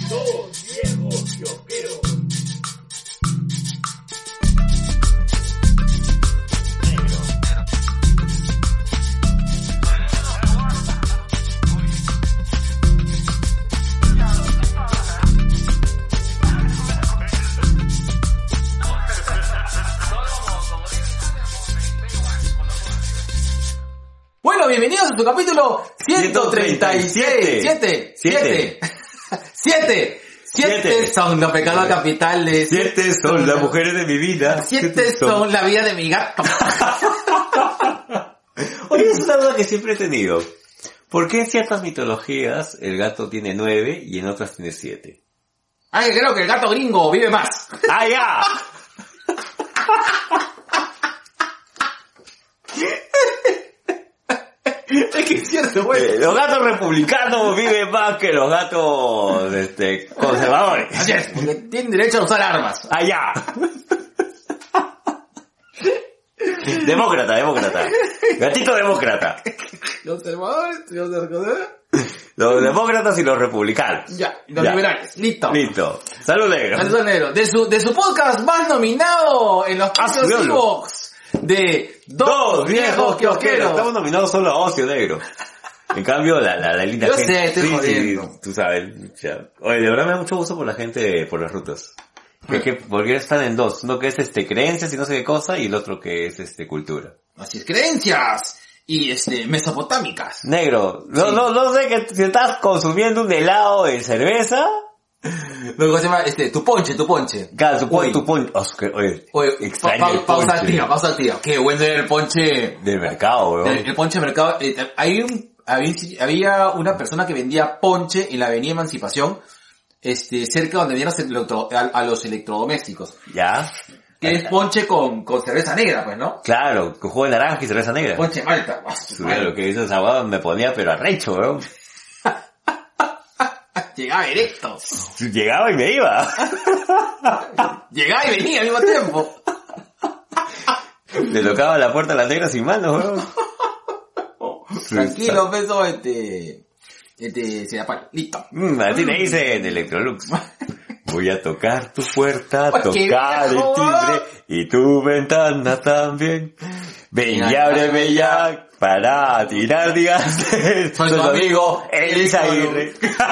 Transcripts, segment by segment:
Dos viejos kiosqueros. Bueno, bienvenidos a tu capítulo 137. Siete son los pecados capitales. 7 son las mujeres de mi vida. 7 son la vida de mi gato. Oye, es una duda que siempre he tenido. ¿Por qué en ciertas mitologías el gato tiene 9 y en otras tiene 7? Ay, creo que el gato gringo vive más. ¡Ah, ya! Es que es cierto, güey. Los gatos republicanos viven más que los gatos conservadores. Así es, porque tienen derecho a usar armas. ¡Allá! Demócrata. Gatito demócrata. Los conservadores, Los demócratas y los republicanos. Ya, y los liberales. Listo. Salud negro. Salud negro. De su podcast más nominado en los premios Evox. De Dos Viejos Kiosqueros. Estamos nominados solo a Ocio Negro. En cambio, la linda yo gente... Yo sé, estoy jodiendo. Sí, tú sabes. Ya. Oye, de verdad me da mucho gusto por la gente, por las rutas. Porque están en dos. Uno que es creencias y no sé qué cosa, y el otro que es cultura. Así es, creencias y mesopotámicas. Negro, Sí. no sé que si estás consumiendo un helado de cerveza... Luego se llama, tu ponche. Claro, tu ponche. Oye, extraño el pausa ponche. activa. Qué bueno el ponche. Del mercado, weón. El ponche del mercado. Había una persona que vendía ponche en la avenida Emancipación, cerca donde vendían a los electrodomésticos. ¿Ya? Que es ponche con cerveza negra, pues, ¿no? Claro, con jugo de naranja y cerveza negra. Ponche malta. Lo que hizo esa hueá me ponía pero arrecho, weón. Llegaba directo. Llegaba y me iba. Llegaba y venía al mismo tiempo. Le tocaba la puerta a la negra sin manos, weón. Tranquilo, beso, se apaga. Listo. Así le dice en Electrolux. Voy a tocar tu puerta, ¡Qué tocar el viejo! timbre y tu ventana también. Ven y ábreme ya para tirar días. Soy tu amigo Elisa Aguirre.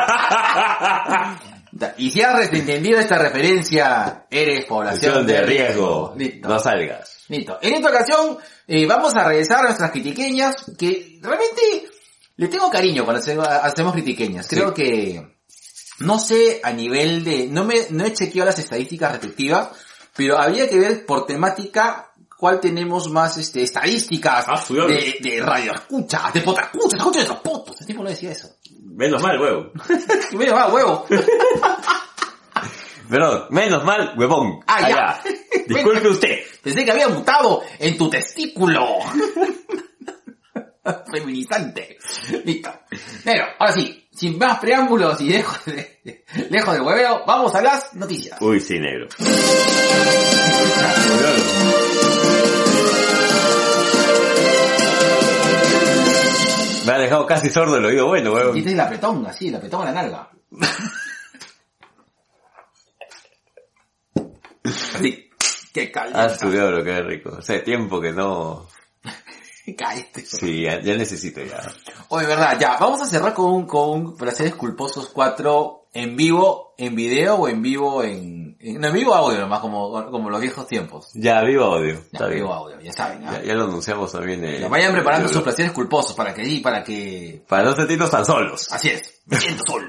Y si has entendido esta referencia, eres población de riesgo. Listo. No salgas. Listo. En esta ocasión vamos a regresar a nuestras critiqueñas, que realmente le tengo cariño cuando hacemos critiqueñas. Creo que, no sé, a nivel de, no he chequeado las estadísticas respectivas, pero habría que ver por temática cuál tenemos más estadísticas de radio escucha, de potascucha, escucha de esos potos. El tipo no decía eso. Menos mal, huevo. Menos mal, huevo. Pero, menos mal, huevón. Ah, ya. Disculpe usted. Pensé que había mutado en tu testículo. Feminizante. Listo. Pero, ahora sí, sin más preámbulos y lejos del hueveo, vamos a las noticias. Uy, sí, negro. Me ha dejado casi sordo el oído bueno, weón. Y este es el apretón, así, el apretón a la nalga. Sí, qué caliente. Ah, su diablo, qué rico. Hace tiempo que no... Caíste. Sí, ya necesito ya. Oye, verdad, ya, vamos a cerrar con Placeres Culposos 4 en vivo, en video o en vivo no, en vivo audio nomás, como los viejos tiempos. Ya, vivo audio. Ya, Está bien. vivo audio, ya saben, ¿eh? Ya lo anunciamos también. Ya vayan preparando sus placeres culposos para que... Para no sentirnos tan solos. Así es, me siento solo.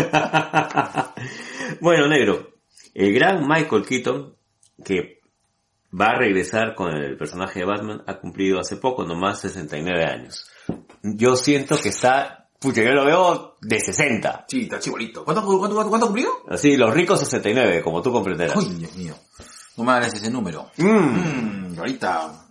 Bueno, negro, el gran Michael Keaton, que va a regresar con el personaje de Batman, ha cumplido hace poco, nomás 69 años. Yo siento que está, pucha, yo lo veo de 60. Sí, está chibolito. ¿Cuánto cumplió? Así, los ricos 69, como tú comprenderás. Uy, Dios mío. No me hagas ese número. Ahorita...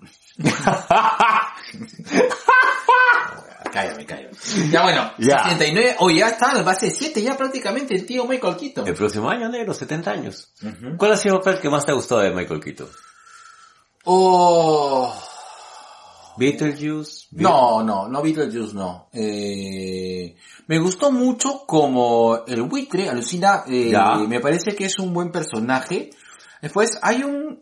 Cállame. Ya bueno, Ya. 69, oye, ya está en el base 7 ya prácticamente el tío Michael Keaton. El próximo año, negro, 70 años. ¿Cuál ha sido el papel que más te ha gustado de Michael Keaton? Beetlejuice. No Beetlejuice no. Me gustó mucho como el buitre, alucina, Ya. me parece que es un buen personaje. Después hay un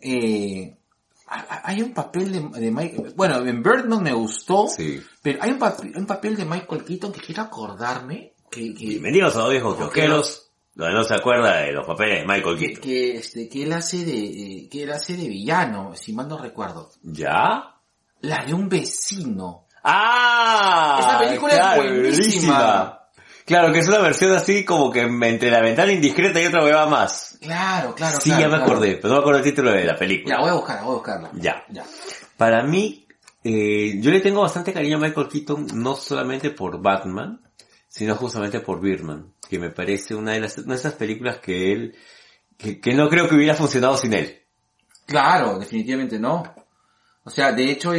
papel de Michael, bueno, en Birdman me gustó, Sí. pero hay un papel de Michael Keaton que quiero acordarme, que Bienvenidos a los viejos kiosqueros, donde no se acuerda de los papeles de Michael Keaton. que él hace de villano, si mal no recuerdo. ¿Ya? La de un vecino. ¡Ah! Esa película es buenísima. Claro, que es una versión así como que entre La ventana indiscreta y otra hueva más. Claro. Sí, ya me acordé, pero no me acuerdo el título de la película. Ya, voy a buscarla. Ya. Para mí, yo le tengo bastante cariño a Michael Keaton, no solamente por Batman, sino justamente por Birdman, que me parece una de esas películas que él, que no creo que hubiera funcionado sin él. Claro, definitivamente no. O sea, de hecho,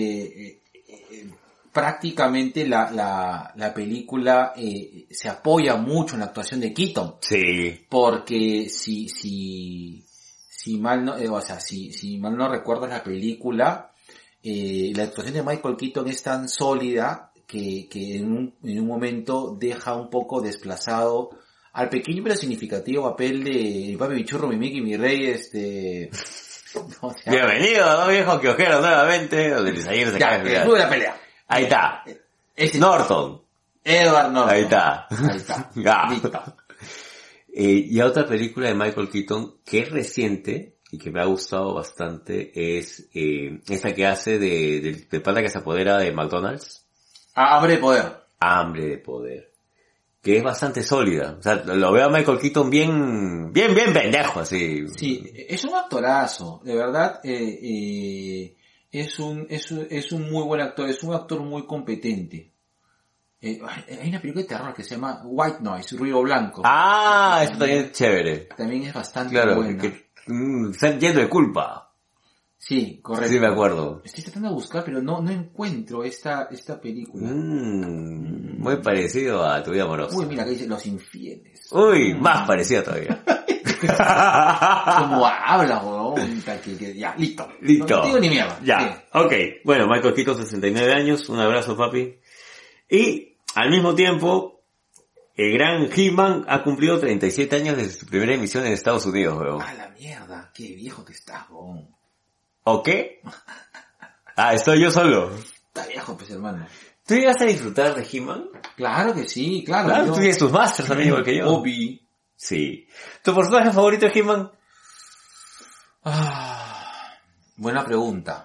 prácticamente la película se apoya mucho en la actuación de Keaton. Sí. Porque si mal no, si mal no recuerdas la película, la actuación de Michael Keaton es tan sólida que en un momento deja un poco desplazado al pequeño pero significativo papel de mi papi, mi churro, mi Mickey, mi rey, ¿cómo se llama? Bienvenido a los viejos kiosqueros nuevamente, donde les ayer se Ya, cae el club de la pelea. Ahí está. Ese- Norton. Edward Norton. Ahí está. Ya. Listo. Y a otra película de Michael Keaton que es reciente y que me ha gustado bastante es esta que hace de pata que se apodera de McDonald's. Hambre de poder. Hambre de poder. Que es bastante sólida. O sea, lo veo a Michael Keaton bien pendejo, así. Sí, es un actorazo, de verdad, es un muy buen actor, es un actor muy competente. Hay una película de terror que se llama White Noise, Ruido Blanco. Ah, eso también es chévere. También es bastante Claro, buena. están lleno de culpa. Sí, correcto. Sí, me acuerdo. Estoy tratando de buscar, pero no encuentro esta película. Muy parecido a Tu vida amorosa. Uy, mira, que dice Los Infieles. Uy, más parecido todavía. Como habla, weón. Ya, listo. Listo. No digo ni mierda. Ya, Sí. ok. Bueno, Michael Keaton, 69 años. Un abrazo, papi. Y, al mismo tiempo, el gran He-Man ha cumplido 37 años desde su primera emisión en Estados Unidos, weón. A la mierda, qué viejo que estás, weón. ¿O qué? Ah, estoy yo solo. Está viejo, pues, hermano. ¿Tú llegaste a disfrutar de He-Man? Claro que sí, claro. Claro, yo- tú tienes tus masters también igual que yo. Obi. Sí. ¿Tu personaje favorito de He-Man? Buena pregunta.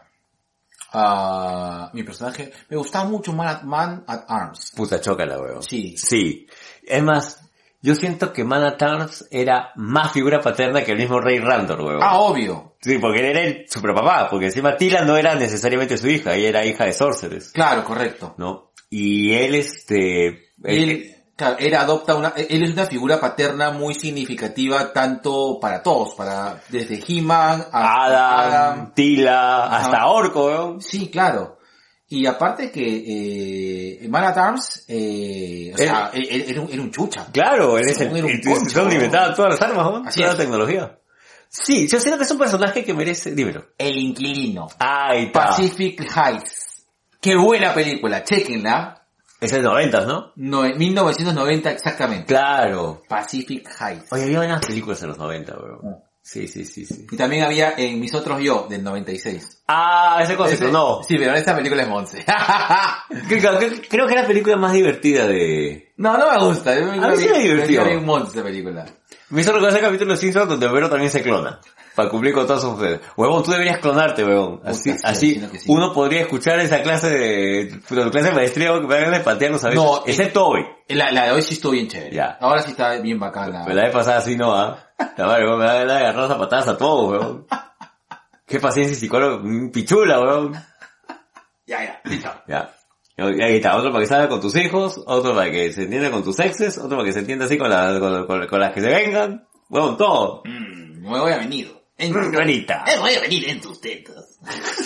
Mi personaje, me gustaba mucho Man at Arms. Puta, chócala, weón. Sí. Sí. Es más, yo siento que Man at Arms era más figura paterna que el mismo Rey Randor, weón. Obvio. Sí, porque él era el superpapá, porque encima Tila no era necesariamente su hija, ella era hija de Sorceress, Claro, correcto. ¿no? Y él, Él es una figura paterna muy significativa tanto para todos, desde He-Man Adam, Tila, hasta Orco, weón. Sí, claro. Y aparte que Man at Arms, era un chucha. Claro, él es Era un el concho, donde inventaba todas las armas, weón, Así toda es. la tecnología. Sí, yo siento que es un personaje que merece, dímelo. El Inquilino. Ahí está. Pacific Heights. Qué buena película, chequenla. Es el 90, ¿no? 1990 exactamente. Claro. Pacific Heights. Oye, había buenas películas en los 90, weón. Mm. Sí. Y también había en Mis Otros Yo, del 96. Ah, ese concepto, no. Sí, pero esa película es Monse. Creo que es la película más divertida de... No me gusta. A mí sí me divirtió. Me Monse esa película. Me hizo recordar ese capítulo de Simpsons donde Homero también se clona. Para cumplir con todas sus mujeres. Huevón, tú deberías clonarte, huevón. Así, Puta, sí, sino que sí. uno podría escuchar esa clase de maestría que me hagan de patearnos a veces. No, excepto hoy. La de hoy sí estuvo bien chévere. Ya. Ahora sí está bien bacana. Pero la vez pasada sí no, La madre, huevón, me da ganas de agarrar a patadas a todos, huevón. Qué paciencia y psicólogo, pichula, huevón. Ya, listo. Ya. Y ahí está, otro para que salga con tus hijos, otro para que se entienda con tus exes, otro para que se entienda así con las que se vengan. Huevón, todo. Me voy a venir. Bonita. Me voy a venir en tus tetas.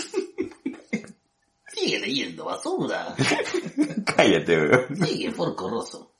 Sigue leyendo basura. Cállate, huevón. Sigue forcorroso.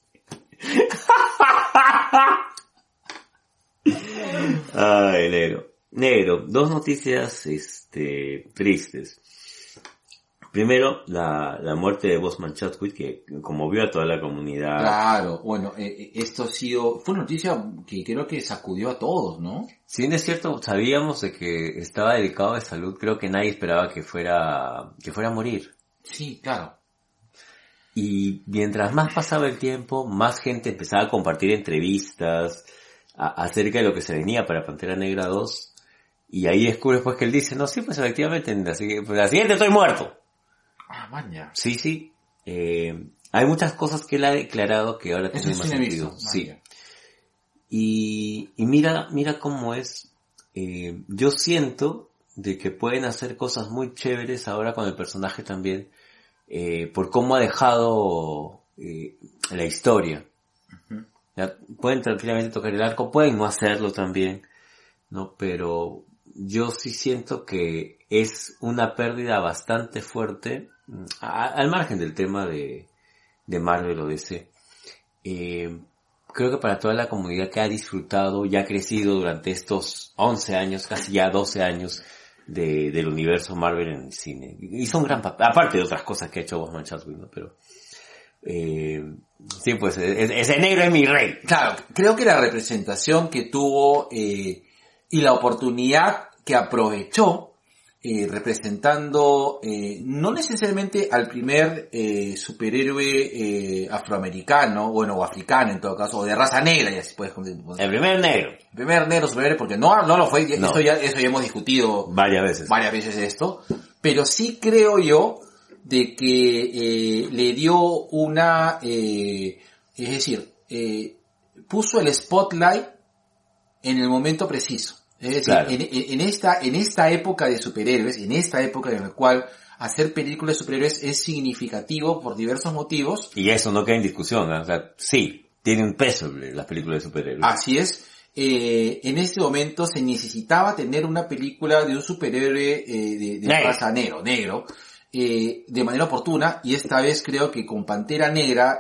Ay, negro. Negro, dos noticias, tristes. Primero, la muerte de Boseman Chadwick, que conmovió a toda la comunidad. Claro, bueno, esto fue una noticia que creo que sacudió a todos, ¿no? Si bien es cierto, sabíamos de que estaba delicado de salud, creo que nadie esperaba que fuera a morir. Sí, claro. Y mientras más pasaba el tiempo, más gente empezaba a compartir entrevistas acerca de lo que se venía para Pantera Negra 2. Y ahí descubres pues que él dice, no, sí, pues efectivamente, en la siguiente estoy muerto. Ah, maña. Sí, sí. Hay muchas cosas que él ha declarado que ahora tienen más sentido. Sí. Y mira cómo es. Yo siento de que pueden hacer cosas muy chéveres ahora con el personaje también, por cómo ha dejado la historia. Uh-huh. Ya, pueden tranquilamente tocar el arco, pueden no hacerlo también, ¿no? Pero yo sí siento que es una pérdida bastante fuerte, al margen del tema de Marvel o DC. Creo que para toda la comunidad que ha disfrutado y ha crecido durante estos 11 años, casi ya 12 años del universo Marvel en el cine. Hizo un gran papel, aparte de otras cosas que ha hecho Boseman Chadwick, ¿no? Pero sí, pues ese negro es mi rey. Claro, creo que la representación que tuvo y la oportunidad que aprovechó representando no necesariamente al primer superhéroe afroamericano, bueno, o africano en todo caso, o de raza negra, ya se puede decir. El primer negro. El primer negro superhéroe, porque no lo fue, No. Eso ya hemos discutido Varias veces esto, pero sí creo yo de que le dio una, es decir, puso el spotlight en el momento preciso. Es decir, Claro. en esta época de superhéroes, en esta época en la cual hacer películas de superhéroes es significativo por diversos motivos. Y eso no queda en discusión, ¿no? O sea, sí, tiene un peso las películas de superhéroes. Así es. En este momento se necesitaba tener una película de un superhéroe de raza negro, de manera oportuna, y esta vez creo que con Pantera Negra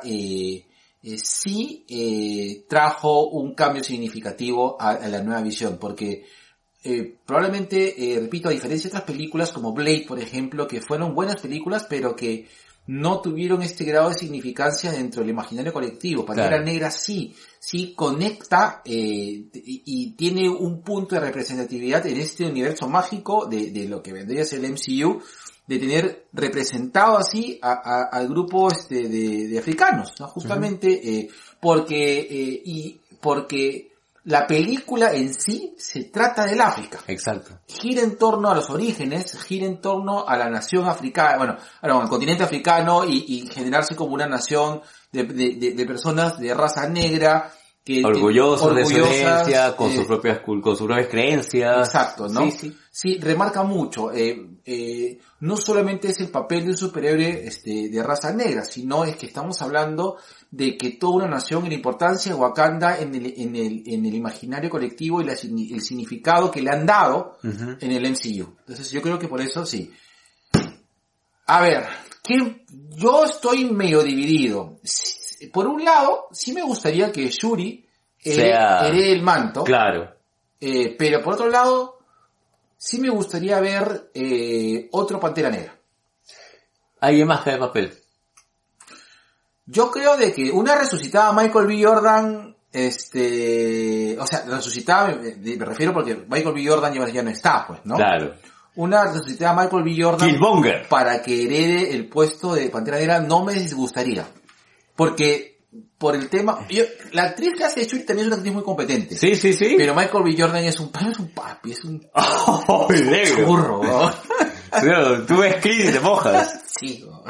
sí trajo un cambio significativo a la nueva visión, porque probablemente, repito, a diferencia de otras películas como Blade, por ejemplo, que fueron buenas películas, pero que no tuvieron este grado de significancia dentro del imaginario colectivo. Pantera Claro. Negra sí conecta y tiene un punto de representatividad en este universo mágico de lo que vendría a ser el MCU, de tener representado así al grupo de africanos, ¿no? Justamente porque la película en sí se trata del África. Exacto. Gira en torno a los orígenes, gira en torno a la nación africana, bueno, al continente africano y generarse como una nación de personas de raza negra Orgullosos de su orgullosas, herencia, con sus propias creencias. Exacto, ¿no? Sí. Sí, remarca mucho. No solamente es el papel de un superhéroe de raza negra, sino es que estamos hablando de que toda una nación y la importancia de Wakanda en el imaginario colectivo y el significado que le han dado Uh-huh. en el MCU. Entonces yo creo que por eso sí. A ver, yo estoy medio dividido. Por un lado, sí me gustaría que Shuri herede el manto. Claro. Pero por otro lado, sí me gustaría ver otro Pantera Negra. Alguien más cae de papel. Yo creo de que una resucitada Michael B. Jordan, o sea, resucitada me refiero porque Michael B. Jordan ya no está, pues, ¿no? Claro. Una resucitada Michael B. Jordan Killmonger. para que herede el puesto de Pantera Negra no me disgustaría. Porque, por el tema, la actriz que hace Shuri también es una actriz muy competente. Sí. Pero Michael B. Jordan es un papi, es un ¡Oh, negro! churro, ¿no? Claro, tú ves Creed y te mojas. Sí, ¿no?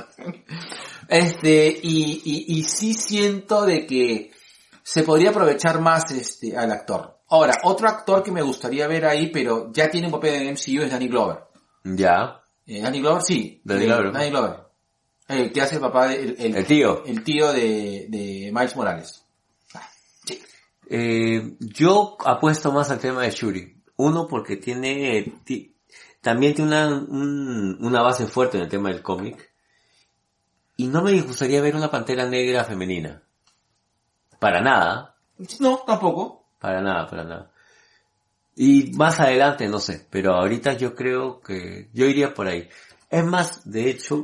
Y sí siento de que se podría aprovechar más al actor. Ahora, otro actor que me gustaría ver ahí, pero ya tiene un papel en el MCU, es Danny Glover. Ya. Danny Glover, sí. Danny Glover. Danny Glover. Que hace el papá, El tío. El tío de Miles Morales. Sí. Yo apuesto más al tema de Shuri. Uno, porque también tiene una base fuerte en el tema del cómic. Y no me gustaría ver una Pantera Negra femenina. Para nada. No, tampoco. Para nada. Y más adelante, no sé. Pero ahorita yo creo que yo iría por ahí. Es más, de hecho,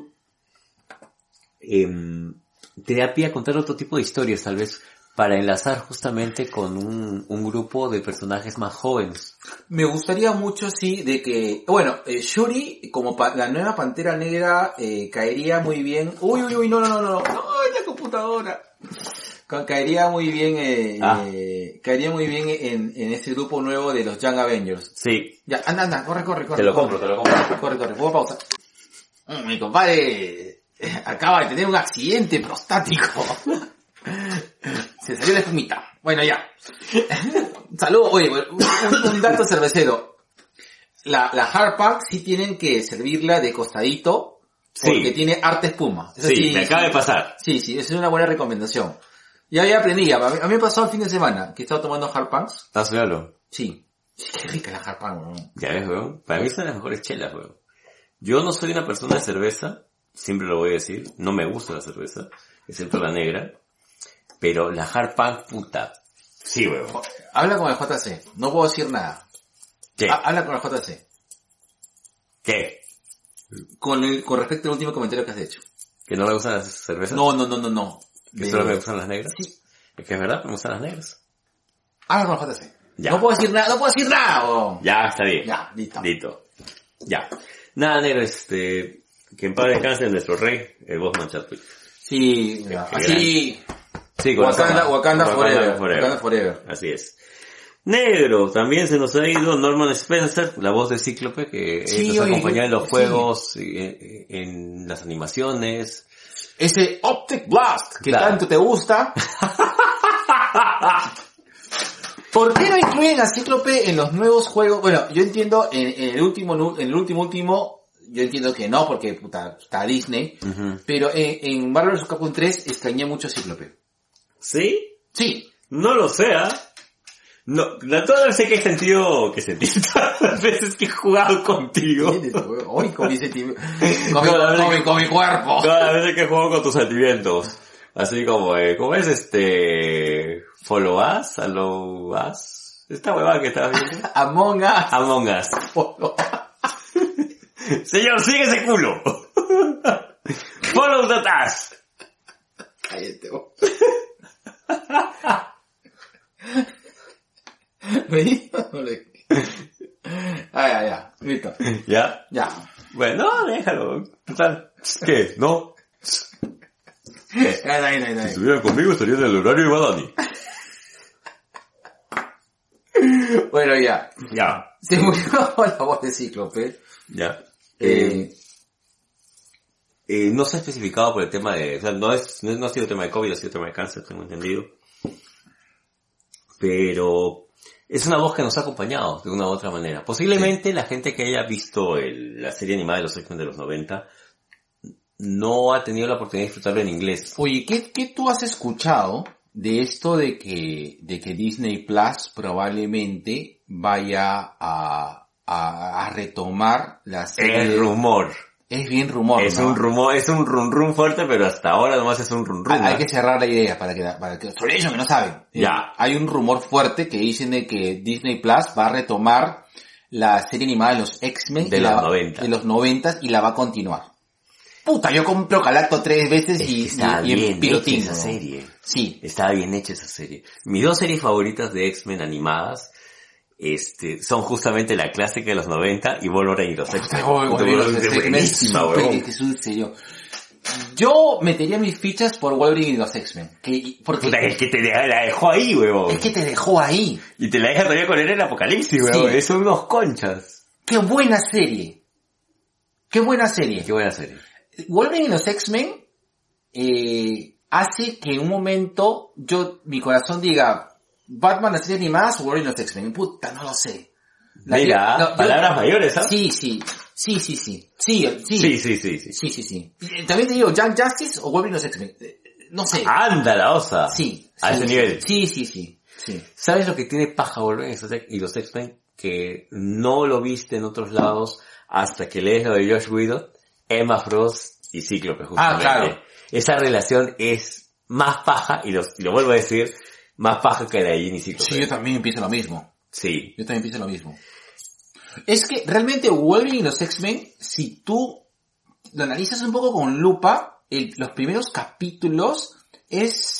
te da pie a contar otro tipo de historias, tal vez, para enlazar justamente con un grupo de personajes más jóvenes. Me gustaría mucho, sí, de que, bueno, Shuri, como la nueva Pantera Negra, caería muy bien. Uy, no, la computadora. Caería muy bien, caería muy bien en este grupo nuevo de los Young Avengers. Sí. Ya, anda, corre. Te lo compro. Corre, pongo pausa. Mi compadre acaba de tener un accidente prostático. Se salió la espumita. Bueno, ya. Saludos. Oye, un dato cervecero. La Hard Pack sí tienen que servirla de costadito porque tiene harta espuma. Eso sí, me acaba de pasar. Sí, esa es una buena recomendación. Ya aprendí. A mí me pasó el fin de semana que estaba tomando Hard Packs. ¿Estás viendo? Sí. Qué rica la Hard Pack, weón. Ya ves, weón. Para mí son las mejores chelas, weón. Yo no soy una persona de cerveza, siempre lo voy a decir. No me gusta la cerveza, excepto la negra. Pero la Hard Pack, puta. Sí, weón. Habla con el JC. No puedo decir nada. ¿Qué? Habla con el JC. ¿Qué? Con respecto al último comentario que has hecho. ¿Que no me gustan las cervezas? No. ¿Que solo me gustan las negras? Sí. Es que es verdad, me gustan las negras. Habla con el JC. Ya. No puedo decir nada, weón. Ya, está bien. Ya, listo. Ya. Nada, negro, que en paz descanse nuestro rey, el Bosman Chadwick. Sí, así. Sí, con Wakanda Forever. Así es. Negro, también se nos ha ido Norman Spencer, la voz de Cíclope, que nos acompañaba en los juegos, en las animaciones. Ese Optic Blast que tanto te gusta. ¿Por qué no incluyen a Cíclope en los nuevos juegos? Bueno, yo entiendo, en el último, yo entiendo que no, porque puta, está Disney. Uh-huh. Pero en Marvel vs. Capcom 3 extrañé mucho a Cíclope. ¿Sí? Sí. No lo sé, No, todas las veces que he sentido, todas las veces que he jugado contigo. Hoy con mi sentimiento, con mi cuerpo. Todas las veces que he jugado con tus sentimientos. Así como, ¿cómo es Follow Us? Allow Us? Esta huevada que estás viendo. Among Us. Follow Us. Señor, sigue ese culo. Follow the task. Cállate, vos. ¿Veis? Ya, listo. ¿Ya? Ya. Bueno, déjalo. Total. ¿Qué? ¿No? No. Si estuvieran conmigo estarían en el horario de Badani. Bueno, ya. Ya. Se murió la voz de Cíclope. Ya. No se ha especificado por el tema de, o sea, no ha sido tema de COVID, ha sido tema de cáncer, tengo entendido. Pero es una voz que nos ha acompañado de una u otra manera. Posiblemente la gente que haya visto la serie animada de los X-Men de los 90 no ha tenido la oportunidad de disfrutarlo en inglés. Oye, ¿qué tú has escuchado de esto de que Disney Plus probablemente vaya a retomar la serie? Es rumor. Es bien rumor, Es ¿no? un rumor, es un rum fuerte, pero hasta ahora nomás es un rum. Hay que cerrar la idea para que sobre ellos que no saben. Ya. Hay un rumor fuerte que dicen de que Disney Plus va a retomar la serie animada de los X-Men de los 90 y la va a continuar. Puta, yo compro Galacto 3 veces y en pilotín esa serie. Sí. Estaba bien hecha esa serie. Mis dos series favoritas de X-Men animadas son justamente la clásica de los 90 y Wolverine y los X-Men. Buenísima, huevón. Que es un serio. Yo metería mis fichas por Wolverine y los X-Men. Porque Puta, es que la dejó ahí, huevón. es que te dejó ahí. Y te la deja todavía con él en el apocalipsis, huevón. Sí. Son unos conchas. ¡Qué buena serie! ¡Qué buena serie! Qué buena serie. Wolverine y los X-Men hace que en un momento mi corazón diga Batman la serie animada o Wolverine y los X-Men. Puta, no lo sé. Palabras mayores, ¿sabes? Sí. Sí. También te digo, Young Justice o Wolverine y los X-Men. No sé. Anda la osa. Sí. A ese nivel. Sí. ¿Sabes lo que tiene paja Wolverine y los X-Men? Que no lo viste en otros lados hasta que lees lo de Josh Whedon, Emma Frost y Cíclope, justamente. Claro. Esa relación es más paja, y lo vuelvo a decir, más paja que la de Jean y Cíclope. Sí, yo también pienso lo mismo. Sí. Es que realmente Wolverine y los X-Men, si tú lo analizas un poco con lupa, los primeros capítulos es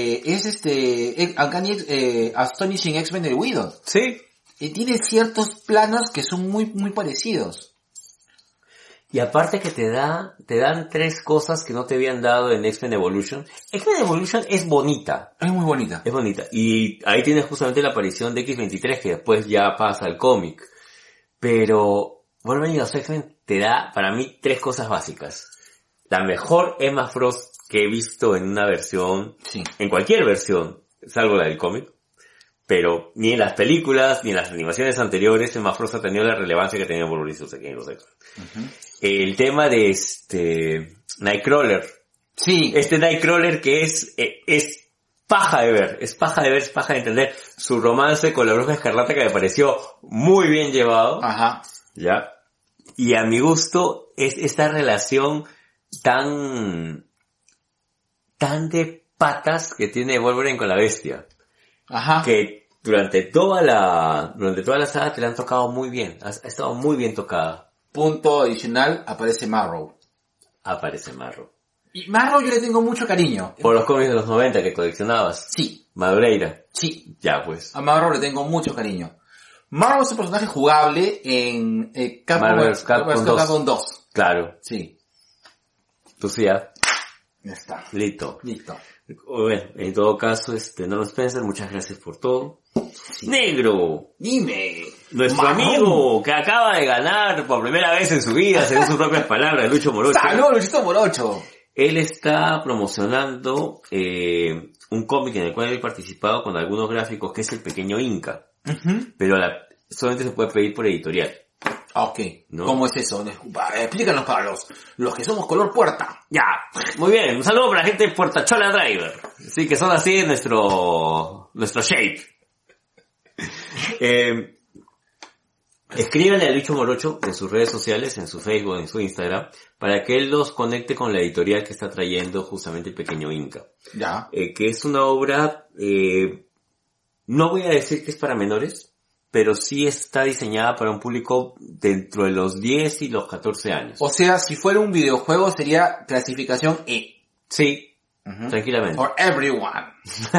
Astonishing X-Men del Widow. Sí. Y tiene ciertos planos que son muy, muy parecidos. Y aparte que te dan 3 cosas que no te habían dado en X-Men Evolution. X-Men Evolution es bonita. Es muy bonita. Es bonita. Y ahí tienes justamente la aparición de X-23, que después ya pasa al cómic. Pero Wolverine y los X-Men te da, para mí, 3 cosas básicas. La mejor Emma Frost que he visto en una versión, Sí. en cualquier versión, salvo la del cómic. Pero ni en las películas, ni en las animaciones anteriores, Emma Frost ha tenido la relevancia que tenía Wolverine y los X-Men. Uh-huh. El tema de Nightcrawler. Sí. Nightcrawler que es paja de ver, es paja de entender su romance con la Bruja Escarlata, que me pareció muy bien llevado. Ajá. ¿Ya? Y a mi gusto es esta relación tan de patas que tiene Wolverine con la Bestia. Ajá. Que durante toda la saga te la han tocado muy bien, ha estado muy bien tocada. Punto adicional, aparece Marrow. Aparece Marrow. Y Marrow yo le tengo mucho cariño. Por los cómics de los 90 que coleccionabas. Sí. Madureira. Sí. Ya pues. A Marrow le tengo mucho cariño. Marrow es un personaje jugable en Capcom 2. Claro. Sí. Tú sí ya. Ya está. Listo. Listo. Bueno, en todo caso, Norman Spencer, muchas gracias por todo. Sí. Negro. Dime. Nuestro amigo que acaba de ganar por primera vez en su vida, según sus propias palabras, Lucho Morocho. ¡Saludos, Luchito Morocho! Él está promocionando un cómic en el cual he participado con algunos gráficos, que es El Pequeño Inca. Uh-huh. Pero solamente se puede pedir por editorial. Ok. ¿No? ¿Cómo es eso? Explícanos para los que somos color puerta. Ya, muy bien. Un saludo para la gente de Puertachola Driver. Sí, que son así nuestro shape. Escríbanle a Lucho Morocho en sus redes sociales, en su Facebook, en su Instagram, para que él los conecte con la editorial que está trayendo justamente El Pequeño Inca. Ya. Que es una obra, no voy a decir que es para menores, pero sí está diseñada para un público dentro de los 10 y los 14 años. O sea, si fuera un videojuego sería clasificación E. Sí, Uh-huh. tranquilamente. For everyone.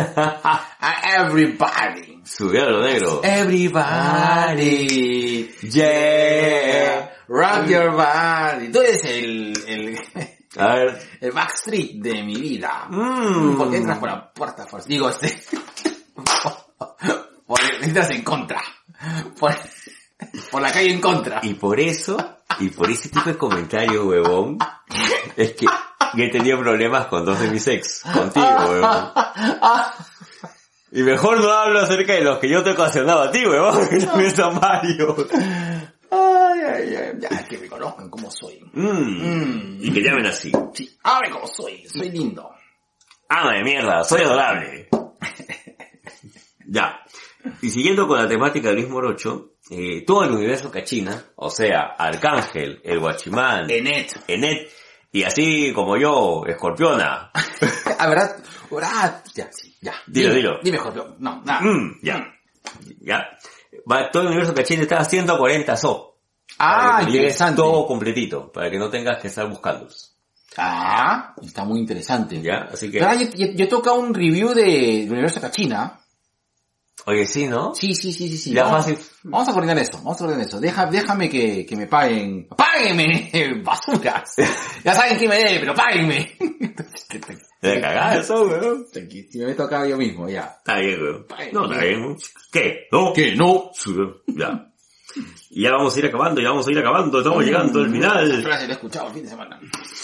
Everybody. Subió a lo negro. Everybody. Yeah. Rock your body. Tú eres A ver. el Backstreet de mi vida. Mm. Porque entras por la puerta, digo, porque entras en contra. Por la calle en contra. Y por ese tipo de comentario, huevón, es que he tenido problemas con 2 de mis ex. Contigo, huevón. Y mejor no hablo acerca de los que yo te he ocasionado a ti, huevón, que también son varios. Ay. Ya, es que me conozcan como soy. Y que llamen así. Sí, ver cómo soy lindo. ¡Ama de mierda! ¡Soy adorable! Ya. Y siguiendo con la temática de Luis Morocho, todo el universo cachina, o sea, Arcángel, el Guachimán, Enet, y así como yo, Escorpiona. ¿Verdad? Ya, sí, ya. Dilo. Dime, Escorpión. No, nada. Ya. Todo el universo cachina está a 140 so. Interesante. Todo completito, para que no tengas que estar buscándolos. Está muy interesante. Ya, así que... Pero yo toca un review de Universo Cachina. Oye, sí, ¿no? Sí. Ya fácil. Vamos a coordinar eso. Déjame que me paguen. ¡Páguenme! ¡Basuras! Ya saben que me debe, pero páguenme. De cagada eso, weón. Si me toca yo mismo, ya. Está bien, weón. Páguenme. No, está bien. ¿Qué? ¿No? ¿Qué? No. Ya. Y ya vamos a ir acabando, estamos llegando al final. Frase la he escuchado el fin de semana.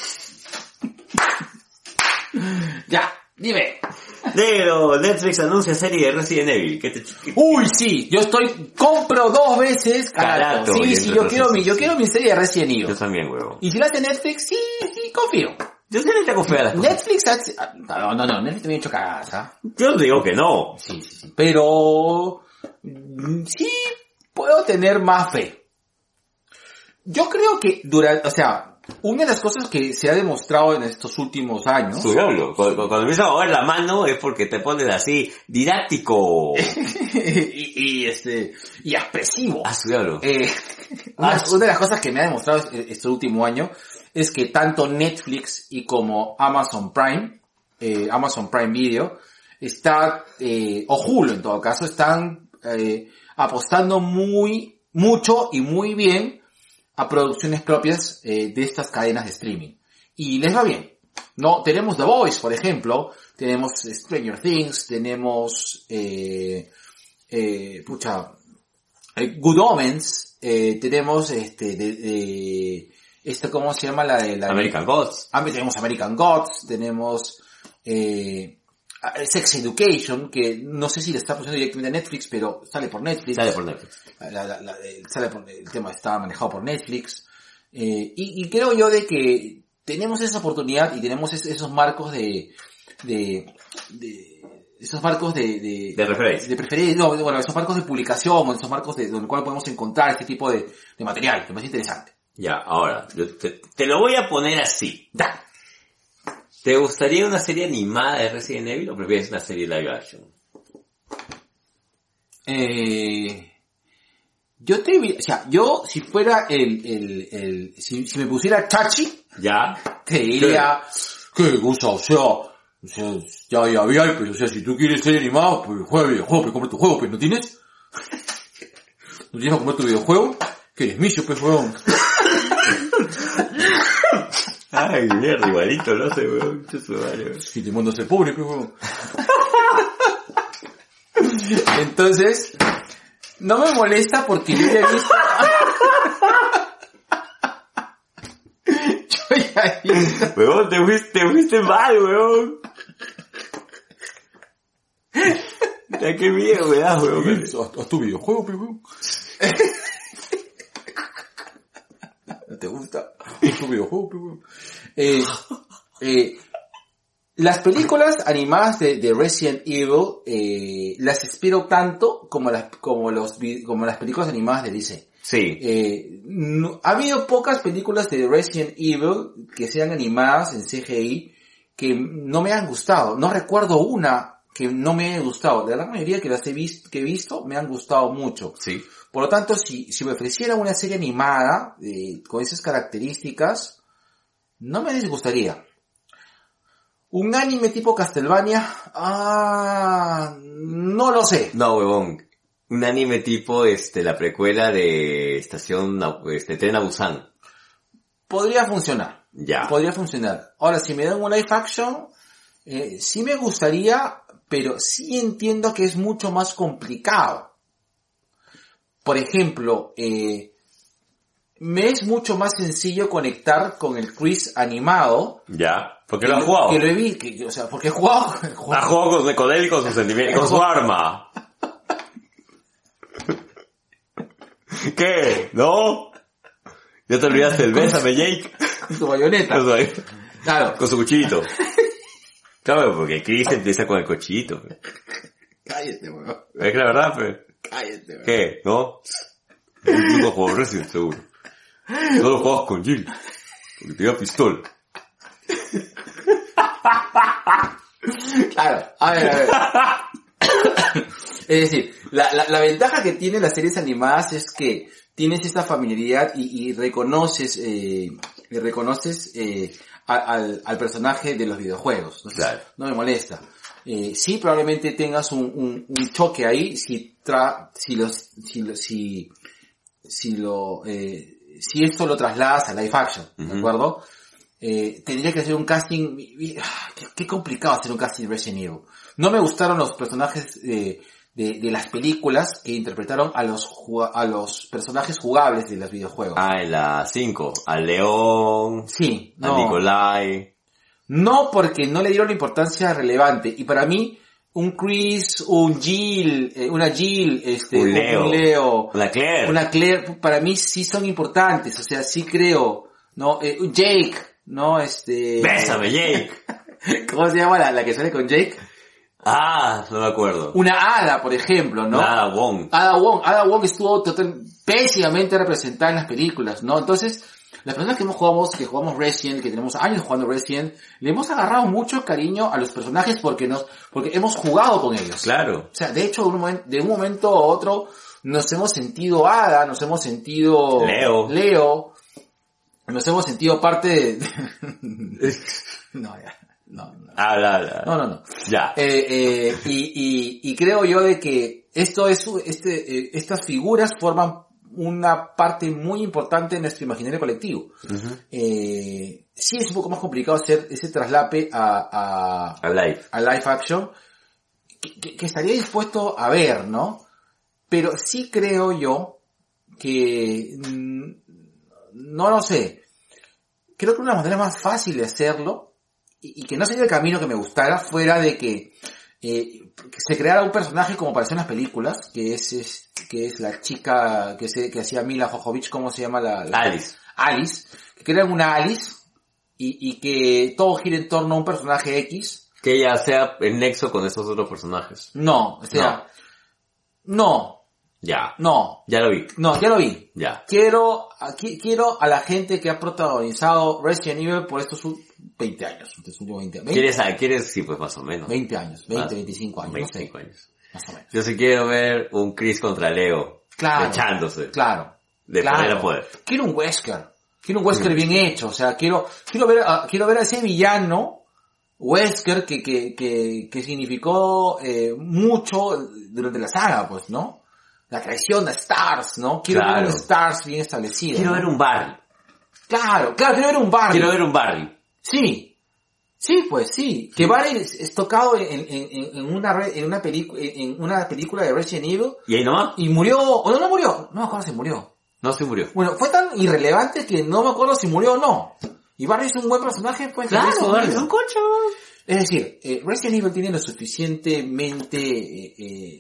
Ya, dime. Negro, Netflix anuncia serie de Resident Evil. Uy, sí, compro 2 veces Carato, Sí, yo quiero mi serie de Resident Evil. Yo también, huevón. Y si la hace Netflix, sí, confío. Yo sé que te confío a las cosas. Netflix no, Netflix también ha hecho cagadas, ¿ah? Yo te digo que no. Sí. Pero sí puedo tener más fe. Yo creo que una de las cosas que se ha demostrado en estos últimos años... Su diablo. Cuando empiezas a mover la mano es porque te pones así, didáctico. y expresivo. Su diablo. Una de las cosas que me ha demostrado este último año es que tanto Netflix y como Amazon Prime Video, o Hulu en todo caso, están apostando mucho y muy bien a producciones propias de estas cadenas de streaming. Y les va bien. No, tenemos The Voice, por ejemplo, tenemos Stranger Things, tenemos Good Omens, tenemos ¿cómo se llama American Gods? Tenemos American Gods, tenemos Sex Education, que no sé si le está produciendo directamente a Netflix, pero sale por Netflix. El tema está manejado por Netflix. Y creo yo de que tenemos esa oportunidad y tenemos esos marcos de esos marcos de preferencia, esos marcos de publicación, esos marcos donde cual podemos encontrar este tipo de material, que me parece interesante. Ya, ahora, te lo voy a poner así. ¿Te gustaría una serie animada de Resident Evil o prefieres una serie live action? Yo si fuera si me pusiera Chachi, ya, te diría, qué cosa, o sea, ya había, pero o sea, si tú quieres serie animada, pues juega videojuego, pues compra tu juego, pues, ¿no tienes? ¿No tienes que comprar tu videojuego? Que eres micho, pues, huevón. Ay, mierda, igualito lo hace, weón. Si te mando a ser pobre, pues, huevón. Entonces, no me molesta porque yo ya he visto... Yo ya he visto... Weón, te fuiste mal, weón. Ya qué miedo me da, weón. Haz tu videojuego, pues, huevón. ¿No te gusta? Haz tu videojuego, pues, huevón. Las películas animadas de Resident Evil, las espero tanto como las películas animadas de DC. Sí. Ha habido pocas películas de Resident Evil que sean animadas en CGI que no me han gustado. No recuerdo una que no me haya gustado. De la mayoría que he visto me han gustado mucho. Sí. Por lo tanto, si me ofreciera una serie animada con esas características, no me disgustaría. Un anime tipo Castlevania, no lo sé. No, huevón. Un anime tipo, la precuela de Tren a Busan. Podría funcionar. Ya. Podría funcionar. Ahora, si me dan un live action, sí me gustaría, pero sí entiendo que es mucho más complicado. Por ejemplo, me es mucho más sencillo conectar con el Chris animado. Ya. Porque lo has jugado. Porque he jugado. Ha jugado con él y con sus sentimientos, con su arma. ¿Qué? ¿No? ¿Ya te olvidaste del bésame, Jake? Con su bayoneta. Claro. Con su cuchillito. Claro, porque Chris empieza con el cuchillito. Cállate, weón. Es que la verdad, pues. Cállate, weón. ¿Qué? ¿No? Nunca jugó Resident, seguro. Solo jugabas con Jill. Porque tenía pistola. Claro, a ver. Es decir, la ventaja que tienen las series animadas es que tienes esta familiaridad y reconoces al personaje de los videojuegos. Entonces, claro. No me molesta. Sí, probablemente tengas un choque ahí si esto lo trasladas a live action, ¿de acuerdo? Tendría que hacer un casting, qué complicado hacer un casting de Resident Evil. No me gustaron los personajes de las películas que interpretaron a los personajes jugables de los videojuegos. En la 5, al León, sí, a Nikolai. No, porque no le dieron la importancia relevante. Y para mí, un Chris, una Jill, un Leo, una Claire, para mí sí son importantes. O sea, sí creo, ¿no? Jake, ¿no? Bésame, Jake. ¿Cómo se llama la que sale con Jake? No me acuerdo. Una Ada, por ejemplo, ¿no? Ada Wong. Ada Wong estuvo pésimamente representada en las películas, ¿no? Entonces, las personas que jugamos Resident, que tenemos años jugando Resident, le hemos agarrado mucho cariño a los personajes porque hemos jugado con ellos. Claro. O sea, de hecho, de un momento a otro, nos hemos sentido Ada, nos hemos sentido Leo. nos hemos sentido parte no, ya. No. No. Ya. Y creo yo de que estas figuras forman una parte muy importante de nuestro imaginario colectivo. Uh-huh. Sí es un poco más complicado hacer ese traslape a live action, que estaría dispuesto a ver, ¿no? Pero sí creo yo que, no lo sé, creo que una manera más fácil de hacerlo, y que no sería el camino que me gustara, fuera de que se creara un personaje como aparece en las películas, que es la chica que hacía Mila Jovovich, ¿cómo se llama Alice, que crean una Alice, y que todo gira en torno a un personaje X. Que ella sea el nexo con esos otros personajes. No, o sea, no. Ya. No. Ya lo vi. No, ya lo vi. Ya. Quiero a la gente que ha protagonizado Resident Evil por estos 20 años. Estos últimos 20 años. ¿Quieres? Sí, pues más o menos. 20 años. 20, más, 25 años. 25 no sé. años. Más o menos. Yo sí quiero ver un Chris contra Leo. Claro. Echándose. Claro. De claro. poder a poder. Quiero un Wesker. Quiero un Wesker bien hecho. O sea, quiero ver a ese villano Wesker que significó mucho durante la saga, pues, ¿no? La traición de Stars, ¿no? Quiero ver un Stars bien establecido. Quiero ver un Barry. Claro, quiero ver un Barry. Quiero ver un Barry. Sí, pues sí. Que Barry es tocado en una película de Resident Evil. ¿Y ahí nomás? Y murió, o no murió. No me acuerdo si murió. No se murió. Bueno, fue tan irrelevante que no me acuerdo si murió o no. Y Barry es un buen personaje, pues. Claro, Barry es un coche. Es decir, Resident Evil tiene lo suficientemente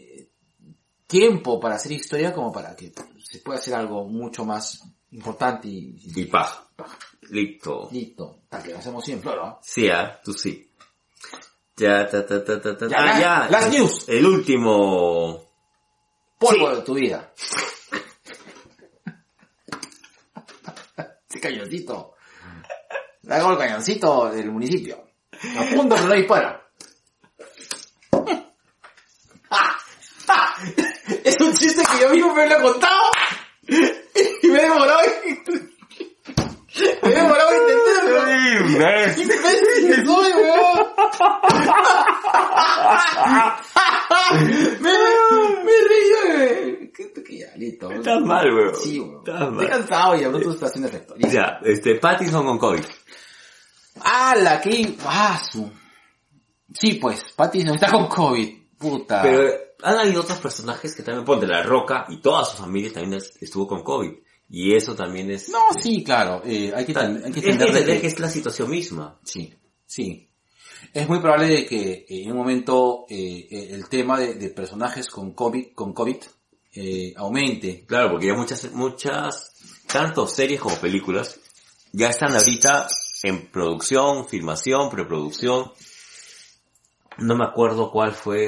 tiempo para hacer historia como para que se pueda hacer algo mucho más importante y paja. Listo. Tal que lo hacemos siempre, ¿no? Sí, tú sí. Ya. Las news. El último polvo de tu vida. Ese cañoncito. Le hago el cañoncito del municipio. Apunta pero no dispara. Es un chiste que yo mismo me lo he contado y me he demorado en entenderlo. ¡Imbécil que soy, weón! Me reí, que ya, listo. Estás mal, weón. Sí, weón. Estoy cansado y habló tu estación de efecto. Listo. Ya, Pattinson con COVID. ¡Hala! ¡Qué vaso! Sí, pues, Pattinson está con COVID. Puta. Pero han habido otros personajes que también, ponte La Roca y toda su familia también estuvo con COVID. Y eso también es... No, sí, claro. Hay que entender que es la situación misma. Sí. Es muy probable de que en un momento el tema de personajes con COVID aumente. Claro, porque ya muchas, tanto series como películas, ya están ahorita en producción, filmación, preproducción. No me acuerdo cuál fue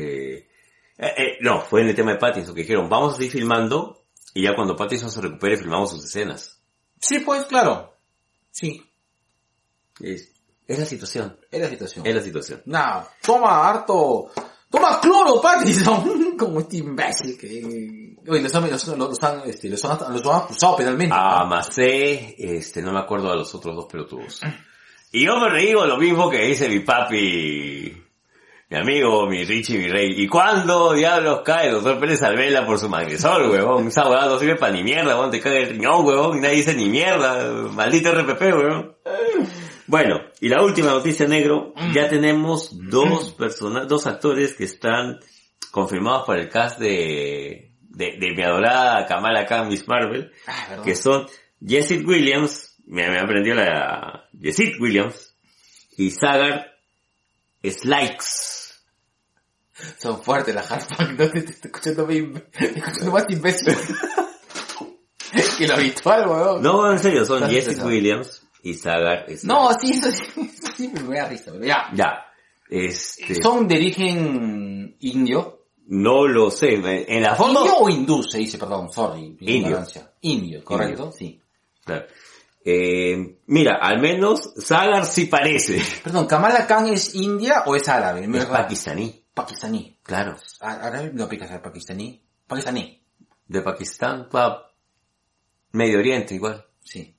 no, fue en el tema de Pattinson, que dijeron, vamos a seguir filmando, y ya cuando Pattinson se recupere filmamos sus escenas. Sí, pues, claro. Sí. Es la situación. Es la situación. No, toma cloro, Pattinson. Como este imbécil que... Oye, los han acusado penalmente. Macé, no me acuerdo de los otros dos pelotudos. Y yo me reí lo mismo que dice mi papi, mi amigo, mi Richie, mi rey. ¿Y cuándo diablos cae el doctor Pérez Alvela por su magnesol, huevón? Esa huevada no sirve para ni mierda, huevón, te cae el riñón, huevón, y nadie dice ni mierda, maldito RPP, huevón. Bueno, y la última noticia, negro, ya tenemos dos actores que están confirmados para el cast de mi adorada Kamala Khan, Miss Marvel, que son Jessie Williams, me aprendió Jessie Williams, y Sagar Slikes. Son fuertes las hashtags, no te estoy escuchando más imbécil que lo habitual, weón. No, en serio, son Jessie Williams y Sagar Slikes. No, sí, eso sí me da risa, pero ya. ¿Son de origen indio? No lo sé, en la foto... ¿Indio o hindú se dice? Perdón, sorry. Indio, correcto, Indio. Sí. Claro. Mira, al menos Sagar sí parece. Perdón, ¿Kamala Khan es india o es árabe? Es pakistaní. Pakistaní. Claro. ¿Árabe no pica ser pakistaní? Pakistaní. De Pakistán para Medio Oriente igual. Sí.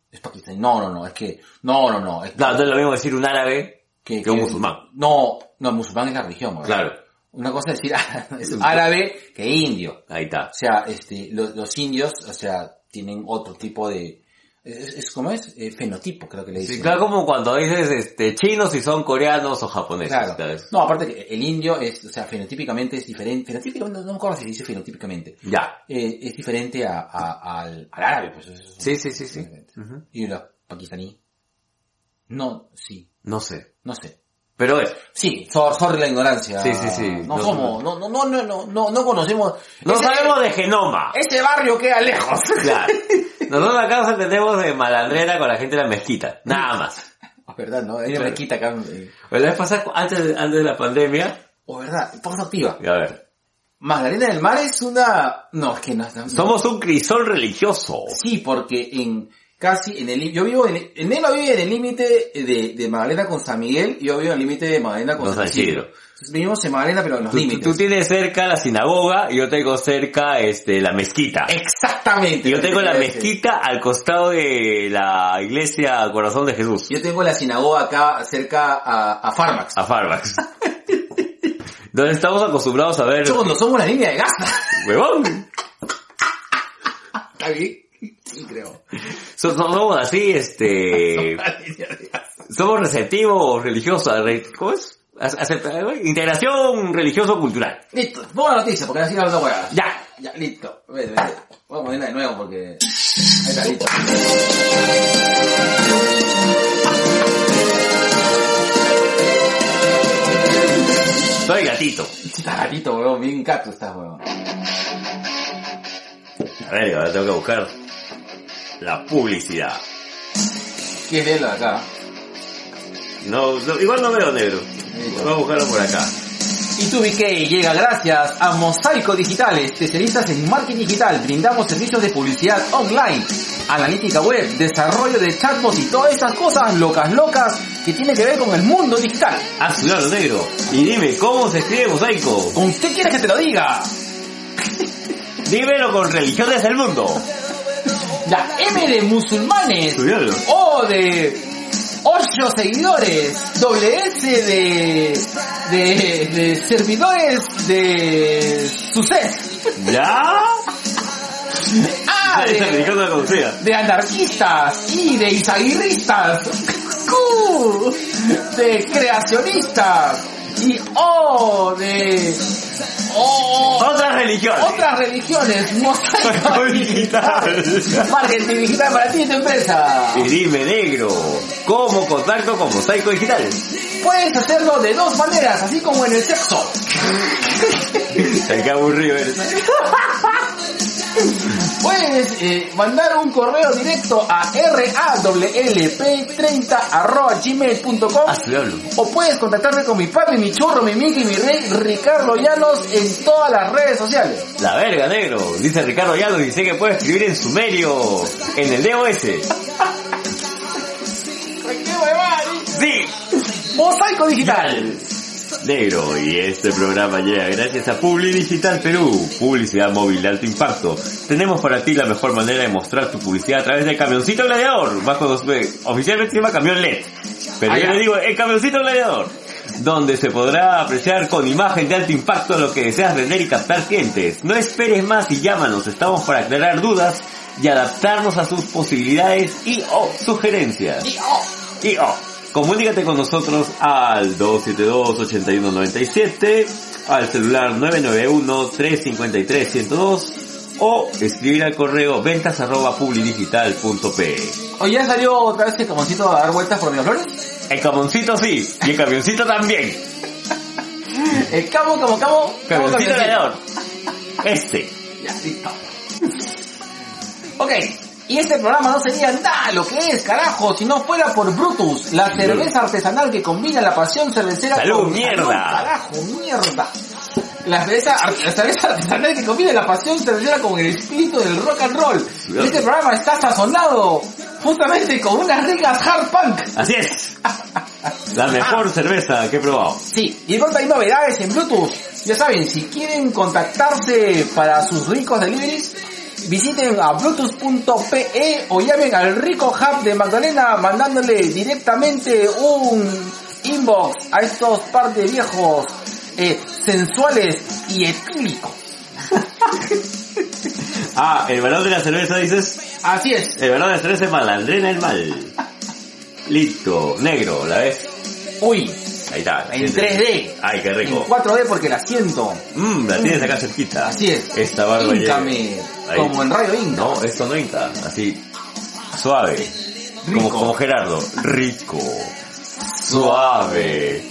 es pakistaní. No, es que, no. Es No, no es lo mismo decir un árabe que un musulmán. No, musulmán es la religión, ¿verdad? Claro. Una cosa es decir es árabe que indio. Ahí está. O sea, los indios, o sea, tienen otro tipo de, ¿cómo es? Fenotipo, creo que le dicen. Sí, claro, como cuando dices, chinos si son coreanos o japoneses. Claro. ¿Sabes? No, aparte que el indio es, o sea, fenotípicamente es diferente. Fenotípicamente, no me acuerdo si se dice fenotípicamente. Ya. Es diferente al árabe, pues. Sí. Uh-huh. Y los pakistaní. No, sí. No sé. No sé. Pero Sí, sorry la ignorancia. Sí. No somos, no conocemos. No sabemos de genoma. Ese barrio queda lejos. Claro. Nosotros acá entendemos de malandrera con la gente de la mezquita. Nada más. ¿Verdad, no? Hay una mezquita acá. Pero la vez pasada, antes de la pandemia. ¿Verdad? Pausa activa. A ver. Magdalena del Mar es una... No, es que no. Somos un crisol religioso. Sí, porque yo vivo en Nelo vive en el límite de Magdalena con San Miguel y yo vivo en el límite de Magdalena con San Isidro. Entonces vivimos en Magdalena pero en los límites. Tú tienes cerca la sinagoga y yo tengo cerca la mezquita. Exactamente. Y yo tengo la mezquita al costado de la iglesia Corazón de Jesús. Yo tengo la sinagoga acá cerca a Farmax. A Farmax. Donde estamos acostumbrados a ver... Yo cuando somos la línea de gas. ¡Huevón! ¿Está bien? Sí, creo. Somos así, somos receptivos religiosos, ¿cómo es? Integración religioso-cultural. Listo, pongo la noticia porque ahora sí hablando huevadas. Ya, listo. Vete. Voy a ponerla de nuevo porque... Ahí está, listo. Soy gatito. Estás gatito, huevón, bien gato estás, huevón. A ver, ahora tengo que buscar la publicidad. ¿Qué es de lo de acá? No, igual no veo negro. Voy a buscarlo por acá. Y2BK llega gracias a Mosaico Digital, especialistas en marketing digital. Brindamos servicios de publicidad online, analítica web, desarrollo de chatbots y todas esas cosas locas que tienen que ver con el mundo digital. Claro, negro. Y dime, ¿cómo se escribe Mosaico? ¿Con usted quiere que te lo diga? Dímelo con religiones del mundo. La M de musulmanes. Estudialo. O de 8 seguidores. S de servidores de suceso. ¿Ya? A Esa religión no la conocía. de anarquistas. Y de isaguirristas. Q de creacionistas. Y O de... Otras religiones. Mosaico Digital. Marketing digital para ti y tu empresa. Y dime, negro, ¿cómo contacto con Mosaico Digital? Puedes hacerlo de 2 maneras, así como en el sexo. Qué aburrido eres. Puedes mandar un correo directo a rawlp30@gmail.com o puedes contactarme con mi papi, mi churro, mi Mickey, mi rey, Ricardo Llanos en todas las redes sociales. La verga, negro, dice Ricardo Llanos y sé que puede escribir en sumerio, en el DOS. ¡Qué huevada! Sí, Mosaico Digital. negro, y este programa llega gracias a Publi Digital Perú, publicidad móvil de alto impacto. Tenemos para ti la mejor manera de mostrar tu publicidad a través del camioncito gladiador, más conocido, oficialmente se llama camión LED, pero yo le digo el camioncito gladiador, donde se podrá apreciar con imagen de alto impacto lo que deseas vender y captar clientes. No esperes más y llámanos, estamos para aclarar dudas y adaptarnos a sus posibilidades y o sugerencias. Comunícate con nosotros al 272-8197, al celular 991-353-102 o escribir al correo ventas@publidigital.pe. Oye, ¿ya salió otra vez el camoncito a dar vueltas por Miraflores? El camoncito sí, y el camioncito también. El camioncito Camioncito. Ya, listo. Ok. Y este programa no sería nada lo que es, carajo, si no fuera por Brutus, la cerveza artesanal que combina la pasión cervecera ¡Salud, con... mierda! ¡Salud, carajo, mierda! La cerveza artesanal que combina la pasión cervecera con el espíritu del rock and roll. Y este programa está sazonado justamente con unas ricas hard punk. Así es. La mejor cerveza que he probado. Sí, y pronto hay novedades en Bluetooth. Ya saben, si quieren contactarse para sus ricos deliveries, visiten a bluetooth.pe o llamen al Rico Hub de Magdalena mandándole directamente un inbox a estos par de viejos sensuales y etílicos. El valor de la cerveza dices. Así es. El valor de la cerveza es Malandrena el Mal. Listo, negro, ¿la ves? Uy, Ahí está. en 3D. Ay, qué En rico. 4D porque la siento. La tienes acá cerquita. Así es. Esta barba Íncame, Ahí. como en Radio Inca. No, esto no inca. Así, suave. Rico. Como Gerardo. Rico. Suave.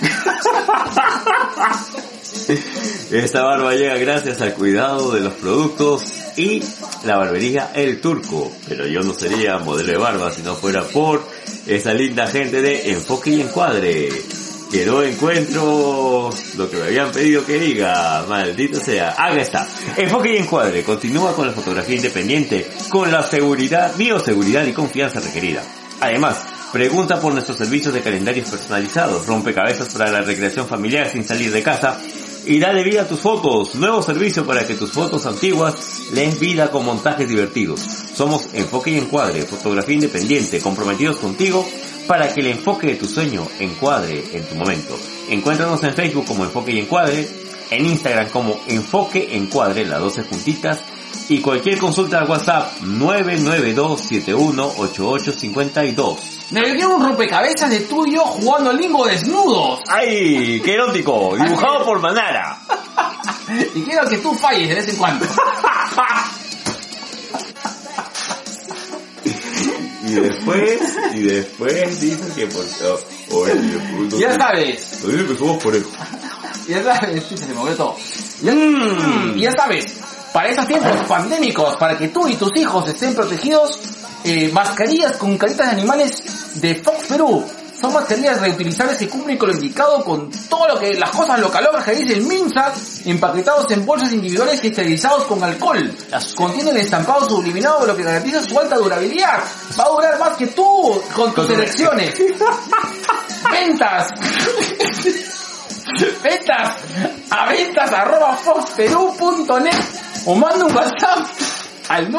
Esta barba llega gracias al cuidado de los productos y la barbería El Turco. Pero yo no sería modelo de barba si no fuera por esa linda gente de Enfoque y Encuadre. Que no encuentro lo que me habían pedido que diga, maldito sea. Acá está. Enfoque y Encuadre continúa con la fotografía independiente, con la seguridad, bioseguridad y confianza requerida. Además, pregunta por nuestros servicios de calendarios personalizados, rompecabezas para la recreación familiar sin salir de casa, y dale vida a tus fotos. Nuevo servicio para que tus fotos antiguas les vida con montajes divertidos. Somos Enfoque y Encuadre, fotografía independiente, comprometidos contigo para que el enfoque de tu sueño encuadre en tu momento. Encuéntranos en Facebook como Enfoque y Encuadre, en Instagram como Enfoque Encuadre, las 12 juntitas, y cualquier consulta al WhatsApp 992718852. Me quiero un rompecabezas de tú y yo jugando limbo desnudos. ¡Ay, qué erótico! Dibujado por Manara. Y quiero que tú falles de vez en cuando. Y después dicen que por... Ya sabes. Lo digo que somos por eso. Ya sabes, sí, se me movió todo. Ya sabes, para estos tiempos pandémicos, para que tú y tus hijos estén protegidos, mascarillas con caritas de animales de Fox Perú. Son mascarillas reutilizables que cumplen con lo indicado con todo lo que las cosas localocas que dice el MINSA, empaquetados en bolsas individuales y esterilizados con alcohol. Contienen estampado subliminado, lo que garantiza su alta durabilidad. Va a durar más que tú con tus elecciones. Ventas a ventas@foxperu.net o manda un WhatsApp al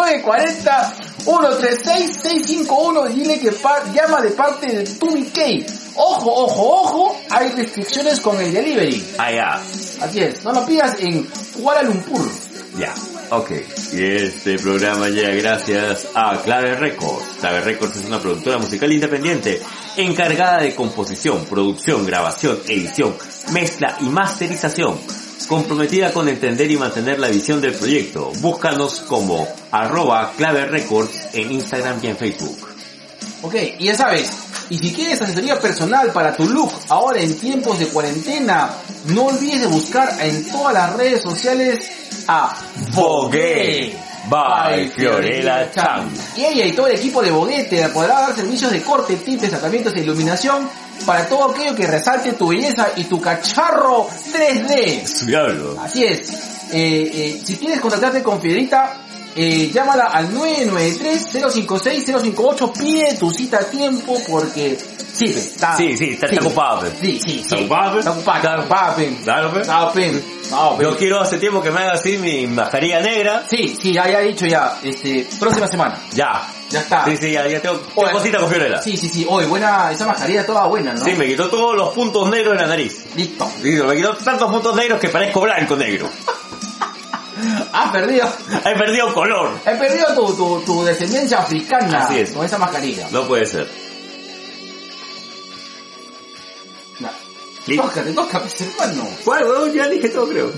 940-136-651 y dile que llama de parte de Tumi-K. Ojo, hay restricciones con el delivery. Ya. Así es, no lo pidas en Kuala Lumpur. Ya, ok. Y este programa llega gracias a Clave Records. Clave Records es una productora musical independiente encargada de composición, producción, grabación, edición, mezcla y masterización. Comprometida con entender y mantener la visión del proyecto. Búscanos como @Clave Records en Instagram y en Facebook. Ok, y ya sabes, y si quieres asesoría personal para tu look ahora en tiempos de cuarentena, no olvides de buscar en todas las redes sociales a Vogue by Fiorella Chan. Y ella y todo el equipo de Vogue te podrá dar servicios de corte, tintes, tratamientos e iluminación para todo aquello que resalte tu belleza y tu cacharro 3D. Su diablo. Así es. Si quieres contratarte con Fiorita, llámala al 993-056-058, pide tu cita a tiempo porque está ocupado. Sí. ¿Está ocupado? Está ocupado. Yo quiero hace tiempo que me haga así mi mascarilla negra. Sí, ya he dicho ya, próxima semana. Ya está. Sí, ya tengo cosita con Fiorella. Sí. Oye, buena, esa mascarilla toda buena, ¿no? Sí, me quitó todos los puntos negros de la nariz. Listo. Me quitó tantos puntos negros que parezco blanco negro. Has perdido. He perdido color. He perdido tu descendencia africana. Así es. Con esa mascarilla. No puede ser. Te toca, pues, hermano. ¿Cuál, weón? Ya dije todo, creo.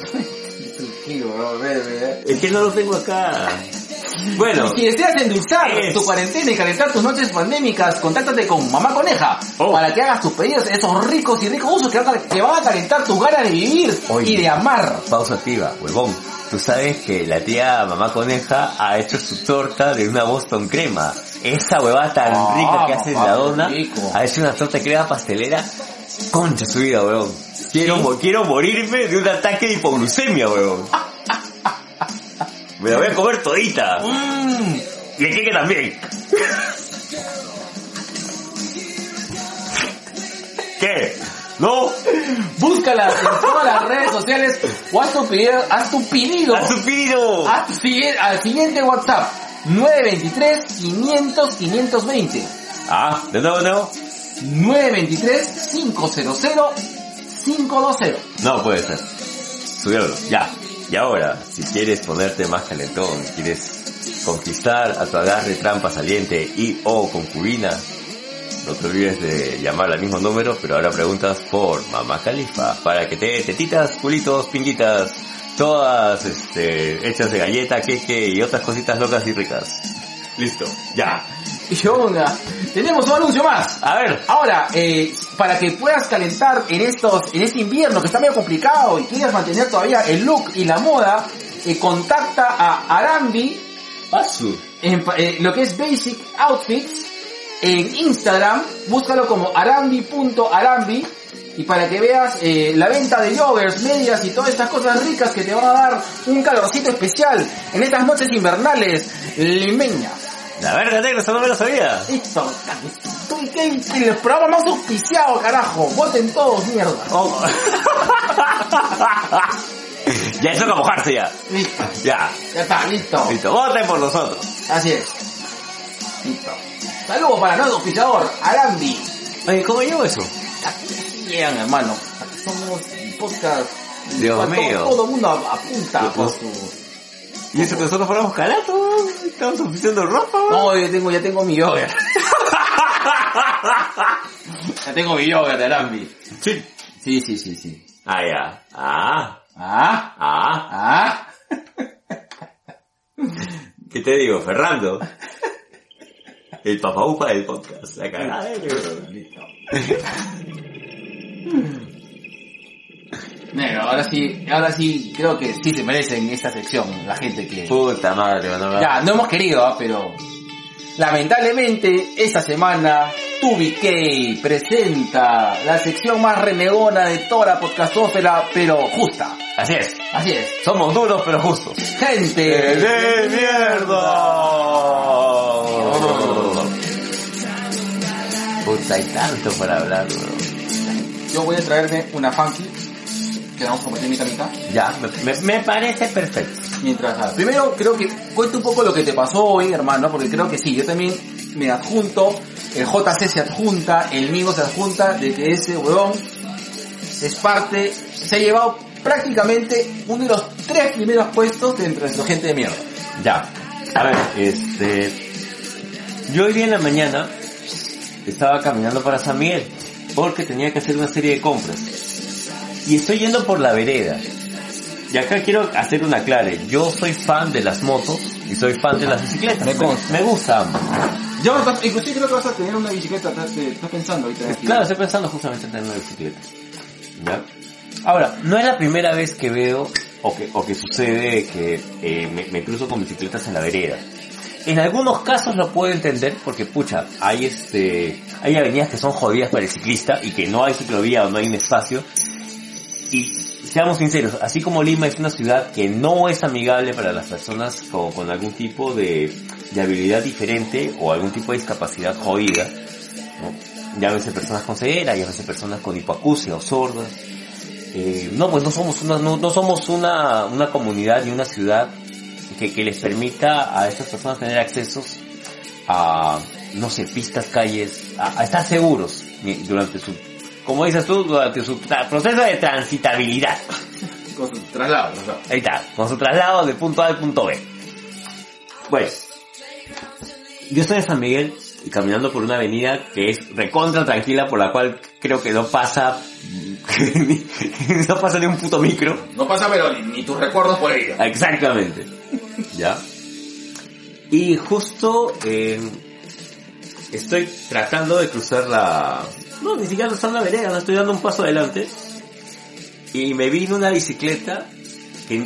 Es que no lo tengo acá. Bueno. Si deseas endulzar tu cuarentena y calentar tus noches pandémicas, contáctate con Mamá Coneja para que hagas tus pedidos, esos ricos y ricos usos que van a calentar tus ganas de vivir y de amar. Pausa activa, huevón. Tú sabes que la tía Mamá Coneja ha hecho su torta de una Boston crema. Esa huevada tan rica que hace la dona. Ha hecho una torta de crema pastelera. Concha su vida, huevón. Quiero morirme de un ataque de hipoglucemia, huevón. Me la voy a comer todita. Y el queque también. ¿Qué? ¿No? Búscalas en todas las redes sociales o haz tu pedido al siguiente WhatsApp 923-500-520. De nuevo. 923-500-520. No puede ser. Subiólo, ya. Y ahora, si quieres ponerte más calentón, quieres conquistar a tu agarre trampa saliente y o concubina, no te olvides de llamar al mismo número, pero ahora preguntas por Mamá Califa, para que te dé tetitas, culitos, pinguitas, todas hechas de galleta, queque y otras cositas locas y ricas. Listo, ya. Y onda, tenemos un anuncio más. A ver. Ahora, para que puedas calentar en este invierno que está medio complicado y quieras mantener todavía el look y la moda, contacta a Arambi en lo que es Basic Outfits en Instagram. Búscalo como arambi.arambi y para que veas la venta de joggers, medias y todas estas cosas ricas que te van a dar un calorcito especial en estas noches invernales limeñas. La verga, negro, eso no me lo sabía. Listo, el programa más auspiciado, carajo. Voten todos, mierda. Oh. Ya eso que mojarse ya. Listo. Ya está, listo. Listo, voten por nosotros. Así es. Listo. Saludos para nuestro auspiciador, Arambi. Oye, ¿cómo llevo eso? Bien, hermano. Somos podcast. Dios mío. Todo el mundo apunta por su... ¿Y eso que nosotros fuéramos calatos? ¿Estamos ofreciendo ropa? No, ya tengo mi yogurt. Ya tengo mi yogurt de Arambi. Sí. Sí. Ah, ya. ¿Qué te digo, Fernando? El papaupa del podcast. La cagada. Listo. Negro, ahora sí, creo que sí se merecen esta sección, la gente que... Puta madre, no. Ya, no hemos querido, pero... Lamentablemente, esta semana, TubiK presenta la sección más renegona de toda la podcastófera, pero justa. Así es. Somos duros, pero justos. ¡Gente de mierda! Puta, hay tanto para hablar, bro. Yo voy a traerme una funky que vamos a compartir mitad. Ya, me parece perfecto. Mientras, primero creo que cuenta un poco lo que te pasó hoy, hermano, porque creo que sí, yo también me adjunto, el JC se adjunta, el Mingo se adjunta de que ese huevón es parte, se ha llevado prácticamente uno de los 3 primeros puestos dentro de su gente de mierda. Ya, a ver, yo hoy día en la mañana estaba caminando para San Miguel porque tenía que hacer una serie de compras y estoy yendo por la vereda. Y acá quiero hacer una aclare. Yo soy fan de las motos y soy fan de las bicicletas. Me gusta ambos. Yo inclusive creo que vas a tener una bicicleta, estás pensando ahorita. Claro, estoy pensando justamente en tener una bicicleta. ¿Ya? Ahora, no es la primera vez que veo o que sucede que me cruzo con bicicletas en la vereda. En algunos casos lo puedo entender porque pucha, hay avenidas que son jodidas para el ciclista y que no hay ciclovía o no hay un espacio. Y seamos sinceros, así como Lima es una ciudad que no es amigable para las personas con algún tipo de habilidad diferente o algún tipo de discapacidad jodida, ¿no? Llámese personas con ceguera, llámese personas con hipoacusia o sordas. Pues no somos una comunidad y una ciudad que les permita a estas personas tener accesos a, no sé, pistas, calles, a estar seguros durante su, como dices tú, durante su proceso de transitabilidad. Con su traslado. Ahí está, con su traslado de punto A al punto B. Pues, yo estoy en San Miguel y caminando por una avenida que es recontra tranquila, por la cual creo que no pasa ni un puto micro. No pasa pero ni tus recuerdos por ella. Exactamente. ¿Ya? Y justo estoy tratando de cruzar no, ni siquiera cruzar la vereda, no estoy dando un paso adelante. Y me vino una bicicleta que,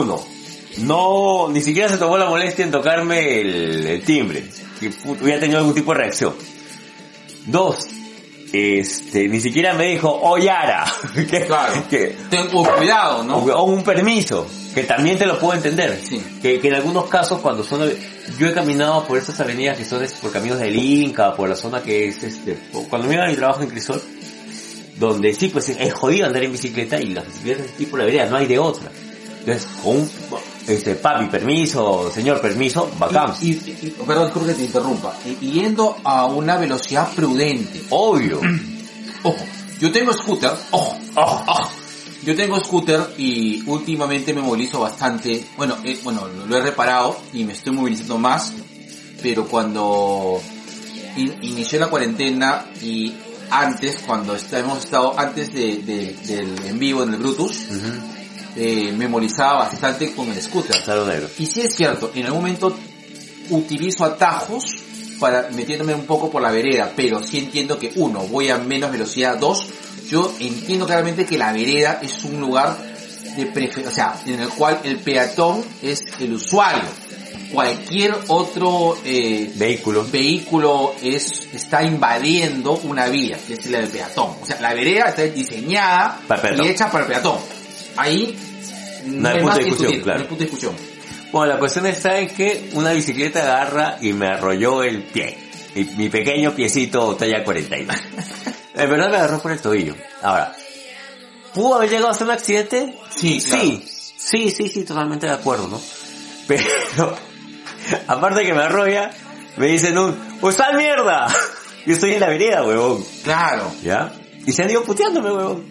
ni siquiera se tomó la molestia en tocarme el timbre. Que hubiera tenido algún tipo de reacción. 2, ni siquiera me dijo, Yara. Claro. Tengo cuidado, ¿no? O un permiso, que también te lo puedo entender. Sí. Que en algunos casos cuando yo he caminado por estas avenidas que son por caminos del Inca, por la zona que es cuando me iba a mi trabajo en Crisol, donde sí, pues es jodido andar en bicicleta y las bicicletas de tipo la vereda, no hay de otra. Entonces, con un, papi, permiso, señor, permiso, bacán. Perdón, creo que te interrumpa. Y yendo a una velocidad prudente. Obvio. Ojo, yo tengo scooter, ojo. Yo tengo scooter y últimamente me movilizo bastante. Bueno, lo he reparado y me estoy movilizando más. Pero cuando inició la cuarentena y antes, cuando hemos estado antes del en vivo en el Brutus, me movilizaba bastante con el scooter. Claro, negro. Y sí es cierto, en algún momento utilizo atajos para metiéndome un poco por la vereda, pero sí entiendo que uno, voy a menos velocidad, dos, yo entiendo claramente que la vereda es un lugar de o sea, en el cual el peatón es el usuario. Cualquier otro vehículo está invadiendo una vía, que es la del peatón. O sea, la vereda está diseñada y hecha para el peatón. Ahí no hay punto de discusión, claro. No hay punto de discusión. Bueno, la cuestión está en que una bicicleta agarra y me arrolló el pie. Mi pequeño piecito talla 42. En verdad me agarró por el tobillo. Ahora, ¿pudo haber llegado a ser un accidente? Sí, claro. Sí, totalmente de acuerdo, ¿no? Pero, aparte de que me arrolla, me dicen ¡pues sal mierda! Yo estoy en la vereda, huevón. Claro. ¿Ya? Y se han ido puteándome, huevón.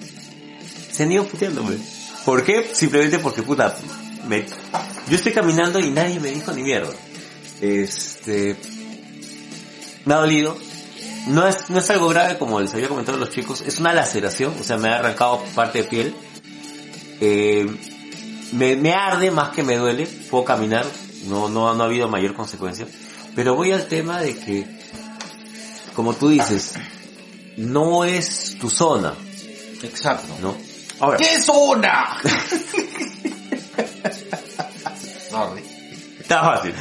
¿Por qué? Simplemente porque, puta, yo estoy caminando y nadie me dijo ni mierda. Me ha dolido. No es algo grave como les había comentado a los chicos, es una laceración, o sea, me ha arrancado parte de piel. Me arde más que me duele, puedo caminar, no ha habido mayor consecuencia. Pero voy al tema de que, como tú dices, no es tu zona. Exacto. ¿No? Ahora, ¿qué zona? Sorry. Está fácil.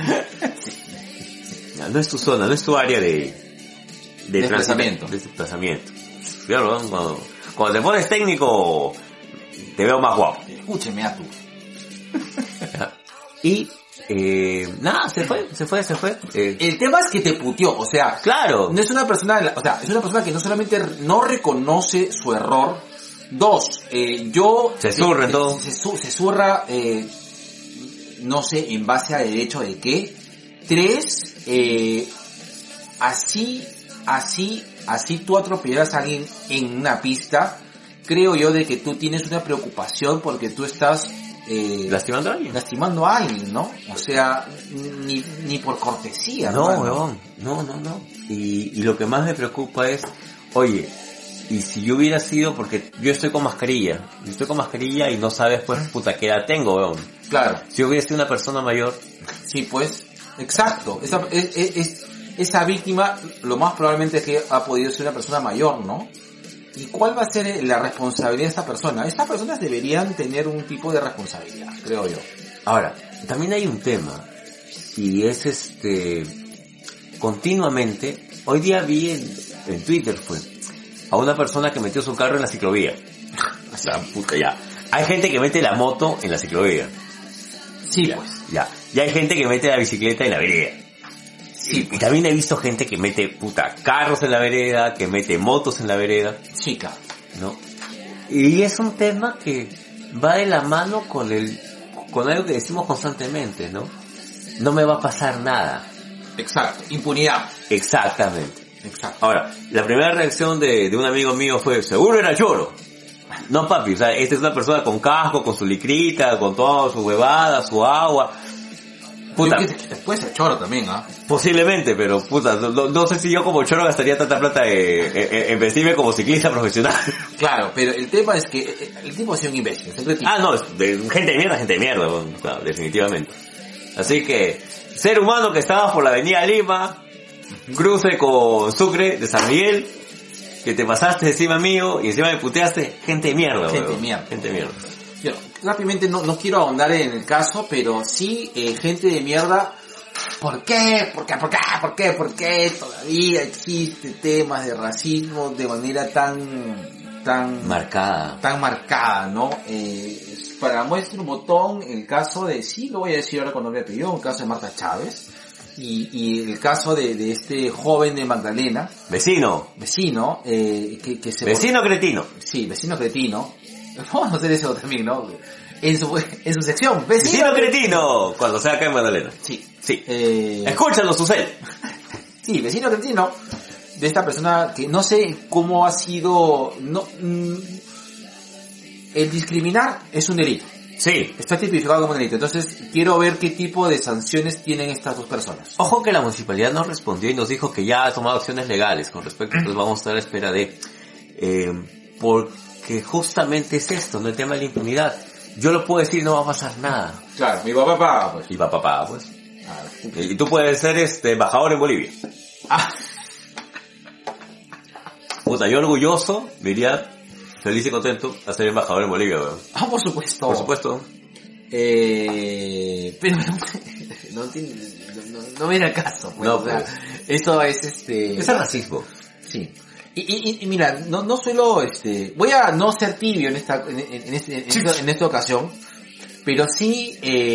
No es tu zona, no es tu área de desplazamiento. De desplazamiento. Claro, cuando te pones técnico, te veo más guapo. Escúcheme a tú. Y, nada, se fue. El tema es que te puteó, o sea, claro. No es una persona, o sea, es una persona que no solamente no reconoce su error. Dos, se zurra en todo. Se zurra, no sé, en base a derecho de qué. Tres, así tú atropellas a alguien en una pista, creo yo de que tú tienes una preocupación porque tú estás lastimando a alguien, ¿no? O sea, ni por cortesía. No, weón, no. Y lo que más me preocupa es, oye, y si yo hubiera sido, porque yo estoy con mascarilla y no sabes pues puta qué edad tengo, weón. Claro. Si yo hubiera sido una persona mayor. Sí, pues, exacto. Esa víctima, lo más probablemente es que ha podido ser una persona mayor, ¿no? ¿Y cuál va a ser la responsabilidad de esta persona? Estas personas deberían tener un tipo de responsabilidad, creo yo. Ahora, también hay un tema, y es continuamente, hoy día vi en Twitter a una persona que metió su carro en la ciclovía. O sea, puta, ya. Hay gente que mete la moto en la ciclovía. Sí, ya, pues. Ya. Y hay gente que mete la bicicleta en la vereda. Sí, y también he visto gente que mete, carros en la vereda, que mete motos en la vereda. Sí, claro. ¿No? Y es un tema que va de la mano con algo que decimos constantemente, ¿no? No me va a pasar nada. Exacto. Impunidad. Exactamente. Exacto. Ahora, la primera reacción de un amigo mío fue, seguro era choro. No, papi, o sea, esta es una persona con casco, con su licrita, con toda su huevada, su agua. Puta. Puede ser choro también, ¿ah? Posiblemente, pero puta, no sé si yo como choro gastaría tanta plata en vestirme como ciclista profesional. Claro, pero el tema es que el tipo ha sido un imbécil. No, gente de mierda, bueno, claro, definitivamente. Así que, ser humano que estaba por la avenida Lima, cruce con Sucre de San Miguel, que te pasaste encima mío y encima me puteaste, gente de mierda, Gente de mierda. Yo rápidamente no quiero ahondar en el caso, pero sí, gente de mierda. ¿Por qué todavía existe temas de racismo de manera tan marcada, ¿no? Para muestra un botón el caso de, sí lo voy a decir ahora con nombre y apellido, un caso de Marta Chávez, y el caso de este joven de Magdalena, Vecino. que se... Vecino cretino. Sí, vecino cretino. Vamos a hacer eso también, ¿no? En su sección, Vecino cretino. Cuando sea acá en Magdalena. Sí. Sí. Escúchalo, Susel. Sí, vecino cretino de esta persona que no sé cómo ha sido... el discriminar es un delito. Sí. Está tipificado como un delito. Entonces, quiero ver qué tipo de sanciones tienen estas dos personas. Ojo que la municipalidad nos respondió y nos dijo que ya ha tomado acciones legales con respecto, entonces vamos a estar a la espera de... porque justamente es esto, no el tema de la impunidad. Yo lo puedo decir y no va a pasar nada. Claro, mi papá paga, pues. Y papá, pues. Y tú puedes ser embajador en Bolivia. Ah. Puta, yo orgulloso, me iría feliz y contento a ser embajador en Bolivia, weón. Ah, por supuesto. Por supuesto. Pero no viene al caso, pues. No, o sea, pues. eso es Es el racismo. Sí. Y mira, no suelo, voy a no ser tibio en esta ocasión, pero sí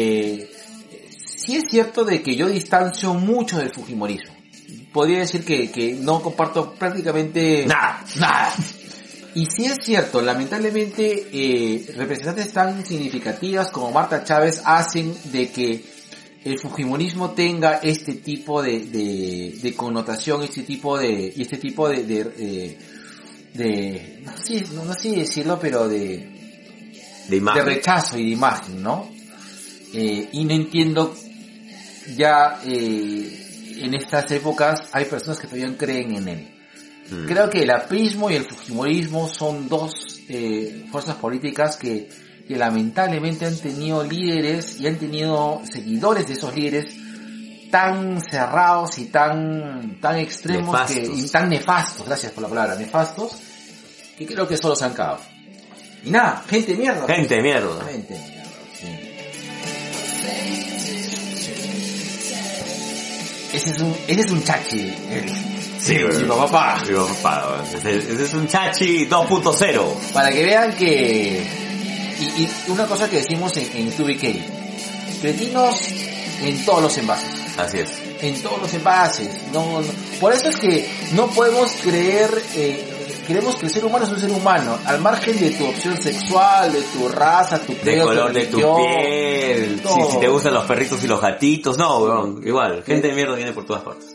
es cierto de que yo distancio mucho del fujimorismo. Podría decir que no comparto prácticamente nada. Y sí es cierto, lamentablemente, representantes tan significativas como Marta Chávez hacen de que el fujimorismo tenga este tipo de connotación, este tipo de no sé decirlo, pero de imagen. De rechazo y de imagen, ¿no? Y no entiendo ya, en estas épocas hay personas que todavía creen en él. Creo que el aprismo y el fujimorismo son dos fuerzas políticas que lamentablemente han tenido líderes y han tenido seguidores de esos líderes tan cerrados y tan extremos nefastos. y tan nefastos, gracias por la palabra, nefastos, que creo que solo se han cagado. Y nada, gente de mierda. Gente de mierda. Gente de mierda, sí. Ese es un chachi. Sí, mi papá. Mi papá, ese es un chachi 2.0. Para que vean que... Y una cosa que decimos en 2BK. Cretinos en todos los envases. Así es. En todos los envases. No. Por eso es que no podemos creer... creemos que el ser humano es un ser humano. Al margen de tu opción sexual, de tu raza, tu de color de tu piel. Si te gustan los perritos y los gatitos. No, weón. Igual. Gente de mierda viene por todas partes.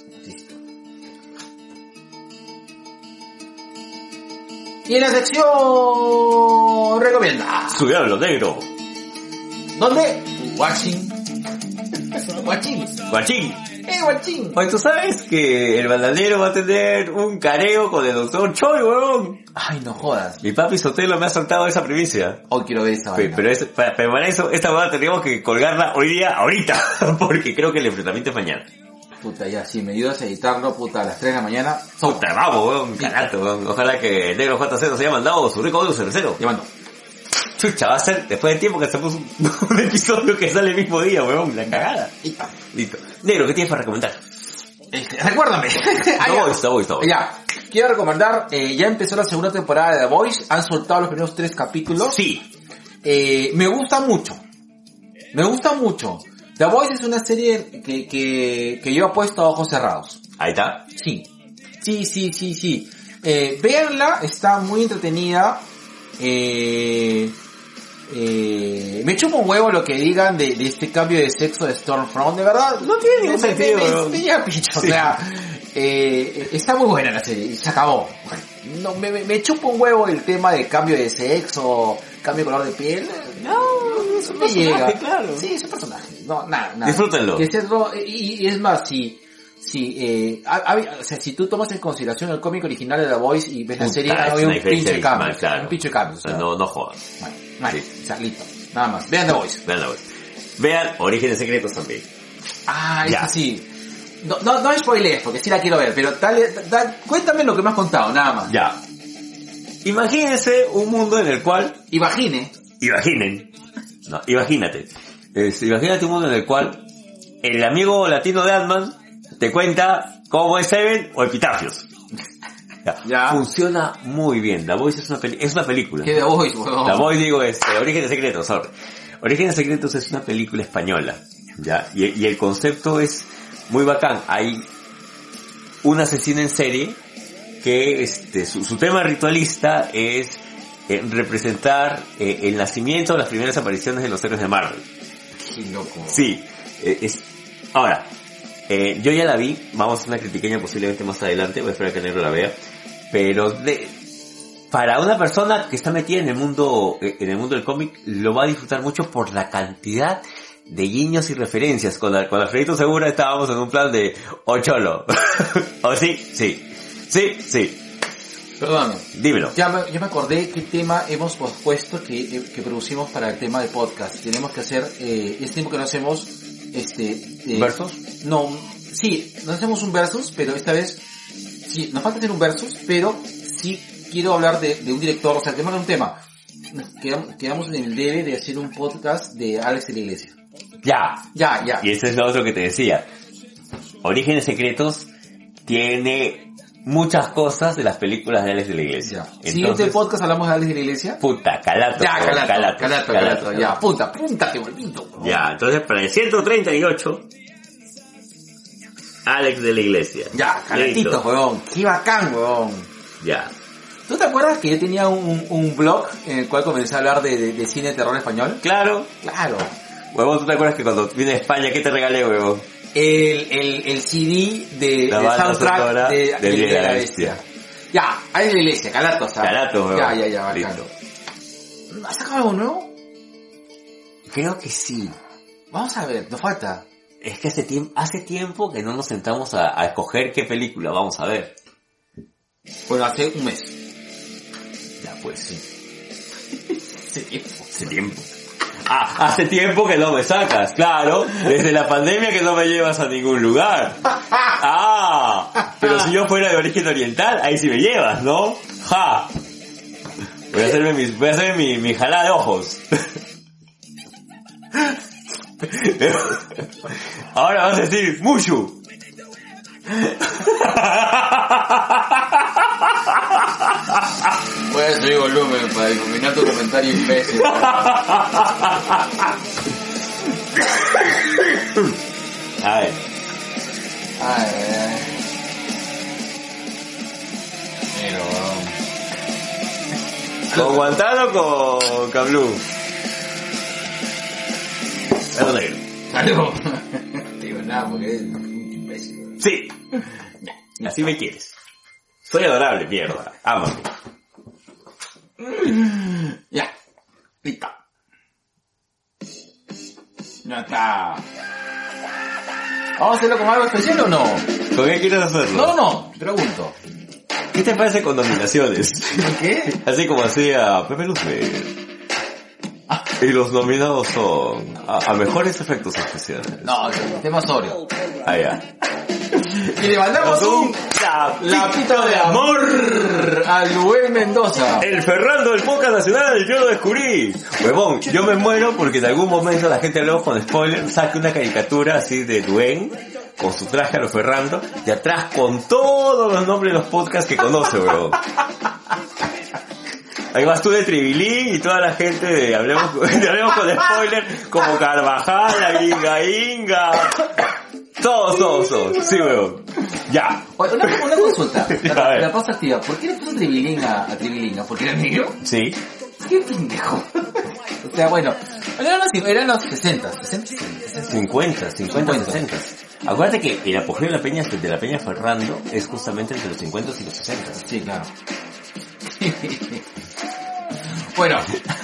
Y en la sección recomienda. Su diablo negro. ¿Dónde? Guachín. Guachín. Guachín. Guachín. Oye, ¿tú sabes que el bananero va a tener un careo con el doctor Choi, weón? Ay, no jodas. Mi papi Sotelo me ha soltado esa primicia. Hoy quiero ver esa vaina. Pero para eso, esta weá tendríamos que colgarla hoy día, ahorita. Porque creo que el enfrentamiento es mañana. Puta, ya, si me ayudas a editarlo, puta, a las 3 de la mañana. Puta, vamos, weón, carato, weón. Ojalá que el negro JC nos haya mandado su rico audio cervecero. Ya mando. Chucha, va a ser después de tiempo que hacemos un episodio que sale el mismo día, weón, la cagada. Listo. Negro, ¿qué tienes para recomendar? Recuérdame. The Voice. Ya, quiero recomendar, ya empezó la segunda temporada de The Voice, han soltado los primeros 3 capítulos. Sí. Me gusta mucho. The Voice es una serie que yo he puesto a ojos cerrados. Ahí está. Sí. Véanla, está muy entretenida. Me chupa un huevo lo que digan de este cambio de sexo de Stormfront, de verdad. No tiene ningún sentido. Me llega picho, sí. O sea, está muy buena la serie y se acabó. No, me chupa un huevo el tema de cambio de sexo, cambio de color de piel. No, es un me personaje, llega. claro. Sí, es un personaje. No, nada. Disfrútenlo. Que y es más, o sea, si tú tomas en consideración el cómic original de The Voice y ves la serie, hay un pinche cambio. Claro. Un pinche cambio. O sea, no jodas. Vale, Sí. o sea, listo. Nada más. Vean The Voice. Vean Orígenes Secretos también. Ah, Ya. eso sí. No spoilees, porque sí la quiero ver, pero cuéntame lo que me has contado, nada más. Ya. Imagínense un mundo en el cual... Imagínate un mundo en el cual el amigo latino de Ant-Man te cuenta cómo es Seven o Epitafios. Ya. Funciona muy bien. The Voice es una película. ¿Qué The Voice, weón? The Voice, digo, Orígenes Secretos, sorry. Orígenes Secretos es una película española, ¿ya? Y el concepto es muy bacán. Hay un asesino en serie que su tema ritualista es representar el nacimiento o las primeras apariciones de los héroes de Marvel. Qué loco. Sí, ahora, yo ya la vi, vamos a hacer una critiqueña posiblemente más adelante, voy a esperar que Negro la vea, pero para una persona que está metida en el mundo del cómic, lo va a disfrutar mucho por la cantidad de guiños y referencias. Con Alfredito Segura estábamos en un plan de cholo. ¿O sí? Sí. Perdóname. Dímelo. Ya me acordé qué tema hemos pospuesto que producimos para el tema de podcast. Tenemos que hacer, este tiempo que no hacemos, ¿Versus? No, sí, no hacemos un versus, pero esta vez, sí, nos falta hacer un versus, pero sí quiero hablar de un director, o sea, de un tema. Quedamos en el debe de hacer un podcast de Alex de la Iglesia. Ya. Y eso es lo otro que te decía. Orígenes Secretos tiene muchas cosas de las películas de Alex de la Iglesia. Entonces, siguiente podcast hablamos de Alex de la Iglesia. Puta, calato. Ya, punta, qué bonito. Ya, entonces para el 138, Alex de la Iglesia. Ya, calatito, huevón. Qué bacán, huevón. Ya. ¿Tú te acuerdas que yo tenía un blog en el cual comencé a hablar de cine de terror español? Claro. Huevón, ¿tú te acuerdas que cuando vine a España, qué te regalé, huevón? El CD de soundtrack de Día de la Bestia. Ya, ahí es la Iglesia, calato, ¿sabes? Calato, huevón. Ya, bacán. Listo. ¿Has sacado algo nuevo? Creo que sí. Vamos a ver, nos falta. Es que hace tiempo que no nos sentamos a escoger qué película vamos a ver. Bueno, hace un mes. Ya, pues sí. Hace tiempo. Hace tiempo que no me sacas, claro. Desde la pandemia que no me llevas a ningún lugar. Pero si yo fuera de origen oriental, ahí sí me llevas, ¿no? ¡Ja! Voy a hacerme mi jalada de ojos. Ahora vas a decir, Mushu. Voy a subir volumen para iluminar tu comentario imbécil. A ver. ¿Con Guantánamo o con Cablú? Algo negro. Algo. No digo nada porque es un imbécil. Sí. Así me quieres. Soy adorable, mierda. Ámame. Ya. Listo. Ya está. ¿Vamos a hacerlo con algo especial o no? ¿Con qué quieres hacerlo? No, pregunto. ¿Qué te parece con nominaciones? ¿Qué? Así como hacía Pepe Luzbe. Y los nominados son a mejores efectos especiales. No, tema sobrio. Ya. Y le mandamos un lapito de amor a Luis Mendoza. El Ferrando del Podcast Nacional, yo lo descubrí. Huevón, yo me muero porque en algún momento la gente luego con spoiler saque una caricatura así de Duen con su traje a lo Ferrando y atrás con todos los nombres de los podcasts que conoce, huevón. Ahí vas tú de Tribilín y toda la gente de Hablemos con spoiler como Carvajal, la Inga. Todos. Sí, weón. Ya. Oye, una consulta. La pausa activa. ¿Por qué le puso Tribilín a Tribilín? ¿Porque era negro? Sí. Qué pendejo. O sea, bueno. Eran los 60. 50, 60. Acuérdate que el apogeo de la Peña Ferrando es justamente entre los 50 y los 60. Sí, claro. Bueno.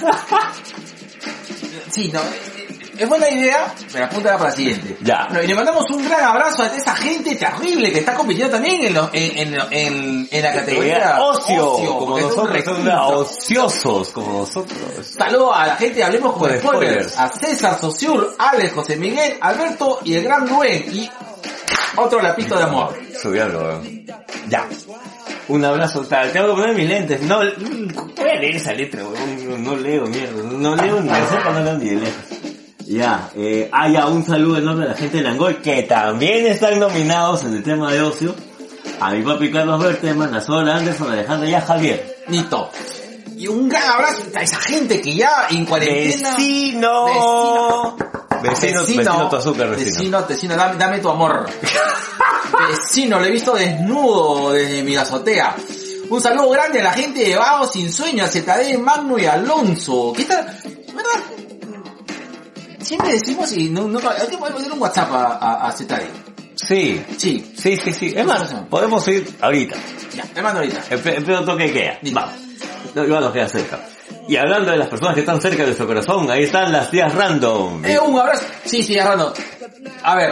Sí, no. Es buena idea, pero apúntala para la siguiente. Ya. Bueno, y le mandamos un gran abrazo a esa gente terrible que está compitiendo también en la categoría ocio como nosotros, son ociosos como nosotros. Saludos a la gente de Hablemos con Spoilers, a César Sociur, Alex, José Miguel, Alberto y el gran Luen y otro lapito de amor. Subiendo, ya. Un abrazo, tengo que poner mis lentes. No, voy a leer esa letra, weón. No leo, mierda. No leo ni de cerca, no leo ni de lejos. Ya, un saludo enorme a la gente de Langoy, que también están nominados en el tema de ocio. A mi papi Carlos Berteman, a Sola Anderson, a Alejandra y a Javier. Listo. Y un gran abrazo a esa gente que ya en cuarentena... ¡Vecino! Vecino tu azúcar, vecino. Vecino, dame tu amor. Vecino, lo he visto desnudo desde mi azotea. Un saludo grande a la gente de Vago Sin Sueño, a ZD, Magno y Alonso. ¿Qué tal? ¿Verdad? Siempre decimos y no hay que poner un WhatsApp a ZD. Sí. Es más, podemos ir ahorita. Ya, te mando ahorita. En pleno toque de queda. Vamos. No, igual nos queda cerca. Y hablando de las personas que están cerca de nuestro corazón, ahí están las tías random. Un abrazo. Sí, random. A ver,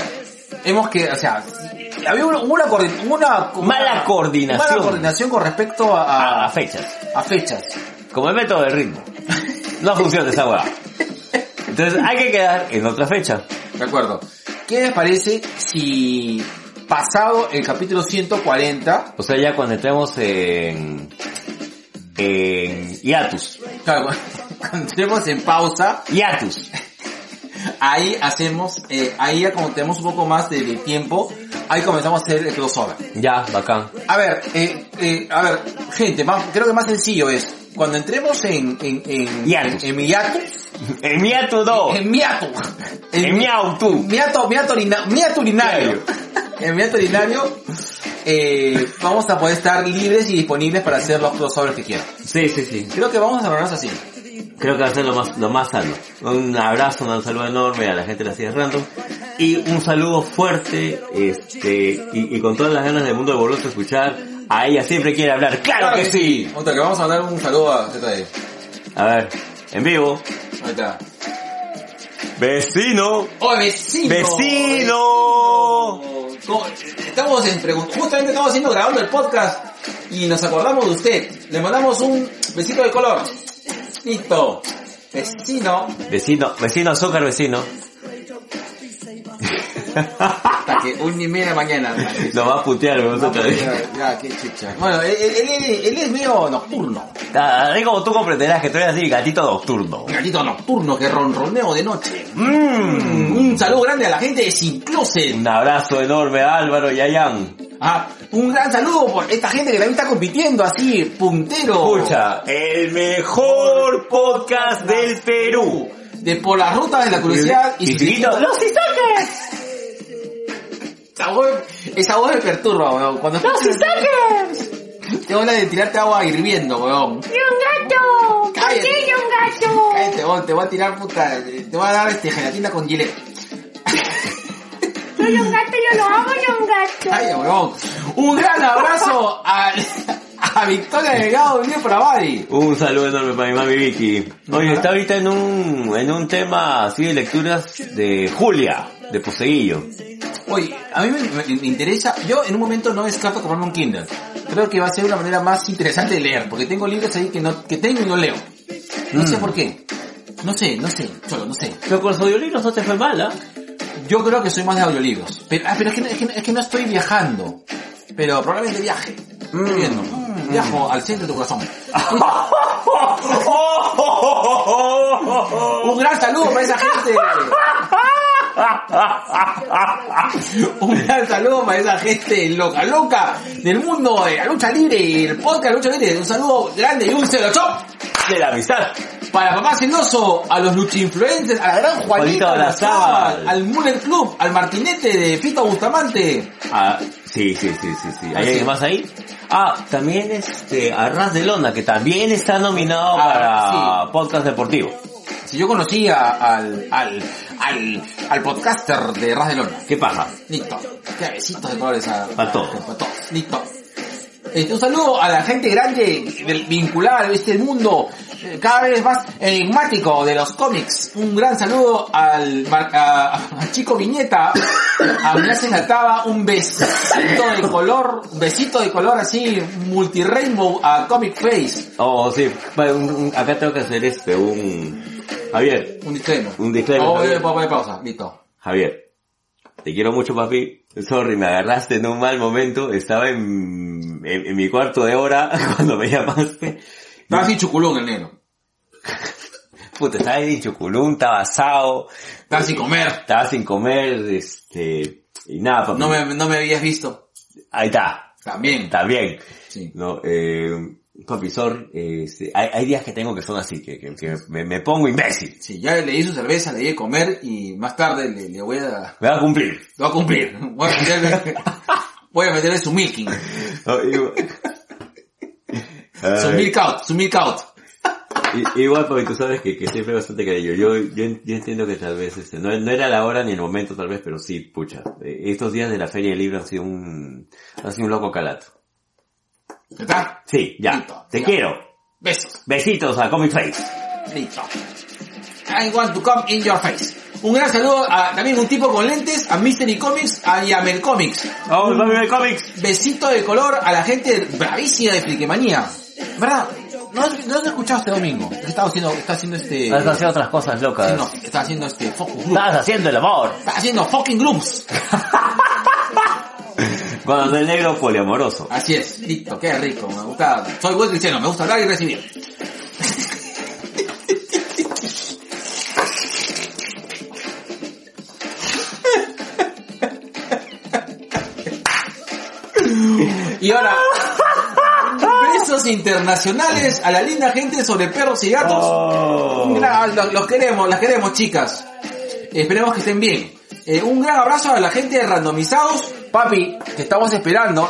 había una mala coordinación con respecto a fechas. A fechas. Como el método del ritmo. No funciona esa hueá. Entonces hay que quedar en otra fecha. De acuerdo. ¿Qué les parece si pasado el capítulo 140... O sea, ya cuando entremos en hiatus. Claro, cuando entremos en pausa... Hiatus. Ahí hacemos, ahí ya como tenemos un poco más de tiempo, ahí comenzamos a hacer el crossover. Ya, bacán. A ver, gente, creo que más sencillo es, cuando entremos en hiatus. En mi hiatus. En mi hiatus 2. En mi hiatus. En mi auto. Mi hiato urinario. En mi hiato urinario, vamos a poder estar libres y disponibles para hacer los crossovers que quieran. Sí. Creo que vamos a hablarnos así. Creo que va a ser lo más sano. Un abrazo, un saludo enorme a la gente de las tías random. Y un saludo fuerte, y con todas las ganas del mundo de volverse a escuchar. A ella siempre quiere hablar. ¡Claro que sí! Otra, que vamos a mandar un saludo a ZD. A ver, en vivo. Ahí está. ¡Vecino! ¡Oh, vecino! ¡Vecino! Justamente estamos grabando el podcast y nos acordamos de usted. Le mandamos un besito de color. Listo. Vecino azúcar, vecino. Hasta que 1:30 de la mañana. Lo va a putear, ya, qué chicha. Bueno, él es medio nocturno. Ahí como tú comprenderás que tú eres así, gatito nocturno. Gatito nocturno que ronroneo de noche. Un saludo grande a la gente de Sin Closet. Un abrazo enorme a Álvaro y a Jan. Un gran saludo por esta gente que también está compitiendo así, puntero. Escucha, el mejor podcast del Perú. De Por las Rutas de la Curiosidad y Chiquito, ¡Los Cizaques! Esa voz me perturba, weón. Cuando ¡Los Cizaques! Tengo ganas de tirarte agua hirviendo, weón. ¡Y un gato! Cállate. ¿Por qué un gato? Cállate, weón. Te voy a tirar, puta. Te voy a dar gelatina con Gillette. Soy un gato, yo lo amo, yo un gato. Cállate, weón. Un gran abrazo a Victoria Delgado de para Bari. Un saludo enorme para mi mami Vicky. Oye, está ahorita en un tema así de lecturas de Julia, de Poseguillo. Oye, a mí me interesa, yo en un momento no descarto comprarme un Kindle. Creo que va a ser una manera más interesante de leer, porque tengo libros ahí que tengo y no leo. No sé por qué. No sé, solo no sé. Pero con los audiolibros no te fue mal, ¿ah? Yo creo que soy más de audiolibros. Pero es que no estoy viajando. Pero probablemente viaje. Estoy viendo. Viajo al centro de tu corazón. Un gran saludo para esa gente. Un gran saludo para esa gente loca del mundo de la lucha libre y el podcast de la lucha libre. Un saludo grande y un celachop de la amistad para Papá Celoso, a los lucha-influencers, a la gran Juanita Olazábal, al Muller Club, al Martinete de Fito Bustamante. Sí. ¿Hay alguien más ahí? También a Ras de Lona, que también está nominado para podcast deportivo. Si yo conocí al podcaster de Ras de Lona. ¿Qué paja? Listo. Qué besitos de colores para todos. Listo. Un saludo a la gente grande vinculada a este mundo cada vez más enigmático de los cómics. Un gran saludo al Chico Viñeta, a Ignacio Nataba, un besito de color así, multi-rainbow a Comic Face. Oh, sí, acá tengo que hacer Javier. Un disclaimer. Voy a pausa, listo. Javier, te quiero mucho, papi. Sorry, me agarraste en un mal momento. Estaba en mi cuarto de hora cuando me llamaste. Estaba así chuculón el negro. Puta, estaba ahí chuculón, estaba asado. Estaba sin comer. Y nada, papi. No me habías visto. Ahí está. También. Está bien. Sí. No, Papi, sorry, hay días que tengo que son así, que me pongo imbécil. Sí, ya le di su cerveza, le di de comer y más tarde le voy a... Me va a cumplir. Lo va a cumplir. Voy a meterle su milking. Su milk out. Igual, papi, tú sabes que siempre hay bastante cariño. Yo entiendo que tal vez, no era la hora ni el momento tal vez, pero sí, pucha. Estos días de la Feria del Libro han sido un loco calato. ¿Está? Sí, ya. Listo, Te ya. quiero. Besos. Besitos a Comic Face. Listo. I want to come in your face. Un gran saludo a también un tipo con lentes, a Mystery Comics y a Mel Comics. ¡Oh, Comic Comics! Besito de color a la gente bravísima de Friquemanía. ¿Verdad? No has escuchado este domingo. Está haciendo Estás haciendo otras cosas locas. No, está haciendo focus group. Estás haciendo el amor. Está haciendo fucking groups. Cuando el negro poliamoroso. Así es, listo, qué rico, me gusta. Soy buen cristiano, me gusta hablar y recibir. Y ahora, besos internacionales a la linda gente sobre perros y gatos. Oh. Los queremos, las queremos, chicas. Esperemos que estén bien. Un gran abrazo a la gente de Randomizados. Papi, te estamos esperando.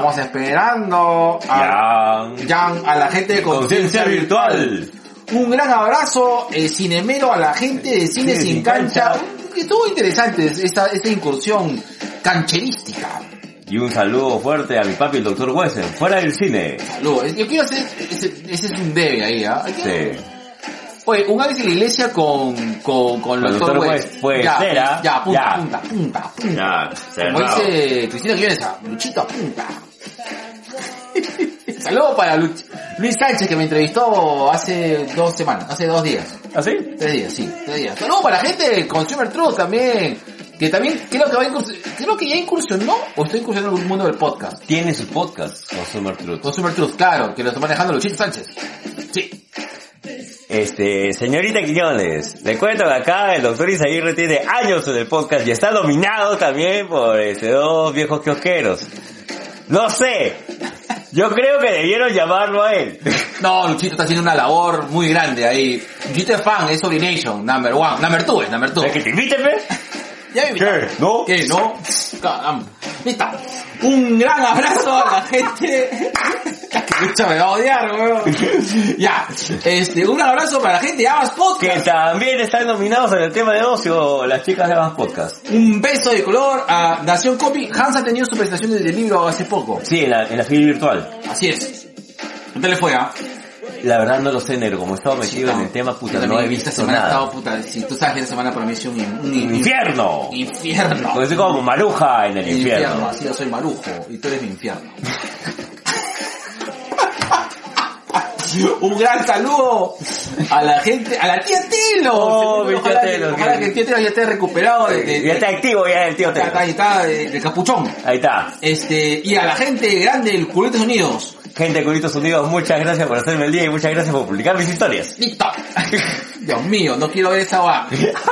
Jan, a la gente de Conciencia Virtual. Un gran abrazo, cinemero, a la gente de Cine Sin Cancha. Estuvo interesante esta incursión cancherística. Y un saludo fuerte a mi papi, el Dr. Wesen, fuera del cine. Saludos. Yo quiero hacer, ese es un debe ahí, ¿ah? Sí. Oye, un Alex en la iglesia con el Dr. West. Puede ser, ¿ah? Ya, punta. Ya, Como dice Cristina Quionesa, Luchito, punta. Saludos para Luis Sánchez, que me entrevistó hace 2 semanas, hace 2 días. ¿Ah, sí? 3 días, sí, 3 días. Saludos para la gente de Consumer Truth también, que también creo que ya incursionó, o estoy incursionando en el mundo del podcast. Tiene su podcast, Consumer Truth. Consumer Truth, claro, que lo está manejando Luchito Sánchez. Sí. Señorita Quiñones, le cuento que acá el doctor Isaguirre tiene años en el podcast y está dominado también por 2 viejos kiosqueros. No sé, yo creo que debieron llamarlo a él. No, Luchito está haciendo una labor muy grande ahí. Luchito es fan, es Obligation, number 2. ¿Es que te inviten, pe? Ya me invitaron. ¿Qué? ¿No? ¿Qué? ¿No? Caramba. Listo. Un gran abrazo a la gente. Que Lucha me va a odiar, weón. Ya. Un gran abrazo para la gente de Abas Que Podcast. también están nominados en el tema de ocio, las chicas de Avance Podcast. Un beso de color a Nación Copy. Hans ha tenido su presentación del libro hace poco. Sí, en la feria virtual. Así es. ¿Dónde le fue, ah? La verdad no lo sé, negro, como he estado metido en el tema, puta, no he visto esta semana nada. He estado, puta, si tú sabes que esta semana para mí es un ¡Infierno! Infierno. Porque soy como Maruja en el infierno. Así yo soy Marujo y tú eres mi infierno. Un gran saludo a la gente, a la tía Telo. Oh, mi tía Telo. Ojalá que el tío Telo ya esté recuperado Ya está activo ya el tío Telo. Ahí está, de capuchón. Ahí está. Y a la gente grande del Culitos Unidos. Gente de Culitos Unidos, muchas gracias por hacerme el día y muchas gracias por publicar mis historias. Listo. Dios mío, no quiero ver esa va.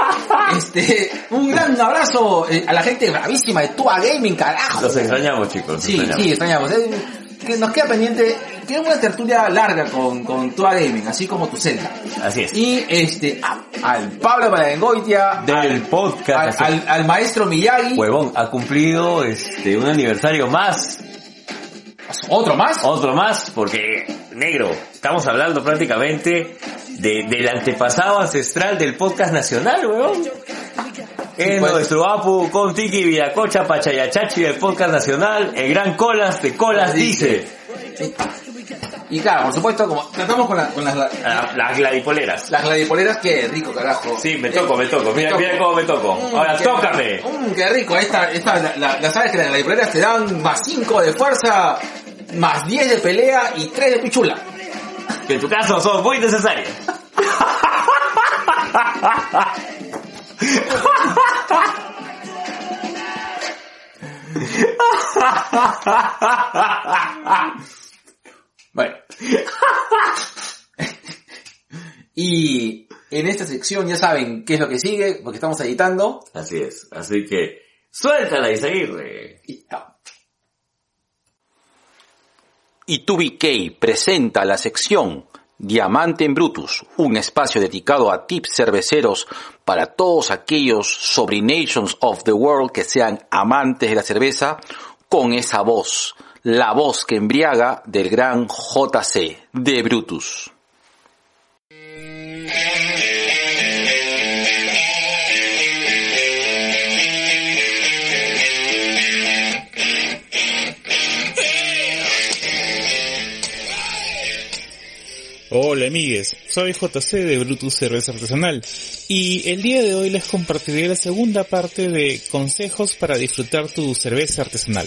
Un gran abrazo a la gente bravísima de Tua Gaming, carajo. Los extrañamos, chicos. Sí, extrañamos. Que nos queda pendiente, queda una tertulia larga con Tua Gaming, así como tu celda. Así es. Y al Pablo Maladengoitia, del podcast. al maestro Miyagi. Huevón, ha cumplido un aniversario más. ¿Otro más? Otro más, porque, negro, estamos hablando prácticamente del antepasado ancestral del podcast nacional, huevón. Es pues. Nuestro Apu con Tiki Viracocha Pachayachachi del podcast nacional, el gran Colas de Colas dice. Y claro, por supuesto, como tratamos con las gladipoleras. Las gladipoleras, qué rico, carajo. Sí, me toco. Mira cómo me toco. Ahora, tócame. Qué rico. La sabes que las gladipoleras te dan más 5 de fuerza, más 10 de pelea y 3 de pichula. Que en tu caso son muy necesarias. Bueno. Y en esta sección ya saben qué es lo que sigue, porque estamos editando. Así es. Así que, suéltala, Isaguirre. Listo. y 2BK presenta la sección Diamante en Brutus, un espacio dedicado a tips cerveceros para todos aquellos sobrinations of the world que sean amantes de la cerveza, con esa voz, la voz que embriaga del gran JC de Brutus. Hola amigues, soy JC de Brutus Cerveza Artesanal y el día de hoy les compartiré la segunda parte de consejos para disfrutar tu cerveza artesanal.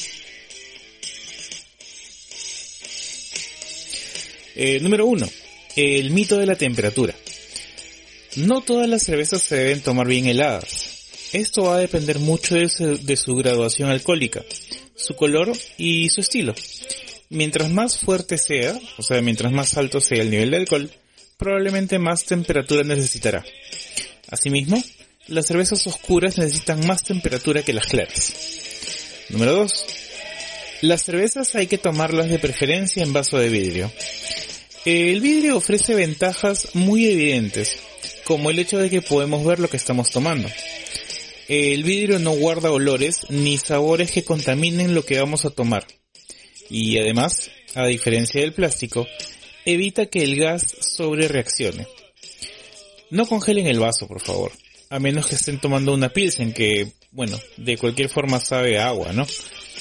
Número 1. El mito de la temperatura. No todas las cervezas se deben tomar bien heladas. Esto va a depender mucho de su graduación alcohólica, su color y su estilo. Mientras más fuerte sea, o sea, mientras más alto sea el nivel de alcohol, probablemente más temperatura necesitará. Asimismo, las cervezas oscuras necesitan más temperatura que las claras. Número 2. Las cervezas hay que tomarlas de preferencia en vaso de vidrio. El vidrio ofrece ventajas muy evidentes, como el hecho de que podemos ver lo que estamos tomando. El vidrio no guarda olores ni sabores que contaminen lo que vamos a tomar. Y además, a diferencia del plástico, evita que el gas sobrereaccione. No congelen el vaso, por favor, a menos que estén tomando una Pilsen que, bueno, de cualquier forma sabe a agua, ¿no?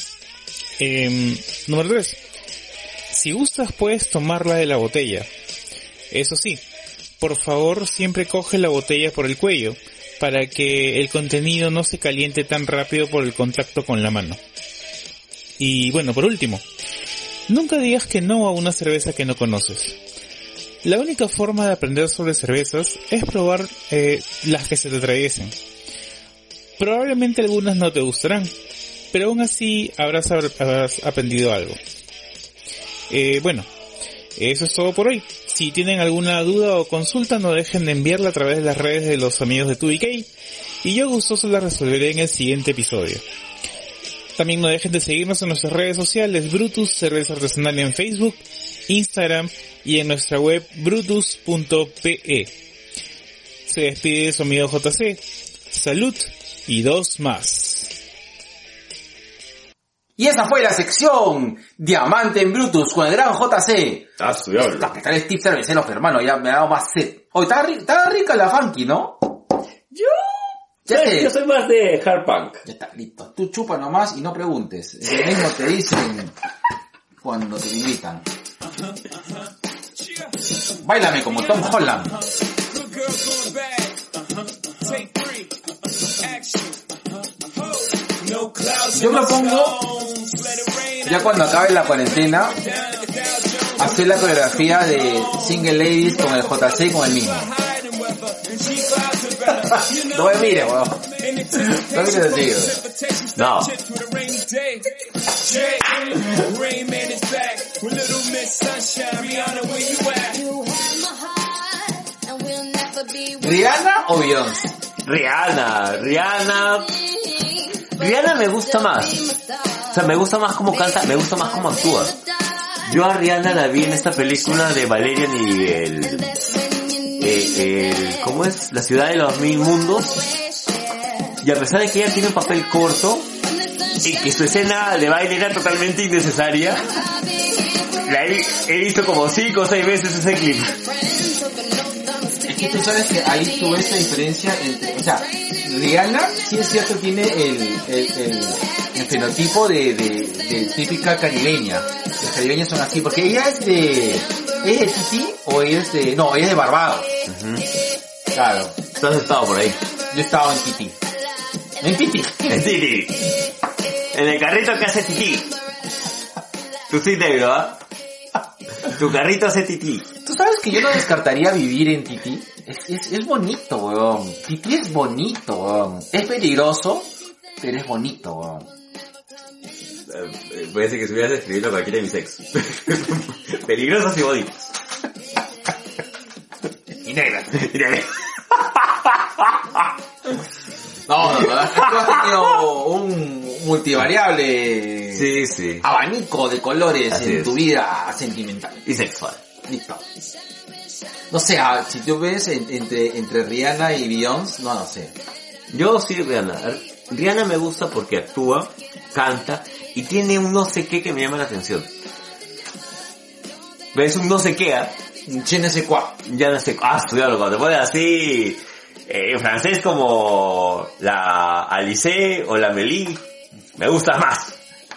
Número 3. Si gustas puedes tomarla de la botella. Eso sí, por favor siempre coge la botella por el cuello, para que el contenido no se caliente tan rápido por el contacto con la mano. Y bueno, por último, nunca digas que no a una cerveza que no conoces. La única forma de aprender sobre cervezas es probar las que se te atraviesen. Probablemente algunas no te gustarán, pero aún así habrás aprendido algo. Bueno, eso es todo por hoy. Si tienen alguna duda o consulta, no dejen de enviarla a través de las redes de los amigos de 2BK y yo gustoso la resolveré en el siguiente episodio. También no dejen de seguirnos en nuestras redes sociales, Brutus Cerveza Artesanal en Facebook, Instagram y en nuestra web brutus.pe. Se despide su amigo JC. Salud y 2 más. Y esa fue la sección Diamante en Brutus con el gran JC. Ah, su diablo. ¿Qué tal el tip cerveceros, hermano? Ya me ha dado más sed. Oye, está rica la funky, ¿no? Yo soy más de hard punk. Ya está, listo. Tú chupa nomás y no preguntes. Lo mismo te dicen cuando te invitan. Báilame como Tom Holland. Yo propongo, ya cuando acabe la cuarentena, hacer la coreografía de Single Ladies con el JC y con el mismo. No me mires, weón. No mires así, weón. No. ¿Rihanna o Beyoncé? Rihanna me gusta más. O sea, me gusta más cómo canta, me gusta más cómo actúa. Yo a Rihanna la vi en esta película de Valerian y ¿cómo es? La ciudad de los mil mundos. Y a pesar de que ella tiene un papel corto y que su escena de baile era totalmente innecesaria, he visto como 5 o 6 veces ese clip. Es que tú sabes que ahí tú ves la diferencia entre, o sea, Rihanna sí es cierto tiene el fenotipo de típica caribeña. Las caribeñas son así, porque ella es de Tití o ella es de, no, ella es de Barbados. Uh-huh. Claro. ¿Tú has estado por ahí? Yo he estado en Tití. En Tití. En Tití. En el carrito que hace Tití. Tú sí negro, ¿ah? Tu carrito hace Tití. ¿Tú sabes que yo no descartaría vivir en Tití? Es bonito, weón. Tití es bonito, weón. Es peligroso, pero es bonito, weón. Puede ser que estuvieras escribiendo cualquiera de mis ex. Peligrosos y bonitos. Y negras. No, tú has tenido multivariable Sí. abanico de colores Así en es. tu vida sentimental. Y sexual. Listo. No sé, si tú ves entre Rihanna y Beyoncé, no sé. Yo sí, Rihanna. Rihanna me gusta porque actúa, canta y tiene un no sé qué que me llama la atención. ¿Ves? Un no sé qué, Je ne sais quoi. ya no sé, estudiarlo, cuando te pones así, en francés como la Alice o la Mélie, me gusta más.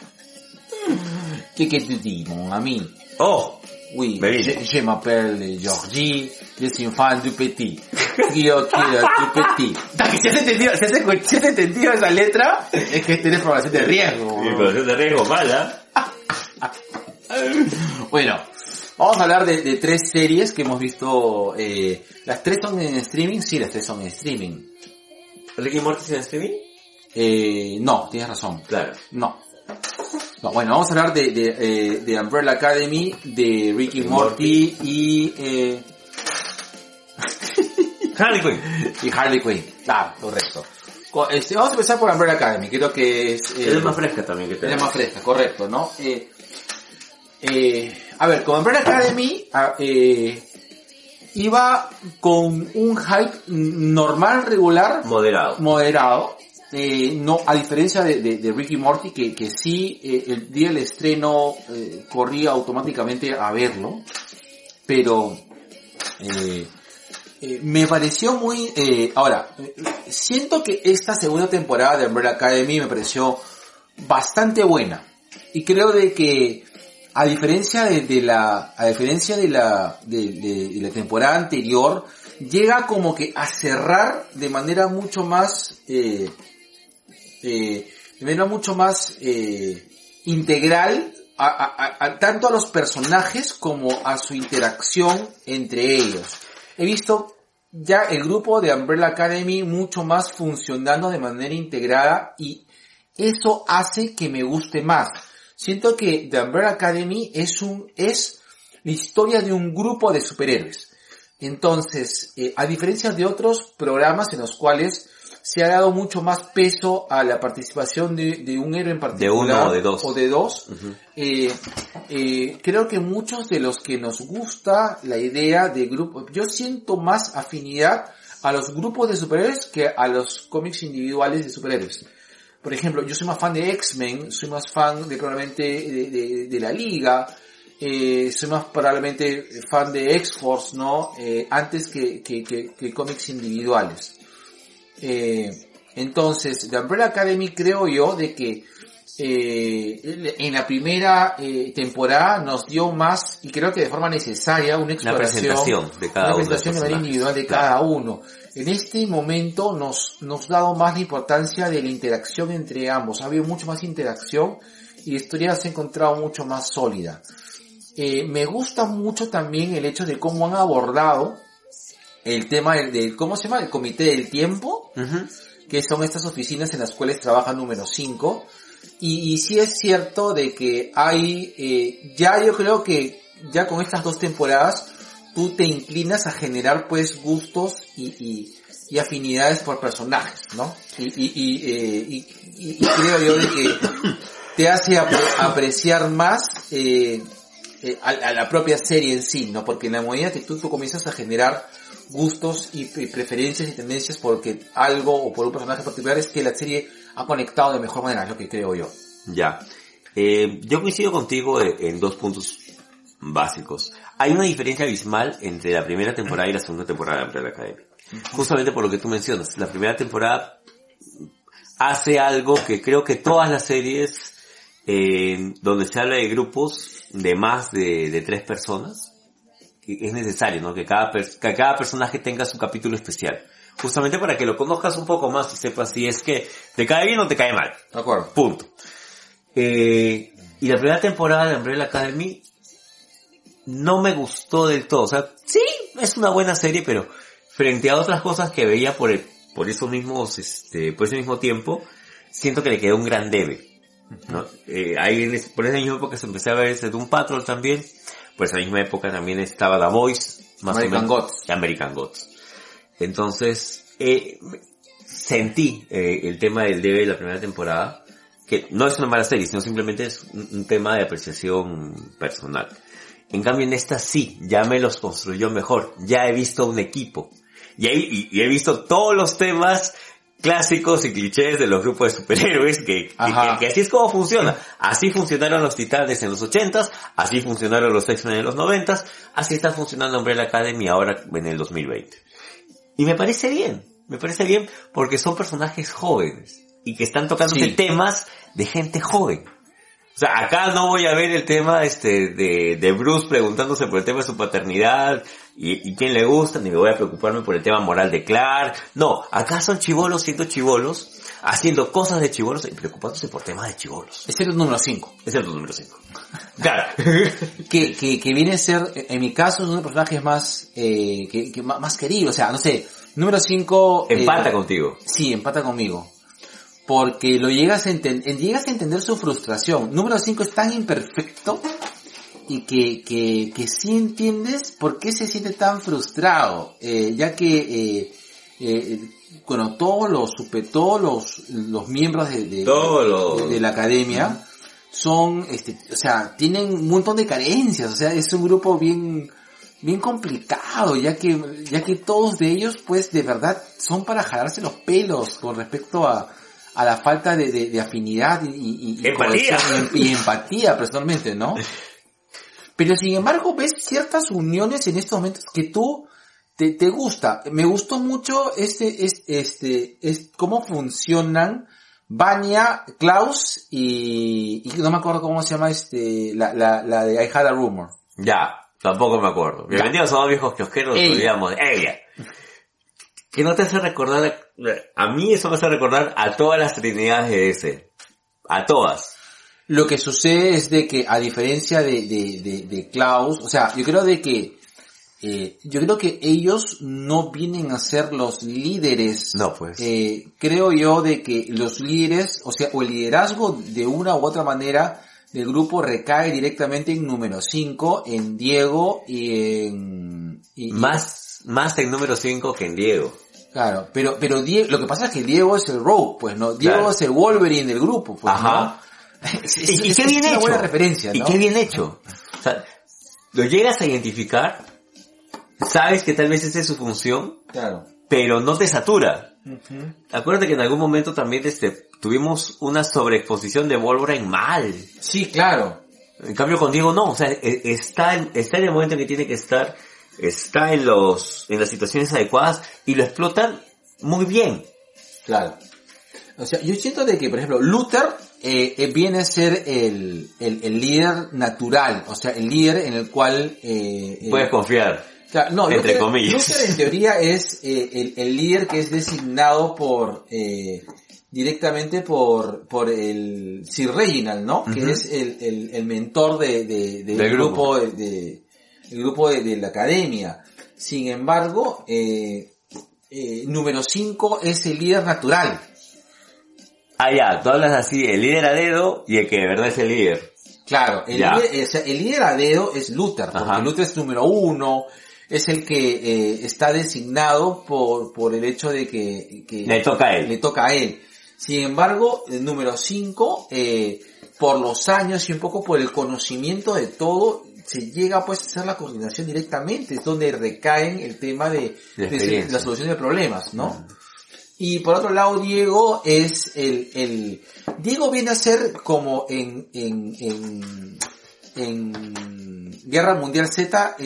¿Qué te digo, mon ami? Oh, Oui, Mélie. je m'appelle Georgie, je suis fan du petit. Yo quiero tu petit. Si has entendido esa letra, es que tienes población de riesgo. Mi población de riesgo mala. Bueno, vamos a hablar de 3 series que hemos visto. ¿Las 3 son en streaming? Sí, las 3 son en streaming. ¿Ricky Morty en streaming? No, tienes razón. Claro. No, bueno, vamos a hablar de Umbrella Academy, de Ricky Morty y Harley Quinn. y Harley Quinn. Ah, correcto. Vamos a empezar por Umbrella Academy, creo que es... Es más fresca también que es tenemos. la más fresca, correcto, ¿no? A ver, con Umbrella Academy iba con un hype normal, regular, moderado. No, a diferencia de Ricky Morty, que sí, el día del estreno corría automáticamente a verlo, pero me pareció muy... ahora, siento que esta segunda temporada de Umbrella Academy me pareció bastante buena, y creo de que a diferencia de la temporada anterior, llega como que a cerrar de manera mucho más integral tanto a los personajes como a su interacción entre ellos. He visto ya el grupo de Umbrella Academy mucho más funcionando de manera integrada, y eso hace que me guste más. Siento que The Umbrella Academy es la historia de un grupo de superhéroes. Entonces, a diferencia de otros programas en los cuales se ha dado mucho más peso a la participación de un héroe en particular, de uno o de dos. Uh-huh. Creo que muchos de los que nos gusta la idea de grupo, yo siento más afinidad a los grupos de superhéroes que a los cómics individuales de superhéroes. Por ejemplo, yo soy más fan de X-Men, soy más fan probablemente de la Liga, soy más probablemente fan de X-Force, ¿no? Antes que cómics individuales. Entonces, The Umbrella Academy creo yo de que en la primera temporada nos dio más, y creo que de forma necesaria, una exploración, una presentación de manera individual de cada uno. En este momento nos ha dado más la importancia de la interacción entre ambos. Ha habido mucho más interacción y la historia se ha encontrado mucho más sólida. Me gusta mucho también el hecho de cómo han abordado el tema del ¿cómo se llama? El Comité del Tiempo, uh-huh, que son estas oficinas en las cuales trabaja número 5. Y sí es cierto de que hay, yo creo que ya con estas 2 temporadas tú te inclinas a generar pues gustos y afinidades por personajes, ¿no? Y creo yo de que te hace apreciar más a la propia serie en sí, ¿no? Porque en la medida que tú comienzas a generar gustos y preferencias y tendencias porque algo o por un personaje particular, es que la serie ha conectado de mejor manera, es lo que creo yo. Ya. Yo coincido contigo en 2 puntos básicos. Hay una diferencia abismal entre la primera temporada y la segunda temporada de Umbrella Academy. Justamente por lo que tú mencionas. La primera temporada hace algo que creo que todas las series donde se habla de grupos de más de 3 personas, es necesario, ¿no? Que cada personaje tenga su capítulo especial. Justamente para que lo conozcas un poco más y sepas si es que te cae bien o te cae mal. De acuerdo. Punto. Y la primera temporada de Umbrella Academy no me gustó del todo. O sea, sí, es una buena serie, pero frente a otras cosas que veía por esos mismos, por ese mismo tiempo, siento que le quedó un gran debe, ¿no? Por esa misma época se empecé a ver ese Doom Patrol también. Por esa misma época también estaba The Voice, más American o menos. Gods. American Gods. Entonces, sentí el tema del debe de la primera temporada, que no es una mala serie, sino simplemente es un tema de apreciación personal. En cambio en esta sí, ya me los construyó mejor, ya he visto un equipo, y he visto todos los temas clásicos y clichés de los grupos de superhéroes que así es como funciona. Así funcionaron los Titanes en los 80s, así funcionaron los X-Men en los 90s, así está funcionando Umbrella Academy ahora en el 2020. Y me parece bien porque son personajes jóvenes y que están tocándose temas de gente joven. O sea, acá no voy a ver el tema de Bruce preguntándose por el tema de su paternidad y quién le gusta, ni me voy a preocuparme por el tema moral de Clark. No, acá son chibolos siendo chibolos, haciendo cosas de chibolos y preocupándose por temas de chibolos. Es el número 5. Es el número 5. Claro. que viene a ser, en mi caso, uno de los personajes más, más queridos. O sea, no sé, número 5... Empata contigo. Sí, empata conmigo. Porque lo llegas a entender su frustración. Número 5 es tan imperfecto y que sí entiendes por qué se siente tan frustrado, ya que bueno, todos los miembros de la academia son o sea, tienen un montón de carencias, o sea, es un grupo bien complicado, ya que todos de ellos pues de verdad son para jalarse los pelos con respecto a la falta de afinidad y empatía y empatía personalmente, ¿no? Pero sin embargo ves ciertas uniones en estos momentos que tú te gusta. Me gustó mucho cómo funcionan Vanya, Klaus y no me acuerdo cómo se llama la de I Had a Rumor. Ya, tampoco me acuerdo. Bienvenidos a los viejos kiosqueros, digamos, ella. Que no te hace recordar, a mí eso me hace recordar a todas las trinidades de ese. A todas. Lo que sucede es de que, a diferencia de Klaus, o sea, yo creo que ellos no vienen a ser los líderes. No, pues. Creo yo de que los líderes, o sea, o el liderazgo de una u otra manera del grupo recae directamente en número 5, en Diego y en... Más en número 5 que en Diego. Claro, pero Diego, lo que pasa es que Diego es el Rogue, pues, ¿no? Diego es el Wolverine del grupo, pues, ajá. ¿no? Y qué bien hecho. Una buena referencia, ¿no? Y qué bien hecho. O sea, lo llegas a identificar, sabes que tal vez esa es su función, claro, pero no te satura. Uh-huh. Acuérdate que en algún momento también tuvimos una sobreexposición de Wolverine mal. Sí, claro. En cambio con Diego no, o sea, está en el momento en que tiene que estar, está en las situaciones adecuadas y lo explotan muy bien. Claro. O sea, yo siento de que, por ejemplo, Luther viene a ser el líder natural, o sea, el líder en el cual puedes confiar. Claro, no, entre comillas. Luther en teoría es el líder que es designado directamente por el Sir Reginald, ¿no? Uh-huh. Que es el mentor del grupo el grupo de la academia. Sin embargo, número 5 es el líder natural. Ah, ya, tú hablas así, el líder a dedo y el que de verdad es el líder. Claro, el líder a dedo es Luther, porque ajá, Luther es número 1, es el que está designado por el hecho de que le toca a él. Sin embargo, el número 5, por los años y un poco por el conocimiento de todo, se llega pues a hacer la coordinación directamente, es donde recaen el tema de la solución de problemas, ¿no? Y por otro lado, Diego es Diego viene a ser como en Guerra Mundial Z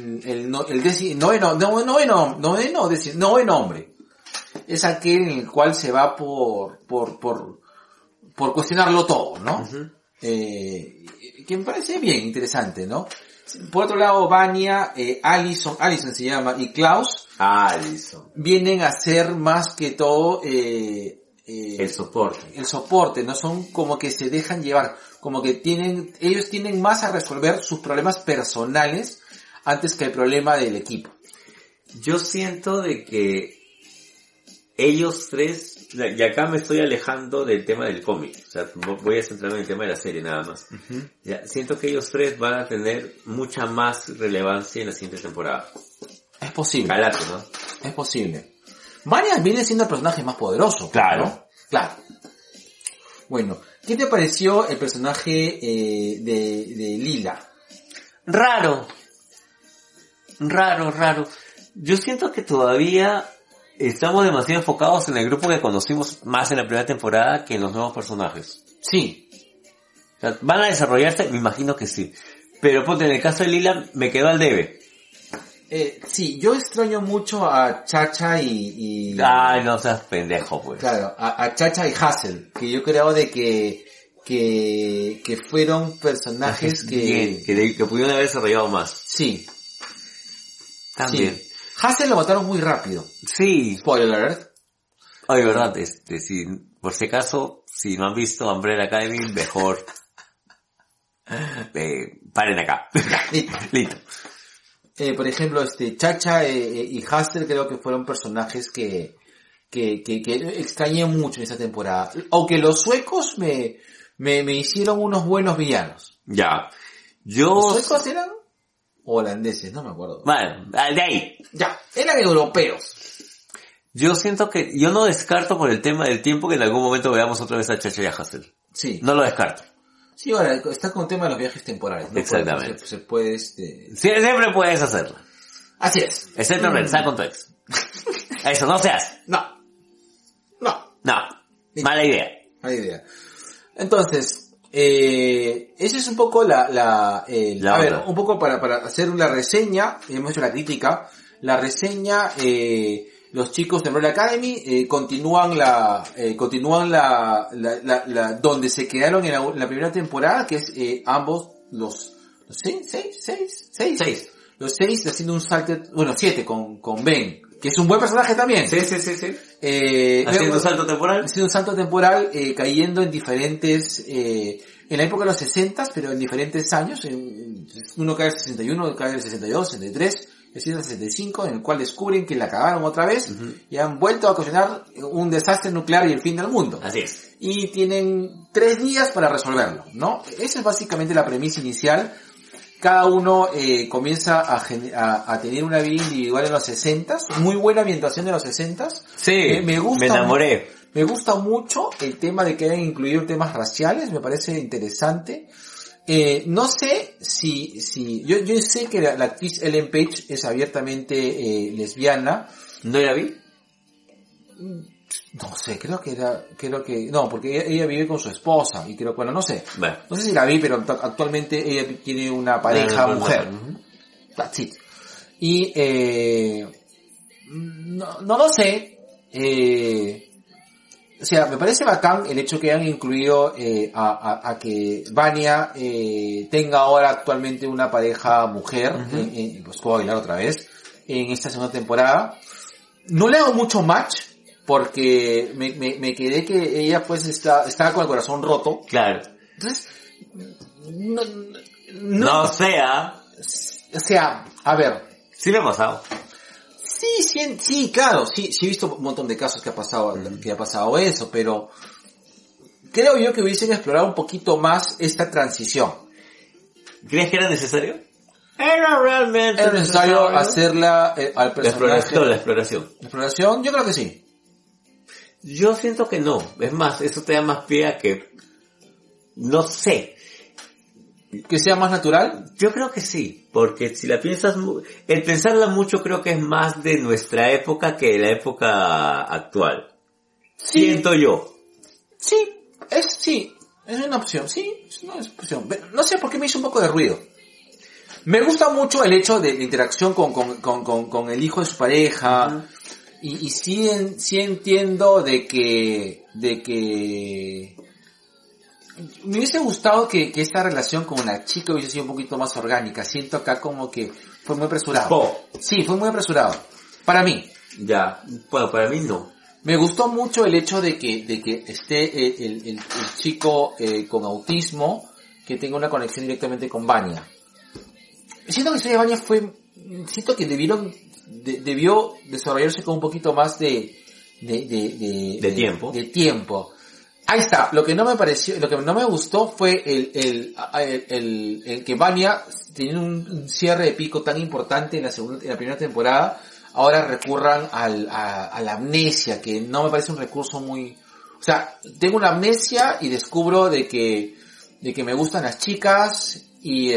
noveno hombre. Es aquel en el cual se va por cuestionarlo todo, ¿no? Uh-huh. Que me parece bien interesante, ¿no? Por otro lado, Vanya, Allison se llama, y Klaus vienen a ser más que todo el soporte, no son como que se dejan llevar, como que ellos tienen más a resolver sus problemas personales antes que el problema del equipo. Yo siento de que ellos tres, y acá me estoy alejando del tema del cómic, o sea, voy a centrarme en el tema de la serie nada más. Uh-huh. Ya, siento que ellos tres van a tener mucha más relevancia en la siguiente temporada. Es posible. Calato, ¿no? Es posible. Vanya viene siendo el personaje más poderoso. Claro. ¿no? Claro. Bueno, ¿Qué te pareció el personaje de Lila? Raro. Yo siento que todavía estamos demasiado enfocados en el grupo que conocimos más en la primera temporada que en los nuevos personajes. Sí. O sea, ¿van a desarrollarse? Me imagino que sí. Pero ponte, en el caso de Lila, me quedó al debe. Sí, yo extraño mucho a Chacha y... Ay, no seas pendejo, pues. Claro, a Chacha y Hazel, que yo creo de que fueron personajes Bien, que pudieron haber desarrollado más. Sí. También. Sí. Hazel lo mataron muy rápido. Sí. Spoiler alert. Oye, verdad, si, por si acaso, si no han visto Umbrella Academy, mejor, paren acá. Listo. Por ejemplo, Chacha y Hazel creo que fueron personajes que extrañé mucho en esta temporada. Aunque los suecos me hicieron unos buenos villanos. Ya. ¿Los suecos eran holandeses? No me acuerdo. Bueno, de ahí. Ya, eran europeos. Yo siento que, yo no descarto por el tema del tiempo que en algún momento veamos otra vez a Chacha y a Hazel. Sí. No lo descarto. Sí, ahora, está con el tema de los viajes temporales, ¿no? Exactamente. Se puede, Siempre puedes hacerlo. Así es. Excepto regresar con tu ex. Eso no se hace. No. No. Mala idea. Mala idea. Entonces, esa es un poco a ver, un poco para hacer una reseña, hemos hecho la crítica, la reseña, los chicos de Umbrella Academy continúan donde se quedaron en la primera temporada, que es ambos los seis, los seis haciendo un salto, bueno, 7 con Ben, que es un buen personaje también. Sí. Haciendo un salto temporal. Haciendo un salto temporal, cayendo en diferentes, en la época de los 60, pero en diferentes años. Uno cae en el 61, otro cae en el 62, 63, el 65, en el cual descubren que la cagaron otra vez y han vuelto a ocasionar un desastre nuclear y el fin del mundo. Así es. Y tienen 3 días para resolverlo, ¿no? Esa es básicamente la premisa inicial. Cada uno comienza a tener una vida individual en los 60s, muy buena ambientación de los 60s. Sí, me enamoré. Me gusta mucho el tema de que hayan incluido temas raciales, me parece interesante. No sé si yo sé que la actriz Ellen Page es abiertamente lesbiana. ¿No la vi? No sé, creo que no, porque ella vive con su esposa y creo, bueno, no sé. Bueno. No sé si la vi, pero actualmente ella tiene una pareja mujer. That's it. Y no lo sé. O sea, me parece bacán el hecho que hayan incluido a que Vanya tenga ahora actualmente una pareja mujer, pues puedo bailar otra vez en esta segunda temporada. No le hago mucho match porque me quedé que ella pues estaba con el corazón roto. Claro. Entonces, no sea. O sea, a ver. Sí me ha pasado. Sí, claro, sí he visto un montón de casos que ha pasado eso, pero creo yo que hubiesen explorado un poquito más esta transición. ¿Crees que era necesario? Era realmente necesario hacerla al personaje. La exploración. ¿La exploración? Yo creo que sí. Yo siento que no. Es más, eso te da más pie a que... No sé. ¿Que sea más natural? Yo creo que sí. Porque si la piensas... El pensarla mucho creo que es más de nuestra época que de la época actual. Sí. Siento yo. Sí. Es una opción. Sí, es una opción. No sé por qué me hizo un poco de ruido. Me gusta mucho el hecho de la interacción con el hijo de su pareja. Y sí entiendo de que me hubiese gustado que esta relación con la chica hubiese sido un poquito más orgánica. Siento acá como que fue muy apresurado. Sí, fue muy apresurado. Para mí. Ya. Bueno, para mí no. Me gustó mucho el hecho de que esté el chico con autismo que tenga una conexión directamente con Vanya. Siento que la historia de Vanya siento que debió desarrollarse con un poquito más de tiempo. De tiempo. Ahí está. Lo que no me gustó fue el que Vanya, teniendo un cierre de pico tan importante en la primera temporada, ahora recurran a la amnesia, que no me parece un recurso muy... O sea, tengo una amnesia y descubro de que me gustan las chicas y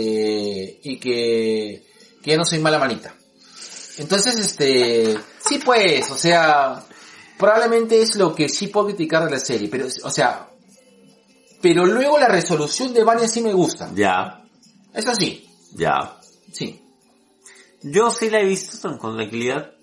que ya no soy mala manita. Entonces, sí pues, o sea, probablemente es lo que sí puedo criticar de la serie, pero, o sea, pero luego la resolución de Vanya sí me gusta. Ya, Es así, ya. sí. Yo sí la he visto con tranquilidad.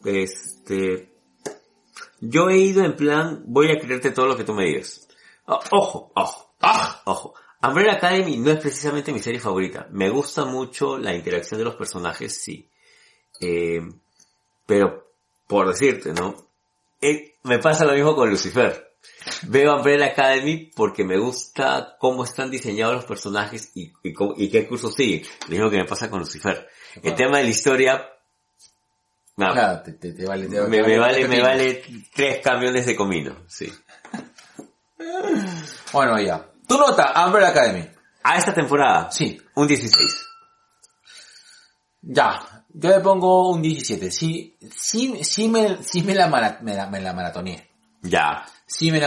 Yo he ido en plan, voy a creerte todo lo que tú me digas. Ojo. Umbrella Academy no es precisamente mi serie favorita. Me gusta mucho la interacción de los personajes, sí. Pero, por decirte, ¿no? Me pasa lo mismo con Lucifer. Veo Umbrella Academy porque me gusta cómo están diseñados los personajes y qué curso siguen. Lo mismo que me pasa con Lucifer. El tema de la historia, no, Claro, me vale 3 camiones de comino, sí. Bueno, ya. Tu nota, Umbrella Academy. A esta temporada, Sí. un 16. Ya. Yo le pongo un 17. Sí me la maratoneé. Ya. Sí me la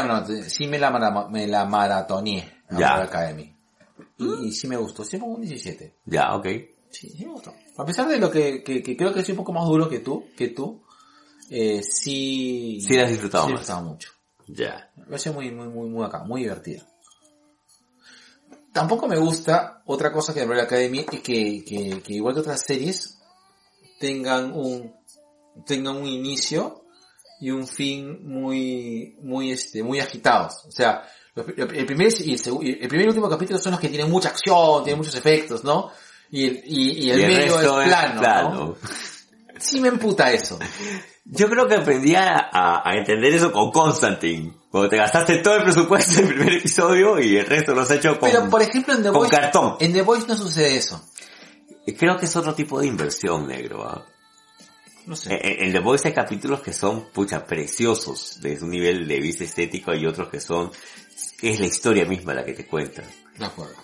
maratoneé. Ya. Umbrella Academy. Y sí me gustó. Sí pongo un 17. Ya, ok. Sí me gustó. A pesar de lo que creo que soy un poco más duro que tú, sí... Sí la has disfrutado sí más. disfrutado mucho. Ya. Me parece muy acá, muy divertida. Tampoco me gusta otra cosa que Umbrella Academy es que igual que otras series tengan un inicio y un fin muy agitados. O sea, el primer y el último capítulo son los que tienen mucha acción, tienen muchos efectos, ¿no? Y el medio es plano, ¿no? Sí me emputa eso. Yo creo que aprendí a entender eso con Constantine. Cuando te gastaste todo el presupuesto del primer episodio y el resto lo has hecho con, Pero por ejemplo en The con Voice, cartón. en The Voice no sucede eso. Creo que es otro tipo de inversión, negro. ¿Ah? No sé. En The Voice hay capítulos que son, preciosos desde un nivel de vista estético y otros que es la historia misma la que te cuenta. De acuerdo.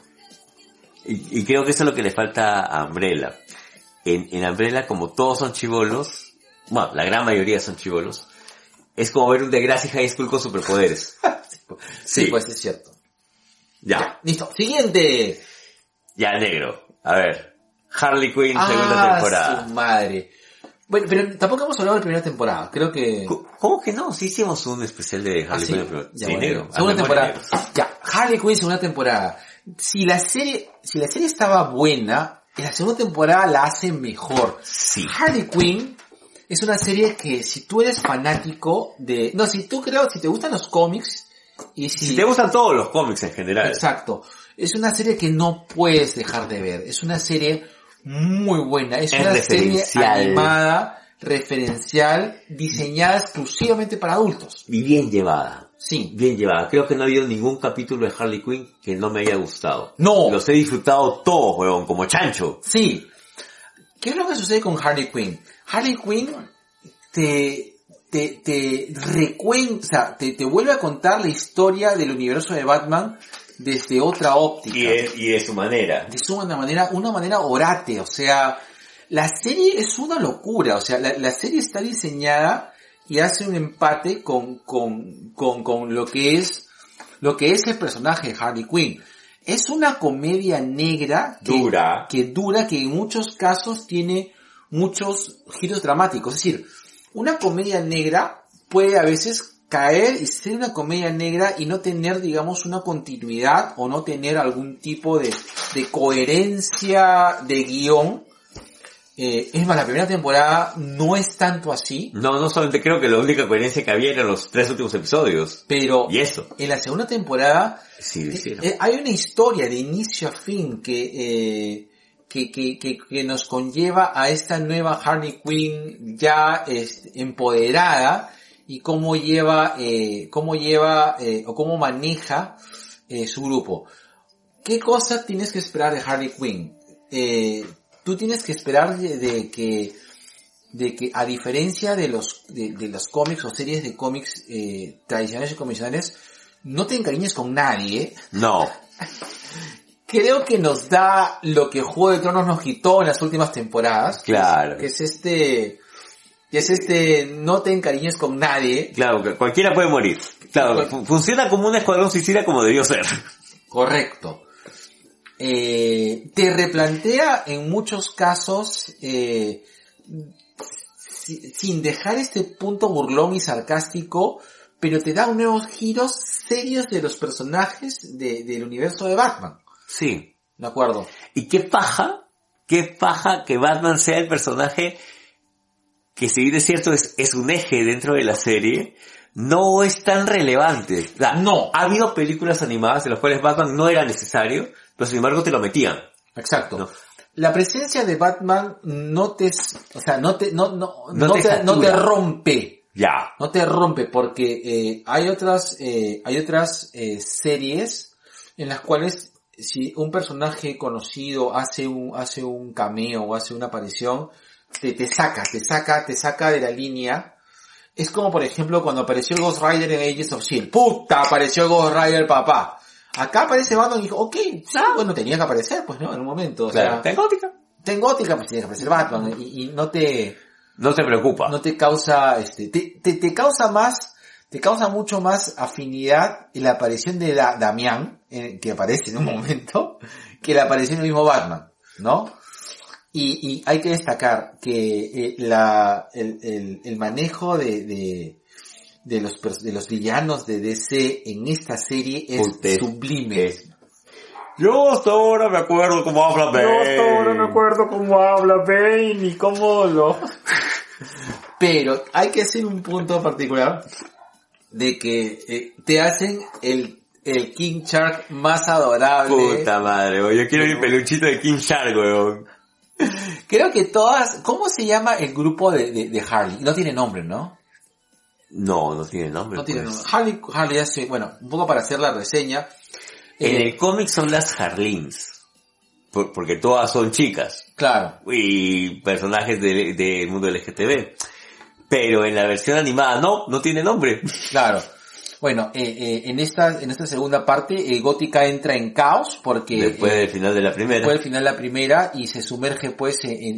Y creo que eso es lo que le falta a Umbrella. En Umbrella, como todos son chibolos, bueno, la gran mayoría son chibolos, es como ver un Degrassi High School con superpoderes. Sí, pues es cierto. Ya, Listo. Siguiente. ya negro. A ver, Harley Quinn, segunda temporada. Su madre. Bueno, pero tampoco hemos hablado de la primera temporada. Creo que... ¿Cómo que no? Sí hicimos un especial de Harley sí. Quinn. Ya, Sí, bueno, negro. segunda A temporada. memoria. Ya, Harley Quinn, segunda temporada. Si la serie estaba buena, en la segunda temporada la hace mejor. Sí. Harley Quinn es una serie que si tú eres fanático de... No, si te gustan los cómics y Si te gustan todos los cómics en general. Exacto. Es una serie que no puedes dejar de ver. Es una serie muy buena. Es una serie referencial. animada, referencial, diseñada exclusivamente para adultos. Y bien llevada. Sí. Bien llevada. Creo que no ha habido ningún capítulo de Harley Quinn que no me haya gustado. No. Los he disfrutado todos, huevón, como chancho. Sí. ¿Qué es lo que sucede con Harley Quinn? Harley Quinn te recuenta, te vuelve a contar la historia del universo de Batman desde otra óptica. Y de su manera. De una manera orate, o sea, la serie es una locura, o sea, la serie está diseñada y hace un empate con lo que es el personaje de Harley Quinn. Es una comedia negra que en muchos casos tiene muchos giros dramáticos, es decir, una comedia negra puede a veces caer y ser una comedia negra y no tener, digamos, una continuidad o no tener algún tipo de coherencia de guión. Es más, la primera temporada no es tanto así. No solamente creo que la única coherencia que había eran los 3 últimos episodios. Pero Y eso. en la segunda temporada Sí, lo hicieron. hay una historia de inicio a fin que nos conlleva a esta nueva Harley Quinn ya empoderada y cómo cómo maneja su grupo. ¿Qué cosa tienes que esperar de Harley Quinn? Tú tienes que esperar de que a diferencia de los cómics o series de cómics tradicionales y convencionales, no te encariñes con nadie. No. Creo que nos da lo que Juego de Tronos nos quitó en las últimas temporadas. Claro. Que es que es no te encariñes con nadie. Claro, que cualquiera puede morir. Claro, funciona como un escuadrón suicida como debió ser. Correcto. Te replantea en muchos casos, sin dejar este punto burlón y sarcástico, pero te da nuevos giros serios de los personajes del universo de Batman. Sí. ¿De acuerdo? Y qué paja que Batman sea el personaje que, si bien es cierto, es un eje dentro de la serie, no es tan relevante. O sea, no. Ha habido películas animadas en las cuales Batman no era necesario, pero sin embargo te lo metían. Exacto. No. La presencia de Batman no te rompe. Ya. No te rompe porque hay otras series en las cuales si un personaje conocido hace un cameo o hace una aparición, te saca de la línea. Es como por ejemplo cuando apareció el Ghost Rider en Agents of S.H.I.E.L.D. ¡Puta! Apareció el Ghost Rider, papá. Acá aparece Batman y dijo, ok, sí, bueno, tenía que aparecer, pues, ¿no? En un momento. O Claro. sea, Ten Gótica, pues tenía que aparecer Batman y no te preocupa. no te causa, te causa mucho más afinidad la aparición de Damián, que aparece en un momento, que la aparición del mismo Batman, ¿no? Y hay que destacar que el manejo de los villanos de DC en esta serie es sublime. Yo hasta ahora me acuerdo cómo habla Bane. Y cómo lo... Pero hay que hacer un punto particular de que te hacen el King Shark más adorable. Puta madre, weón. Yo quiero mi peluchito de King Shark, weón. Creo que todas... ¿Cómo se llama el grupo de Harley? No tiene nombre, ¿no? No tiene nombre. No tiene pues. nombre. Harley hace... Bueno, un poco para hacer la reseña. En el cómic son las Harleens. Porque todas son chicas. Claro. Y personajes del mundo LGTB. Pero en la versión animada no tiene nombre. Claro. Bueno, en esta segunda parte, Gótica entra en caos porque... Después del final de la primera. Después del final de la primera y se sumerge pues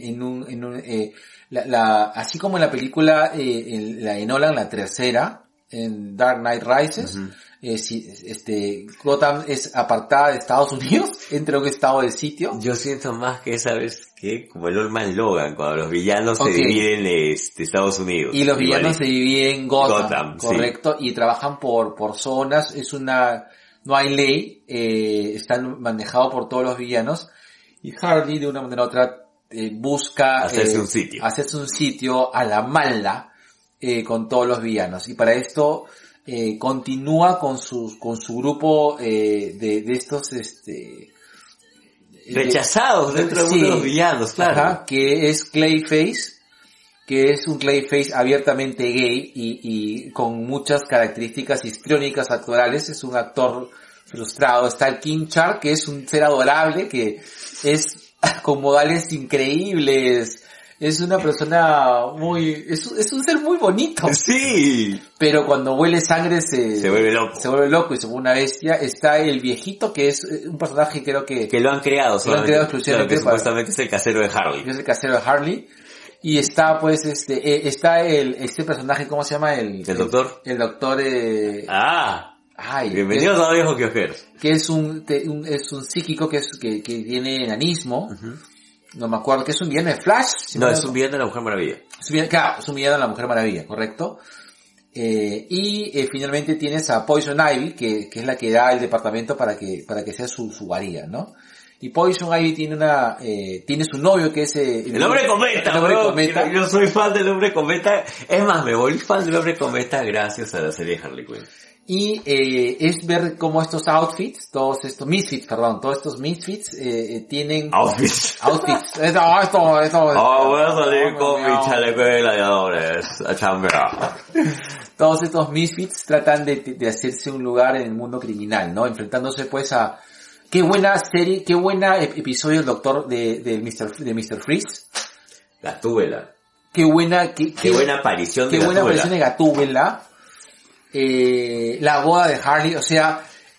así como en la película, la de Nolan, la tercera, en Dark Knight Rises, Uh-huh. Gotham es apartada de Estados Unidos, entra en un estado de sitio. Yo siento más que esa vez que como el Old Man Logan, cuando los villanos Okay. se dividen Estados Unidos. Y los villanos se dividen en Gotham, correcto, sí. Y trabajan por zonas, no hay ley, están manejados por todos los villanos, y Harley de una manera u otra busca hacerse un sitio a la mala con todos los villanos, y para esto continúa con su grupo de estos rechazados dentro de uno de los villanos, claro. Ajá, que es Clayface, que es un Clayface abiertamente gay y con muchas características histriónicas actorales. Es un actor frustrado. Está el King Shark, que es un ser adorable, que es con modales increíbles. Es una persona es un ser muy bonito. Sí. Pero cuando huele sangre se vuelve loco. Se vuelve loco y se vuelve una bestia. Está el viejito, que es un personaje creo que lo han creado. Exclusivamente claro, que supuestamente es el casero de Harley. Es el casero de Harley. Y está pues está este personaje, ¿cómo se llama? ¿El doctor? El doctor bienvenidos a Viejos Kiosqueros. Que es un psíquico que tiene enanismo. Uh-huh. No me acuerdo, que es un villano de Flash. Es un villano de la Mujer Maravilla. Es un villano de la Mujer Maravilla, correcto. Finalmente tienes a Poison Ivy, que es la que da el departamento para que sea su guarida, ¿no? Y Poison Ivy tiene su novio que es el Hombre Cometa. El Hombre Cometa. Yo soy fan del Hombre Cometa. Es más, me volví fan del Hombre Cometa gracias a la serie de Harley Quinn. Y es ver cómo todos estos misfits tienen outfits. Esto. Voy a salir con mi chaleco de gladiadores a chambear. Todos estos misfits tratan de hacerse un lugar en el mundo criminal, ¿no? Enfrentándose pues a qué buena serie, qué buena episodio el doctor de Mr. Freeze. Gatúbela. Qué buena aparición de Gatúbela. Qué buena aparición de Gatúbela. La boda de Harley, o sea,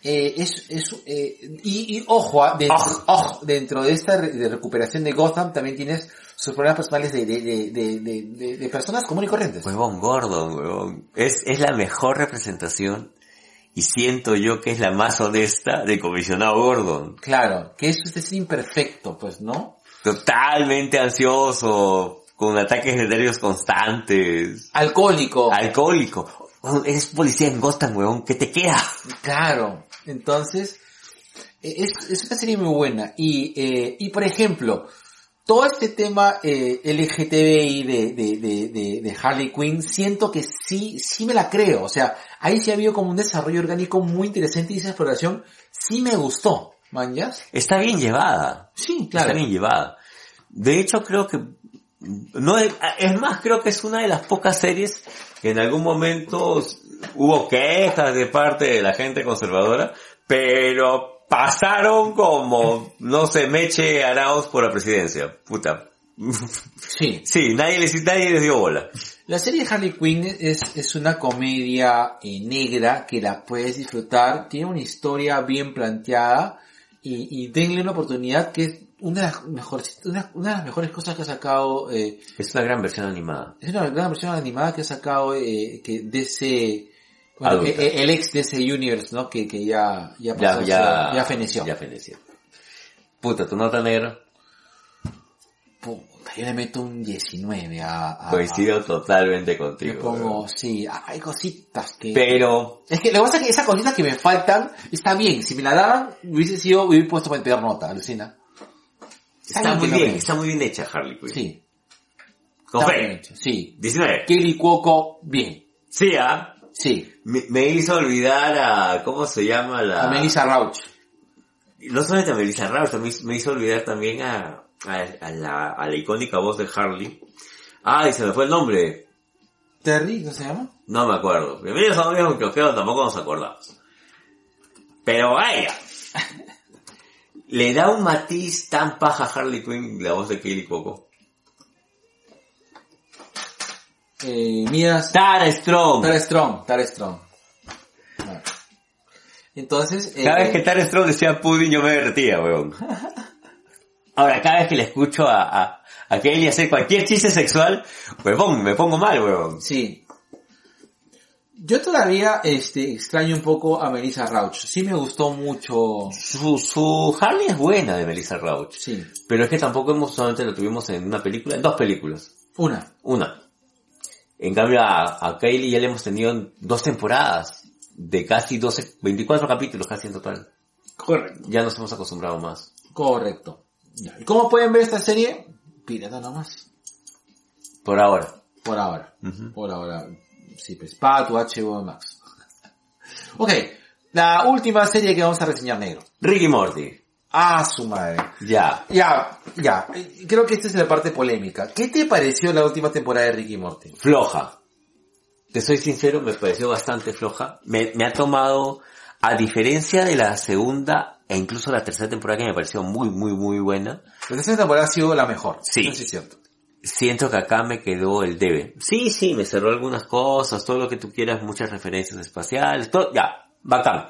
Ojo, dentro de esta de recuperación de Gotham también tienes sus problemas personales de personas comunes y corrientes. Huevón, Gordon, huevón. Es la mejor representación y siento yo que es la más honesta del comisionado Gordon. Claro, que eso es imperfecto, pues, ¿no? Totalmente ansioso, con ataques de nervios constantes. Alcohólico. Eres policía en Gotham, huevón, ¿qué te queda? Claro, entonces, es una serie muy buena. Y por ejemplo, todo este tema LGTBI de Harley Quinn, siento que sí me la creo. O sea, ahí sí ha habido como un desarrollo orgánico muy interesante y esa exploración sí me gustó. ¿Mañas? Está bien llevada. Sí, claro. Está bien llevada. De hecho, creo que creo que es una de las pocas series que en algún momento hubo quejas de parte de la gente conservadora, pero pasaron como, no sé, Meche Arauz por la presidencia. Puta. Sí. Sí, nadie les dio bola. La serie de Harley Quinn es una comedia negra que la puedes disfrutar, tiene una historia bien planteada y denle una oportunidad que es una de las mejores cosas que ha sacado. Es una gran versión animada. Es una gran versión animada que ha sacado que DC, bueno, el ex DC Universe, ¿no? Que ya pasó, ya feneció. Ya feneció. Puta, tu nota negra. Puta, yo le meto un 19 Coincido totalmente contigo. Le pongo, sí, hay cositas que... Pero... Es que lo que pasa es que esas cositas que me faltan, está bien, si me la daban, hubiera puesto para peor nota, alucina. Está muy bien hecha Harley Quinn. Sí. Con fe. Sí. 19. Kelly Cuoco, bien. Sí, Sí. Me hizo olvidar a... ¿Cómo se llama la...? A Melissa Rauch. No solamente a Melissa Rauch, me hizo olvidar también a la icónica voz de Harley. Y se me fue el nombre. ¿Terry, no se llama? No me acuerdo. Bienvenidos a un viejo kiosquero, tampoco nos acordamos. Pero vaya. Le da un matiz tan paja a Harley Quinn la voz de Kelly Cuoco. Miras... Tara Strong. Bueno. Entonces... Cada vez que Tara Strong decía pudding yo me derretía, weón. Ahora, cada vez que le escucho a Kelly hacer cualquier chiste sexual, weón, me pongo mal, weón. Sí. Yo todavía extraño un poco a Melissa Rauch. Sí me gustó mucho. Su Harley es buena de Melissa Rauch. Sí. Pero es que tampoco solamente lo tuvimos en una película, en 2 películas. Una. En cambio a Kylie ya le hemos tenido en 2 temporadas de casi 24 capítulos casi en total. Correcto. Ya nos hemos acostumbrado más. Correcto. ¿Y cómo pueden ver esta serie? Pirata nomás. Por ahora. Uh-huh. Por ahora. Sí, pues, para tu HBO Max. Ok, la última serie que vamos a reseñar, negro. Rick y Morty. Su madre. Ya. Creo que esta es la parte polémica. ¿Qué te pareció la última temporada de Rick y Morty? Floja. Te soy sincero, me pareció bastante floja. Me ha tomado, a diferencia de la segunda e incluso la tercera temporada que me pareció muy, muy, muy buena. La tercera temporada ha sido la mejor. Sí. Eso es cierto. Siento que acá me quedó el debe. Sí, me cerró algunas cosas, todo lo que tú quieras, muchas referencias espaciales, todo, ya, bacán.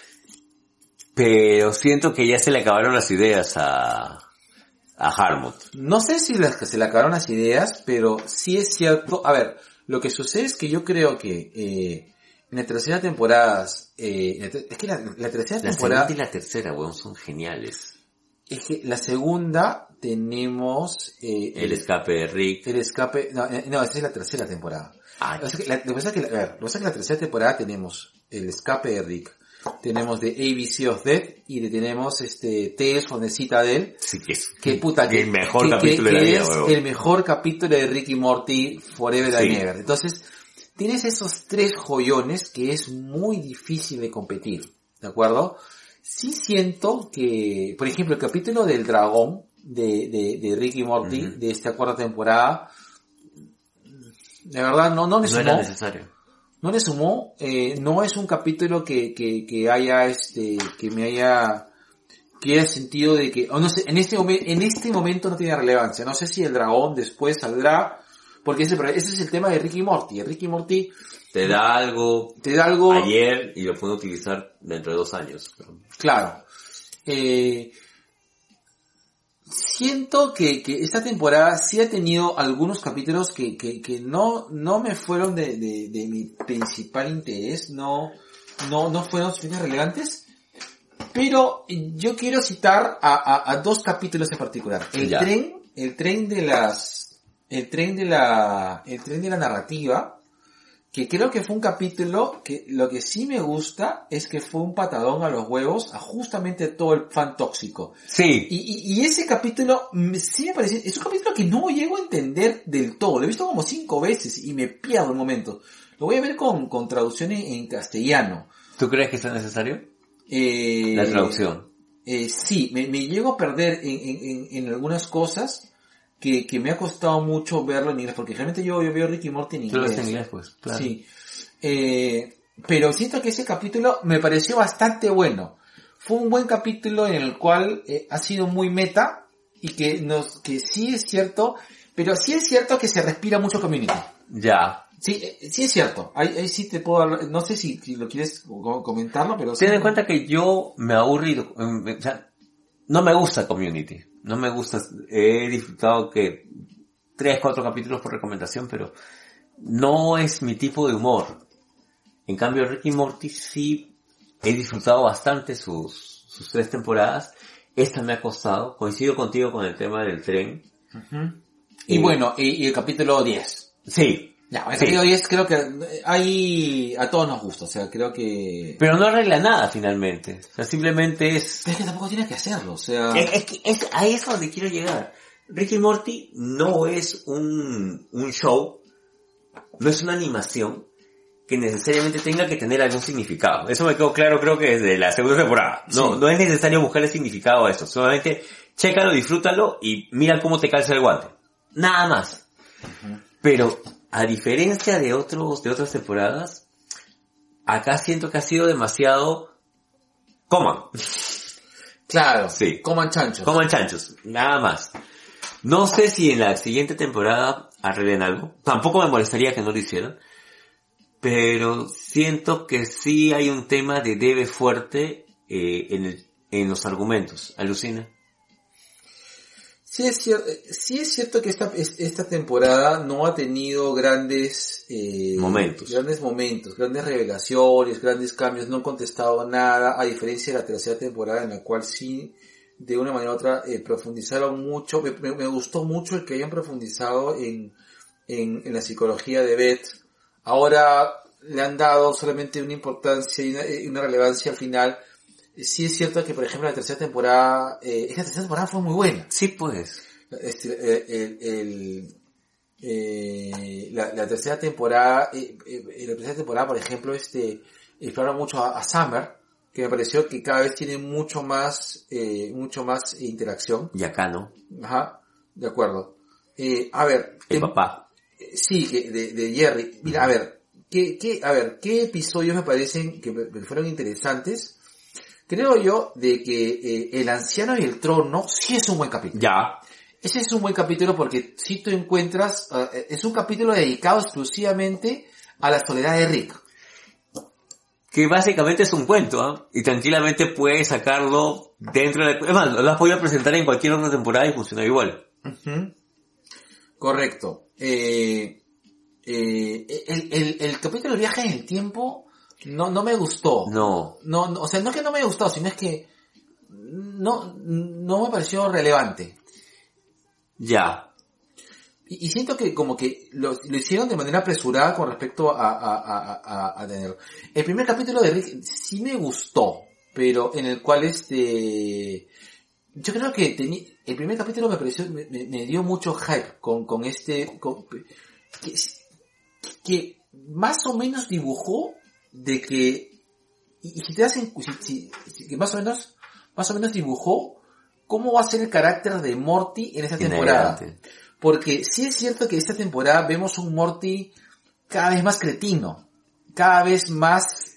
Pero siento que ya se le acabaron las ideas a Harmouth. No sé si se le acabaron las ideas, pero sí es cierto. A ver, lo que sucede es que yo creo que en la tercera temporada, es que la tercera temporada... La segunda y la tercera, weón, son geniales. Es que la segunda tenemos... el escape de Rick. El escape... No, esa es la tercera temporada. Lo que pasa es que la tercera temporada tenemos el escape de Rick, tenemos de ABC of Death y tenemos Tales from the Citadel. Sí, que el mejor capítulo de la vida, es el mejor capítulo de Rick y Morty Forever and Ever. Entonces, tienes esos 3 joyones que es muy difícil de competir, ¿de acuerdo? Sí siento que, por ejemplo, el capítulo del dragón de Rick y Morty, uh-huh, de esta 4ª temporada, de verdad no le sumó. No era necesario. No le sumó, no es un capítulo que haya, que haya sentido de que, o no sé, en este momento no tiene relevancia. No sé si el dragón después saldrá, Porque ese es el tema de Ricky y Morty. Ricky y Morty Te da algo te da algo... ayer y lo puede utilizar dentro de 2 años. Claro. Siento que esta temporada sí ha tenido algunos capítulos que no me fueron de mi principal interés, no fueron suficientemente relevantes, pero yo quiero citar a 2 capítulos en particular. El tren de la narrativa, que creo que fue un capítulo que lo que sí me gusta es que fue un patadón a los huevos a justamente todo el fan tóxico. Sí. Y ese capítulo sí me parece, es un capítulo que no llego a entender del todo. Lo he visto como 5 veces y me pierdo en momentos. Lo voy a ver con traducción en castellano. ¿Tú crees que es necesario? La traducción. Sí, me llego a perder en algunas cosas que me ha costado mucho verlo en inglés, porque realmente yo veo Ricky y Morty en inglés. Tú lo ves en inglés, pues, claro. Sí. Pero siento que ese capítulo me pareció bastante bueno. Fue un buen capítulo en el cual ha sido muy meta y que sí es cierto, pero sí es cierto que se respira mucho Community. Ya. Sí, sí es cierto. Ahí sí te puedo hablar, no sé si lo quieres comentarlo, pero... Ten en cuenta que yo me aburrido, o sea, no me gusta Community. No me gusta, he disfrutado que 3, 4 capítulos por recomendación, pero no es mi tipo de humor. En cambio, Ricky y Morty sí he disfrutado bastante sus 3 temporadas. Esta me ha costado. Coincido contigo con el tema del tren. Uh-huh. Y bueno, y el capítulo 10. Sí. Ya, el capítulo 10 creo que ahí a todos nos gusta, o sea, creo que... Pero no arregla nada finalmente. O sea, simplemente es... Pero es que tampoco tiene que hacerlo, o sea... Es ahí es donde quiero llegar. Ricky y Morty no es un show, no es una animación que necesariamente tenga que tener algún significado. Eso me quedó claro, creo que desde la segunda temporada. No, Sí. no es necesario buscarle significado a esto. Solamente chécalo, disfrútalo y mira cómo te calza el guante. Nada más. Uh-huh. Pero a diferencia de otras temporadas, acá siento que ha sido demasiado... Coman. Claro, Sí. coman chanchos. Coman chanchos. Nada más. No sé si en la siguiente temporada arreglen algo. Tampoco me molestaría que no lo hicieran. Pero siento que sí hay un tema de debe fuerte en los argumentos. ¿Alucina? Sí es cierto que esta temporada no ha tenido grandes Momentos. grandes revelaciones, grandes cambios, no han contestado nada, a diferencia de la tercera temporada en la cual sí, de una manera u otra, profundizaron mucho. Me gustó mucho el que hayan profundizado en la psicología de Beth. Ahora le han dado solamente una importancia y una relevancia al final. Sí es cierto que, por ejemplo, la tercera temporada fue muy buena. Sí, pues. La tercera temporada, por ejemplo, explora mucho a Summer, que me pareció que cada vez tiene mucho más interacción. Y acá no. Ajá, de acuerdo. A ver. El papá. Sí, de Jerry. Mira, a ver, ¿qué episodios me parecen que me fueron interesantes? Creo yo de que El Anciano y el Trono sí es un buen capítulo. Ya. Ese es un buen capítulo porque si tú encuentras, es un capítulo dedicado exclusivamente a la soledad de Rick. Que básicamente es un cuento, ¿ah? Y tranquilamente puedes sacarlo dentro de... Es más, lo has podido presentar en cualquier otra temporada y funciona igual. Uh-huh. Correcto. El capítulo del viaje en el tiempo no me gustó. No. No, o sea, no es que no me gustó, sino es que no me pareció relevante. Ya. Y siento que como que lo hicieron de manera apresurada con respecto a tenerlo. El primer capítulo de Rick sí me gustó, pero en el cual yo creo que el primer capítulo me pareció, me dio mucho hype que más o menos dibujó de que, y si te hacen, que más o menos dibujó cómo va a ser el carácter de Morty en esta temporada. Adelante. Porque sí es cierto que esta temporada vemos un Morty cada vez más cretino, cada vez más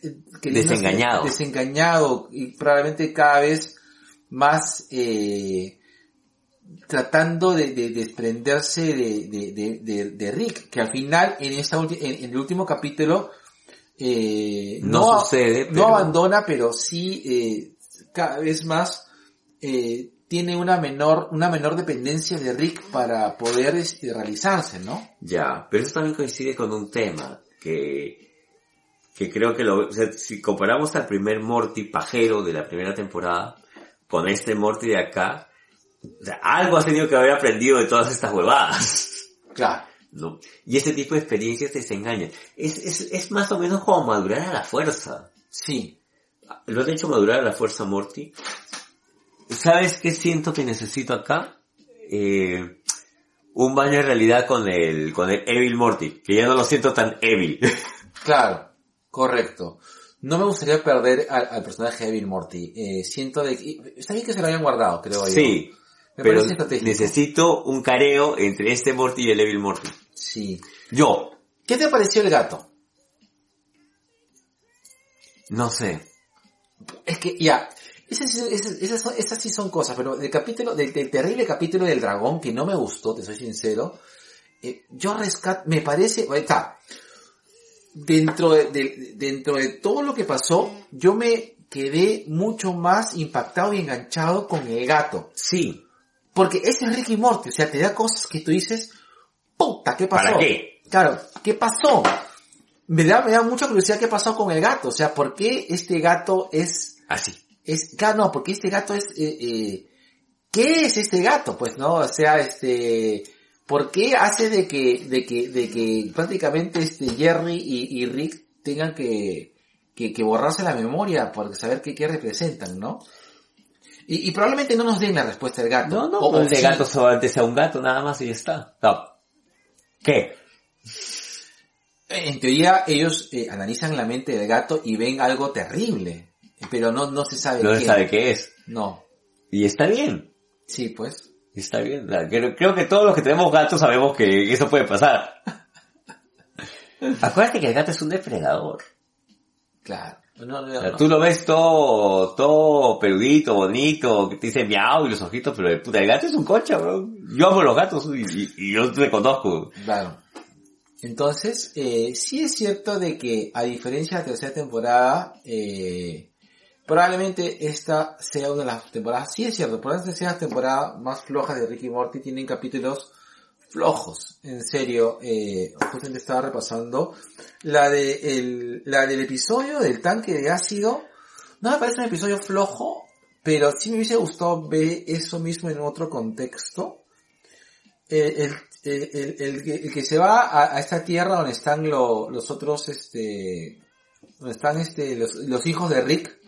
desengañado y probablemente cada vez más tratando de desprenderse de Rick, que al final en en el último capítulo No sucede, no pero- abandona, pero sí cada vez más tiene una menor dependencia de Rick para poder realizarse, ¿no? Ya, pero eso también coincide con un tema que creo que o sea, si comparamos al primer Morty pajero de la primera temporada con este Morty de acá, o sea, algo has tenido que haber aprendido de todas estas huevadas, Claro. ¿no? Y este tipo de experiencias te engañan. Es más o menos como madurar a la fuerza. Sí. ¿Lo has hecho madurar a la fuerza, Morty? ¿Sabes qué siento que necesito acá? Un baño de realidad con el Evil Morty, que ya no lo siento tan evil. Claro, correcto. No me gustaría perder al personaje de Bill Morty. Siento de que... Está bien que se lo hayan guardado, creo yo. Sí, Me pero parece estratégico. necesito un careo entre este Morty y el Evil Morty. Sí. Yo, ¿Qué te pareció el gato? no sé. Es que, ya... Esas sí son cosas, pero del terrible capítulo del dragón, que no me gustó, te soy sincero, me parece... Está... Dentro de todo lo que pasó, yo me quedé mucho más impactado y enganchado con el gato. Sí. Porque ese es Ricky Morty, o sea, te da cosas que tú dices, puta, ¿qué pasó? ¿Para qué? Claro, ¿qué pasó? Me da mucha curiosidad qué pasó con el gato, o sea, ¿por qué este gato Así. claro, no, porque este gato ¿qué es este gato? Pues, ¿no? O sea, ¿por qué hace de que prácticamente Jerry y Rick tengan que borrarse la memoria para saber qué representan, ¿no? Y probablemente no nos den la respuesta del gato. No, O el de sí. gato solamente sea un gato nada más y ya está. No. ¿Qué? En teoría ellos analizan la mente del gato y ven algo terrible, pero no se sabe No qué. se sabe qué es. No. Y está bien. Sí, pues. Está bien. Creo que todos los que tenemos gatos sabemos que eso puede pasar. Acuérdate que el gato es un depredador. Claro. O sea, tú lo ves todo peludito, bonito, que te dice miau y los ojitos, pero el gato es un concha, bro. Yo amo los gatos y yo te conozco. Claro. Entonces, sí es cierto de que, a diferencia de la tercera temporada, probablemente esta sea una de las temporadas, sí es cierto, probablemente sea la temporada más floja de Rick y Morty, tienen capítulos flojos, en serio, justamente estaba repasando, la del episodio del tanque de ácido, no me parece un episodio flojo, pero sí me hubiese gustado ver eso mismo en otro contexto. El que se va a esta tierra donde están los otros, donde están los hijos de Rick,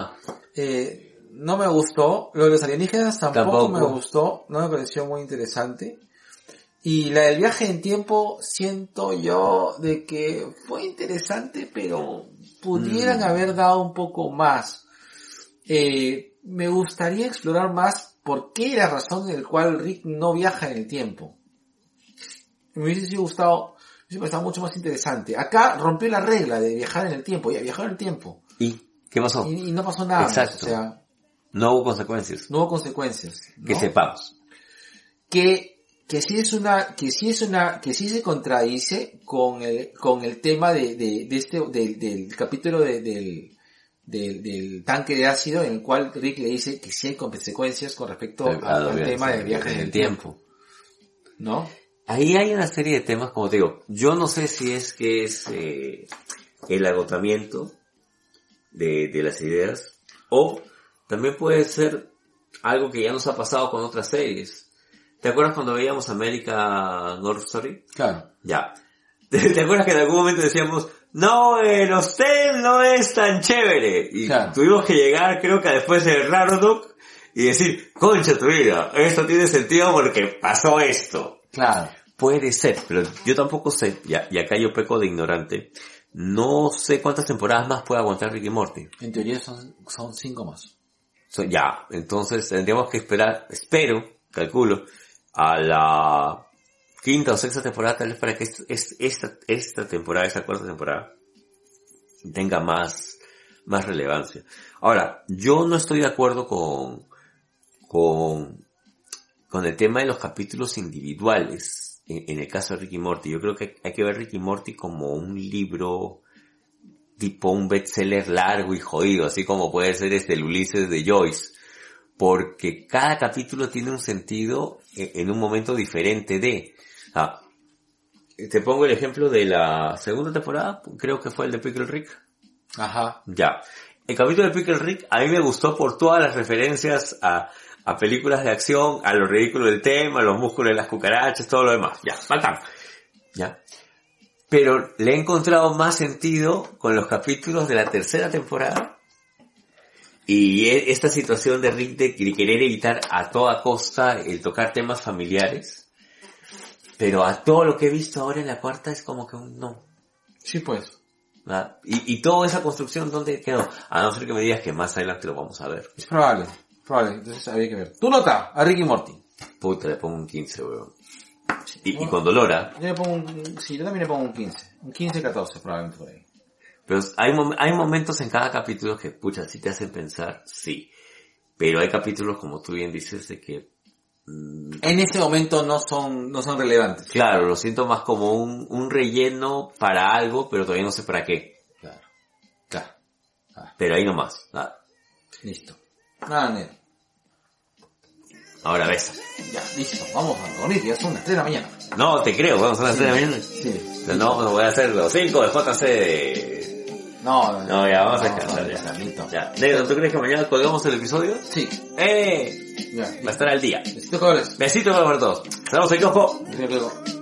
no me gustó. Lo de los alienígenas tampoco me gustó, no me pareció muy interesante. Y la del viaje en tiempo, siento yo de que fue interesante, pero pudieran haber dado un poco más. Me gustaría explorar más por qué la razón en la cual Rick no viaja en el tiempo. Me hubiese gustado, mucho más interesante. Acá rompió la regla de viajar en el tiempo, ya viajó en el tiempo. ¿Y qué pasó? Y no pasó nada. Exacto. Más, o sea, No hubo consecuencias. no hubo consecuencias, ¿no? Que sepamos. Que sí se contradice con el tema del capítulo del tanque de ácido, en el cual Rick le dice que sí hay consecuencias con respecto al tema del viaje en el tiempo. ¿No? Ahí hay una serie de temas, como te digo, yo no sé si es que es el agotamiento de las ideas, o también puede ser algo que ya nos ha pasado con otras series. ¿Te acuerdas cuando veíamos American Horror Story? Claro. Ya. ¿Te acuerdas que en algún momento decíamos, no, el hostel no es tan chévere? Y claro, tuvimos que llegar, creo que después del Rarodoc, y decir, concha tu vida, esto tiene sentido porque pasó esto. Claro. Puede ser, pero yo tampoco sé, y acá yo peco de ignorante, no sé cuántas temporadas más puede aguantar Rick y Morty. En teoría son 5 más. Ya, entonces tendríamos que esperar, calculo, a la quinta o sexta temporada tal vez para que esta temporada, esta cuarta temporada, tenga más relevancia. Ahora, yo no estoy de acuerdo con con el tema de los capítulos individuales, en el caso de Rick y Morty. Yo creo que hay que ver Rick y Morty como un libro tipo un bestseller largo y jodido, así como puede ser el Ulises de Joyce, porque cada capítulo tiene un sentido en un momento diferente te pongo el ejemplo de la segunda temporada, creo que fue el de Pickle Rick. Ajá. Ya. El capítulo de Pickle Rick a mí me gustó por todas las referencias a películas de acción, a lo ridículo del tema, a los músculos de las cucarachas, todo lo demás. Ya, bacán. Ya. Pero le he encontrado más sentido con los capítulos de la tercera temporada y esta situación de Rick de querer evitar a toda costa el tocar temas familiares. Pero a todo lo que he visto ahora en la cuarta es como que un no. Sí, pues. ¿Verdad? Y toda esa construcción, ¿dónde quedó? A no ser que me digas que más adelante lo vamos a ver. Es probable. Entonces habría que ver. Tu nota a Rick y Morty. Puta, le pongo un 15, weón. Y con dolor, ¿ah? Yo le pongo yo también le pongo un 15. Un 15-14 probablemente por ahí. Pero hay momentos en cada capítulo que, pucha, sí te hacen pensar, sí. Pero hay capítulos, como tú bien dices, de que en ese momento no son relevantes. Claro, lo siento más como un relleno para algo, pero todavía no sé para qué. Claro. Pero ahí nomás. Listo. Nada, Ned. Ahora ves. Ya, listo. Vamos a dormir, ya son las 3 de la mañana. No, te creo, vamos a las 3 de la mañana. Sí. No voy a hacer los 5 de JC. No, ya, vamos a descansar ya. Negro, ¿tú crees que mañana colgamos el episodio? Sí. Ya, va a estar al día. Besitos, cabrones. Besitos para todos. Estamos en Kiosco. Besitos,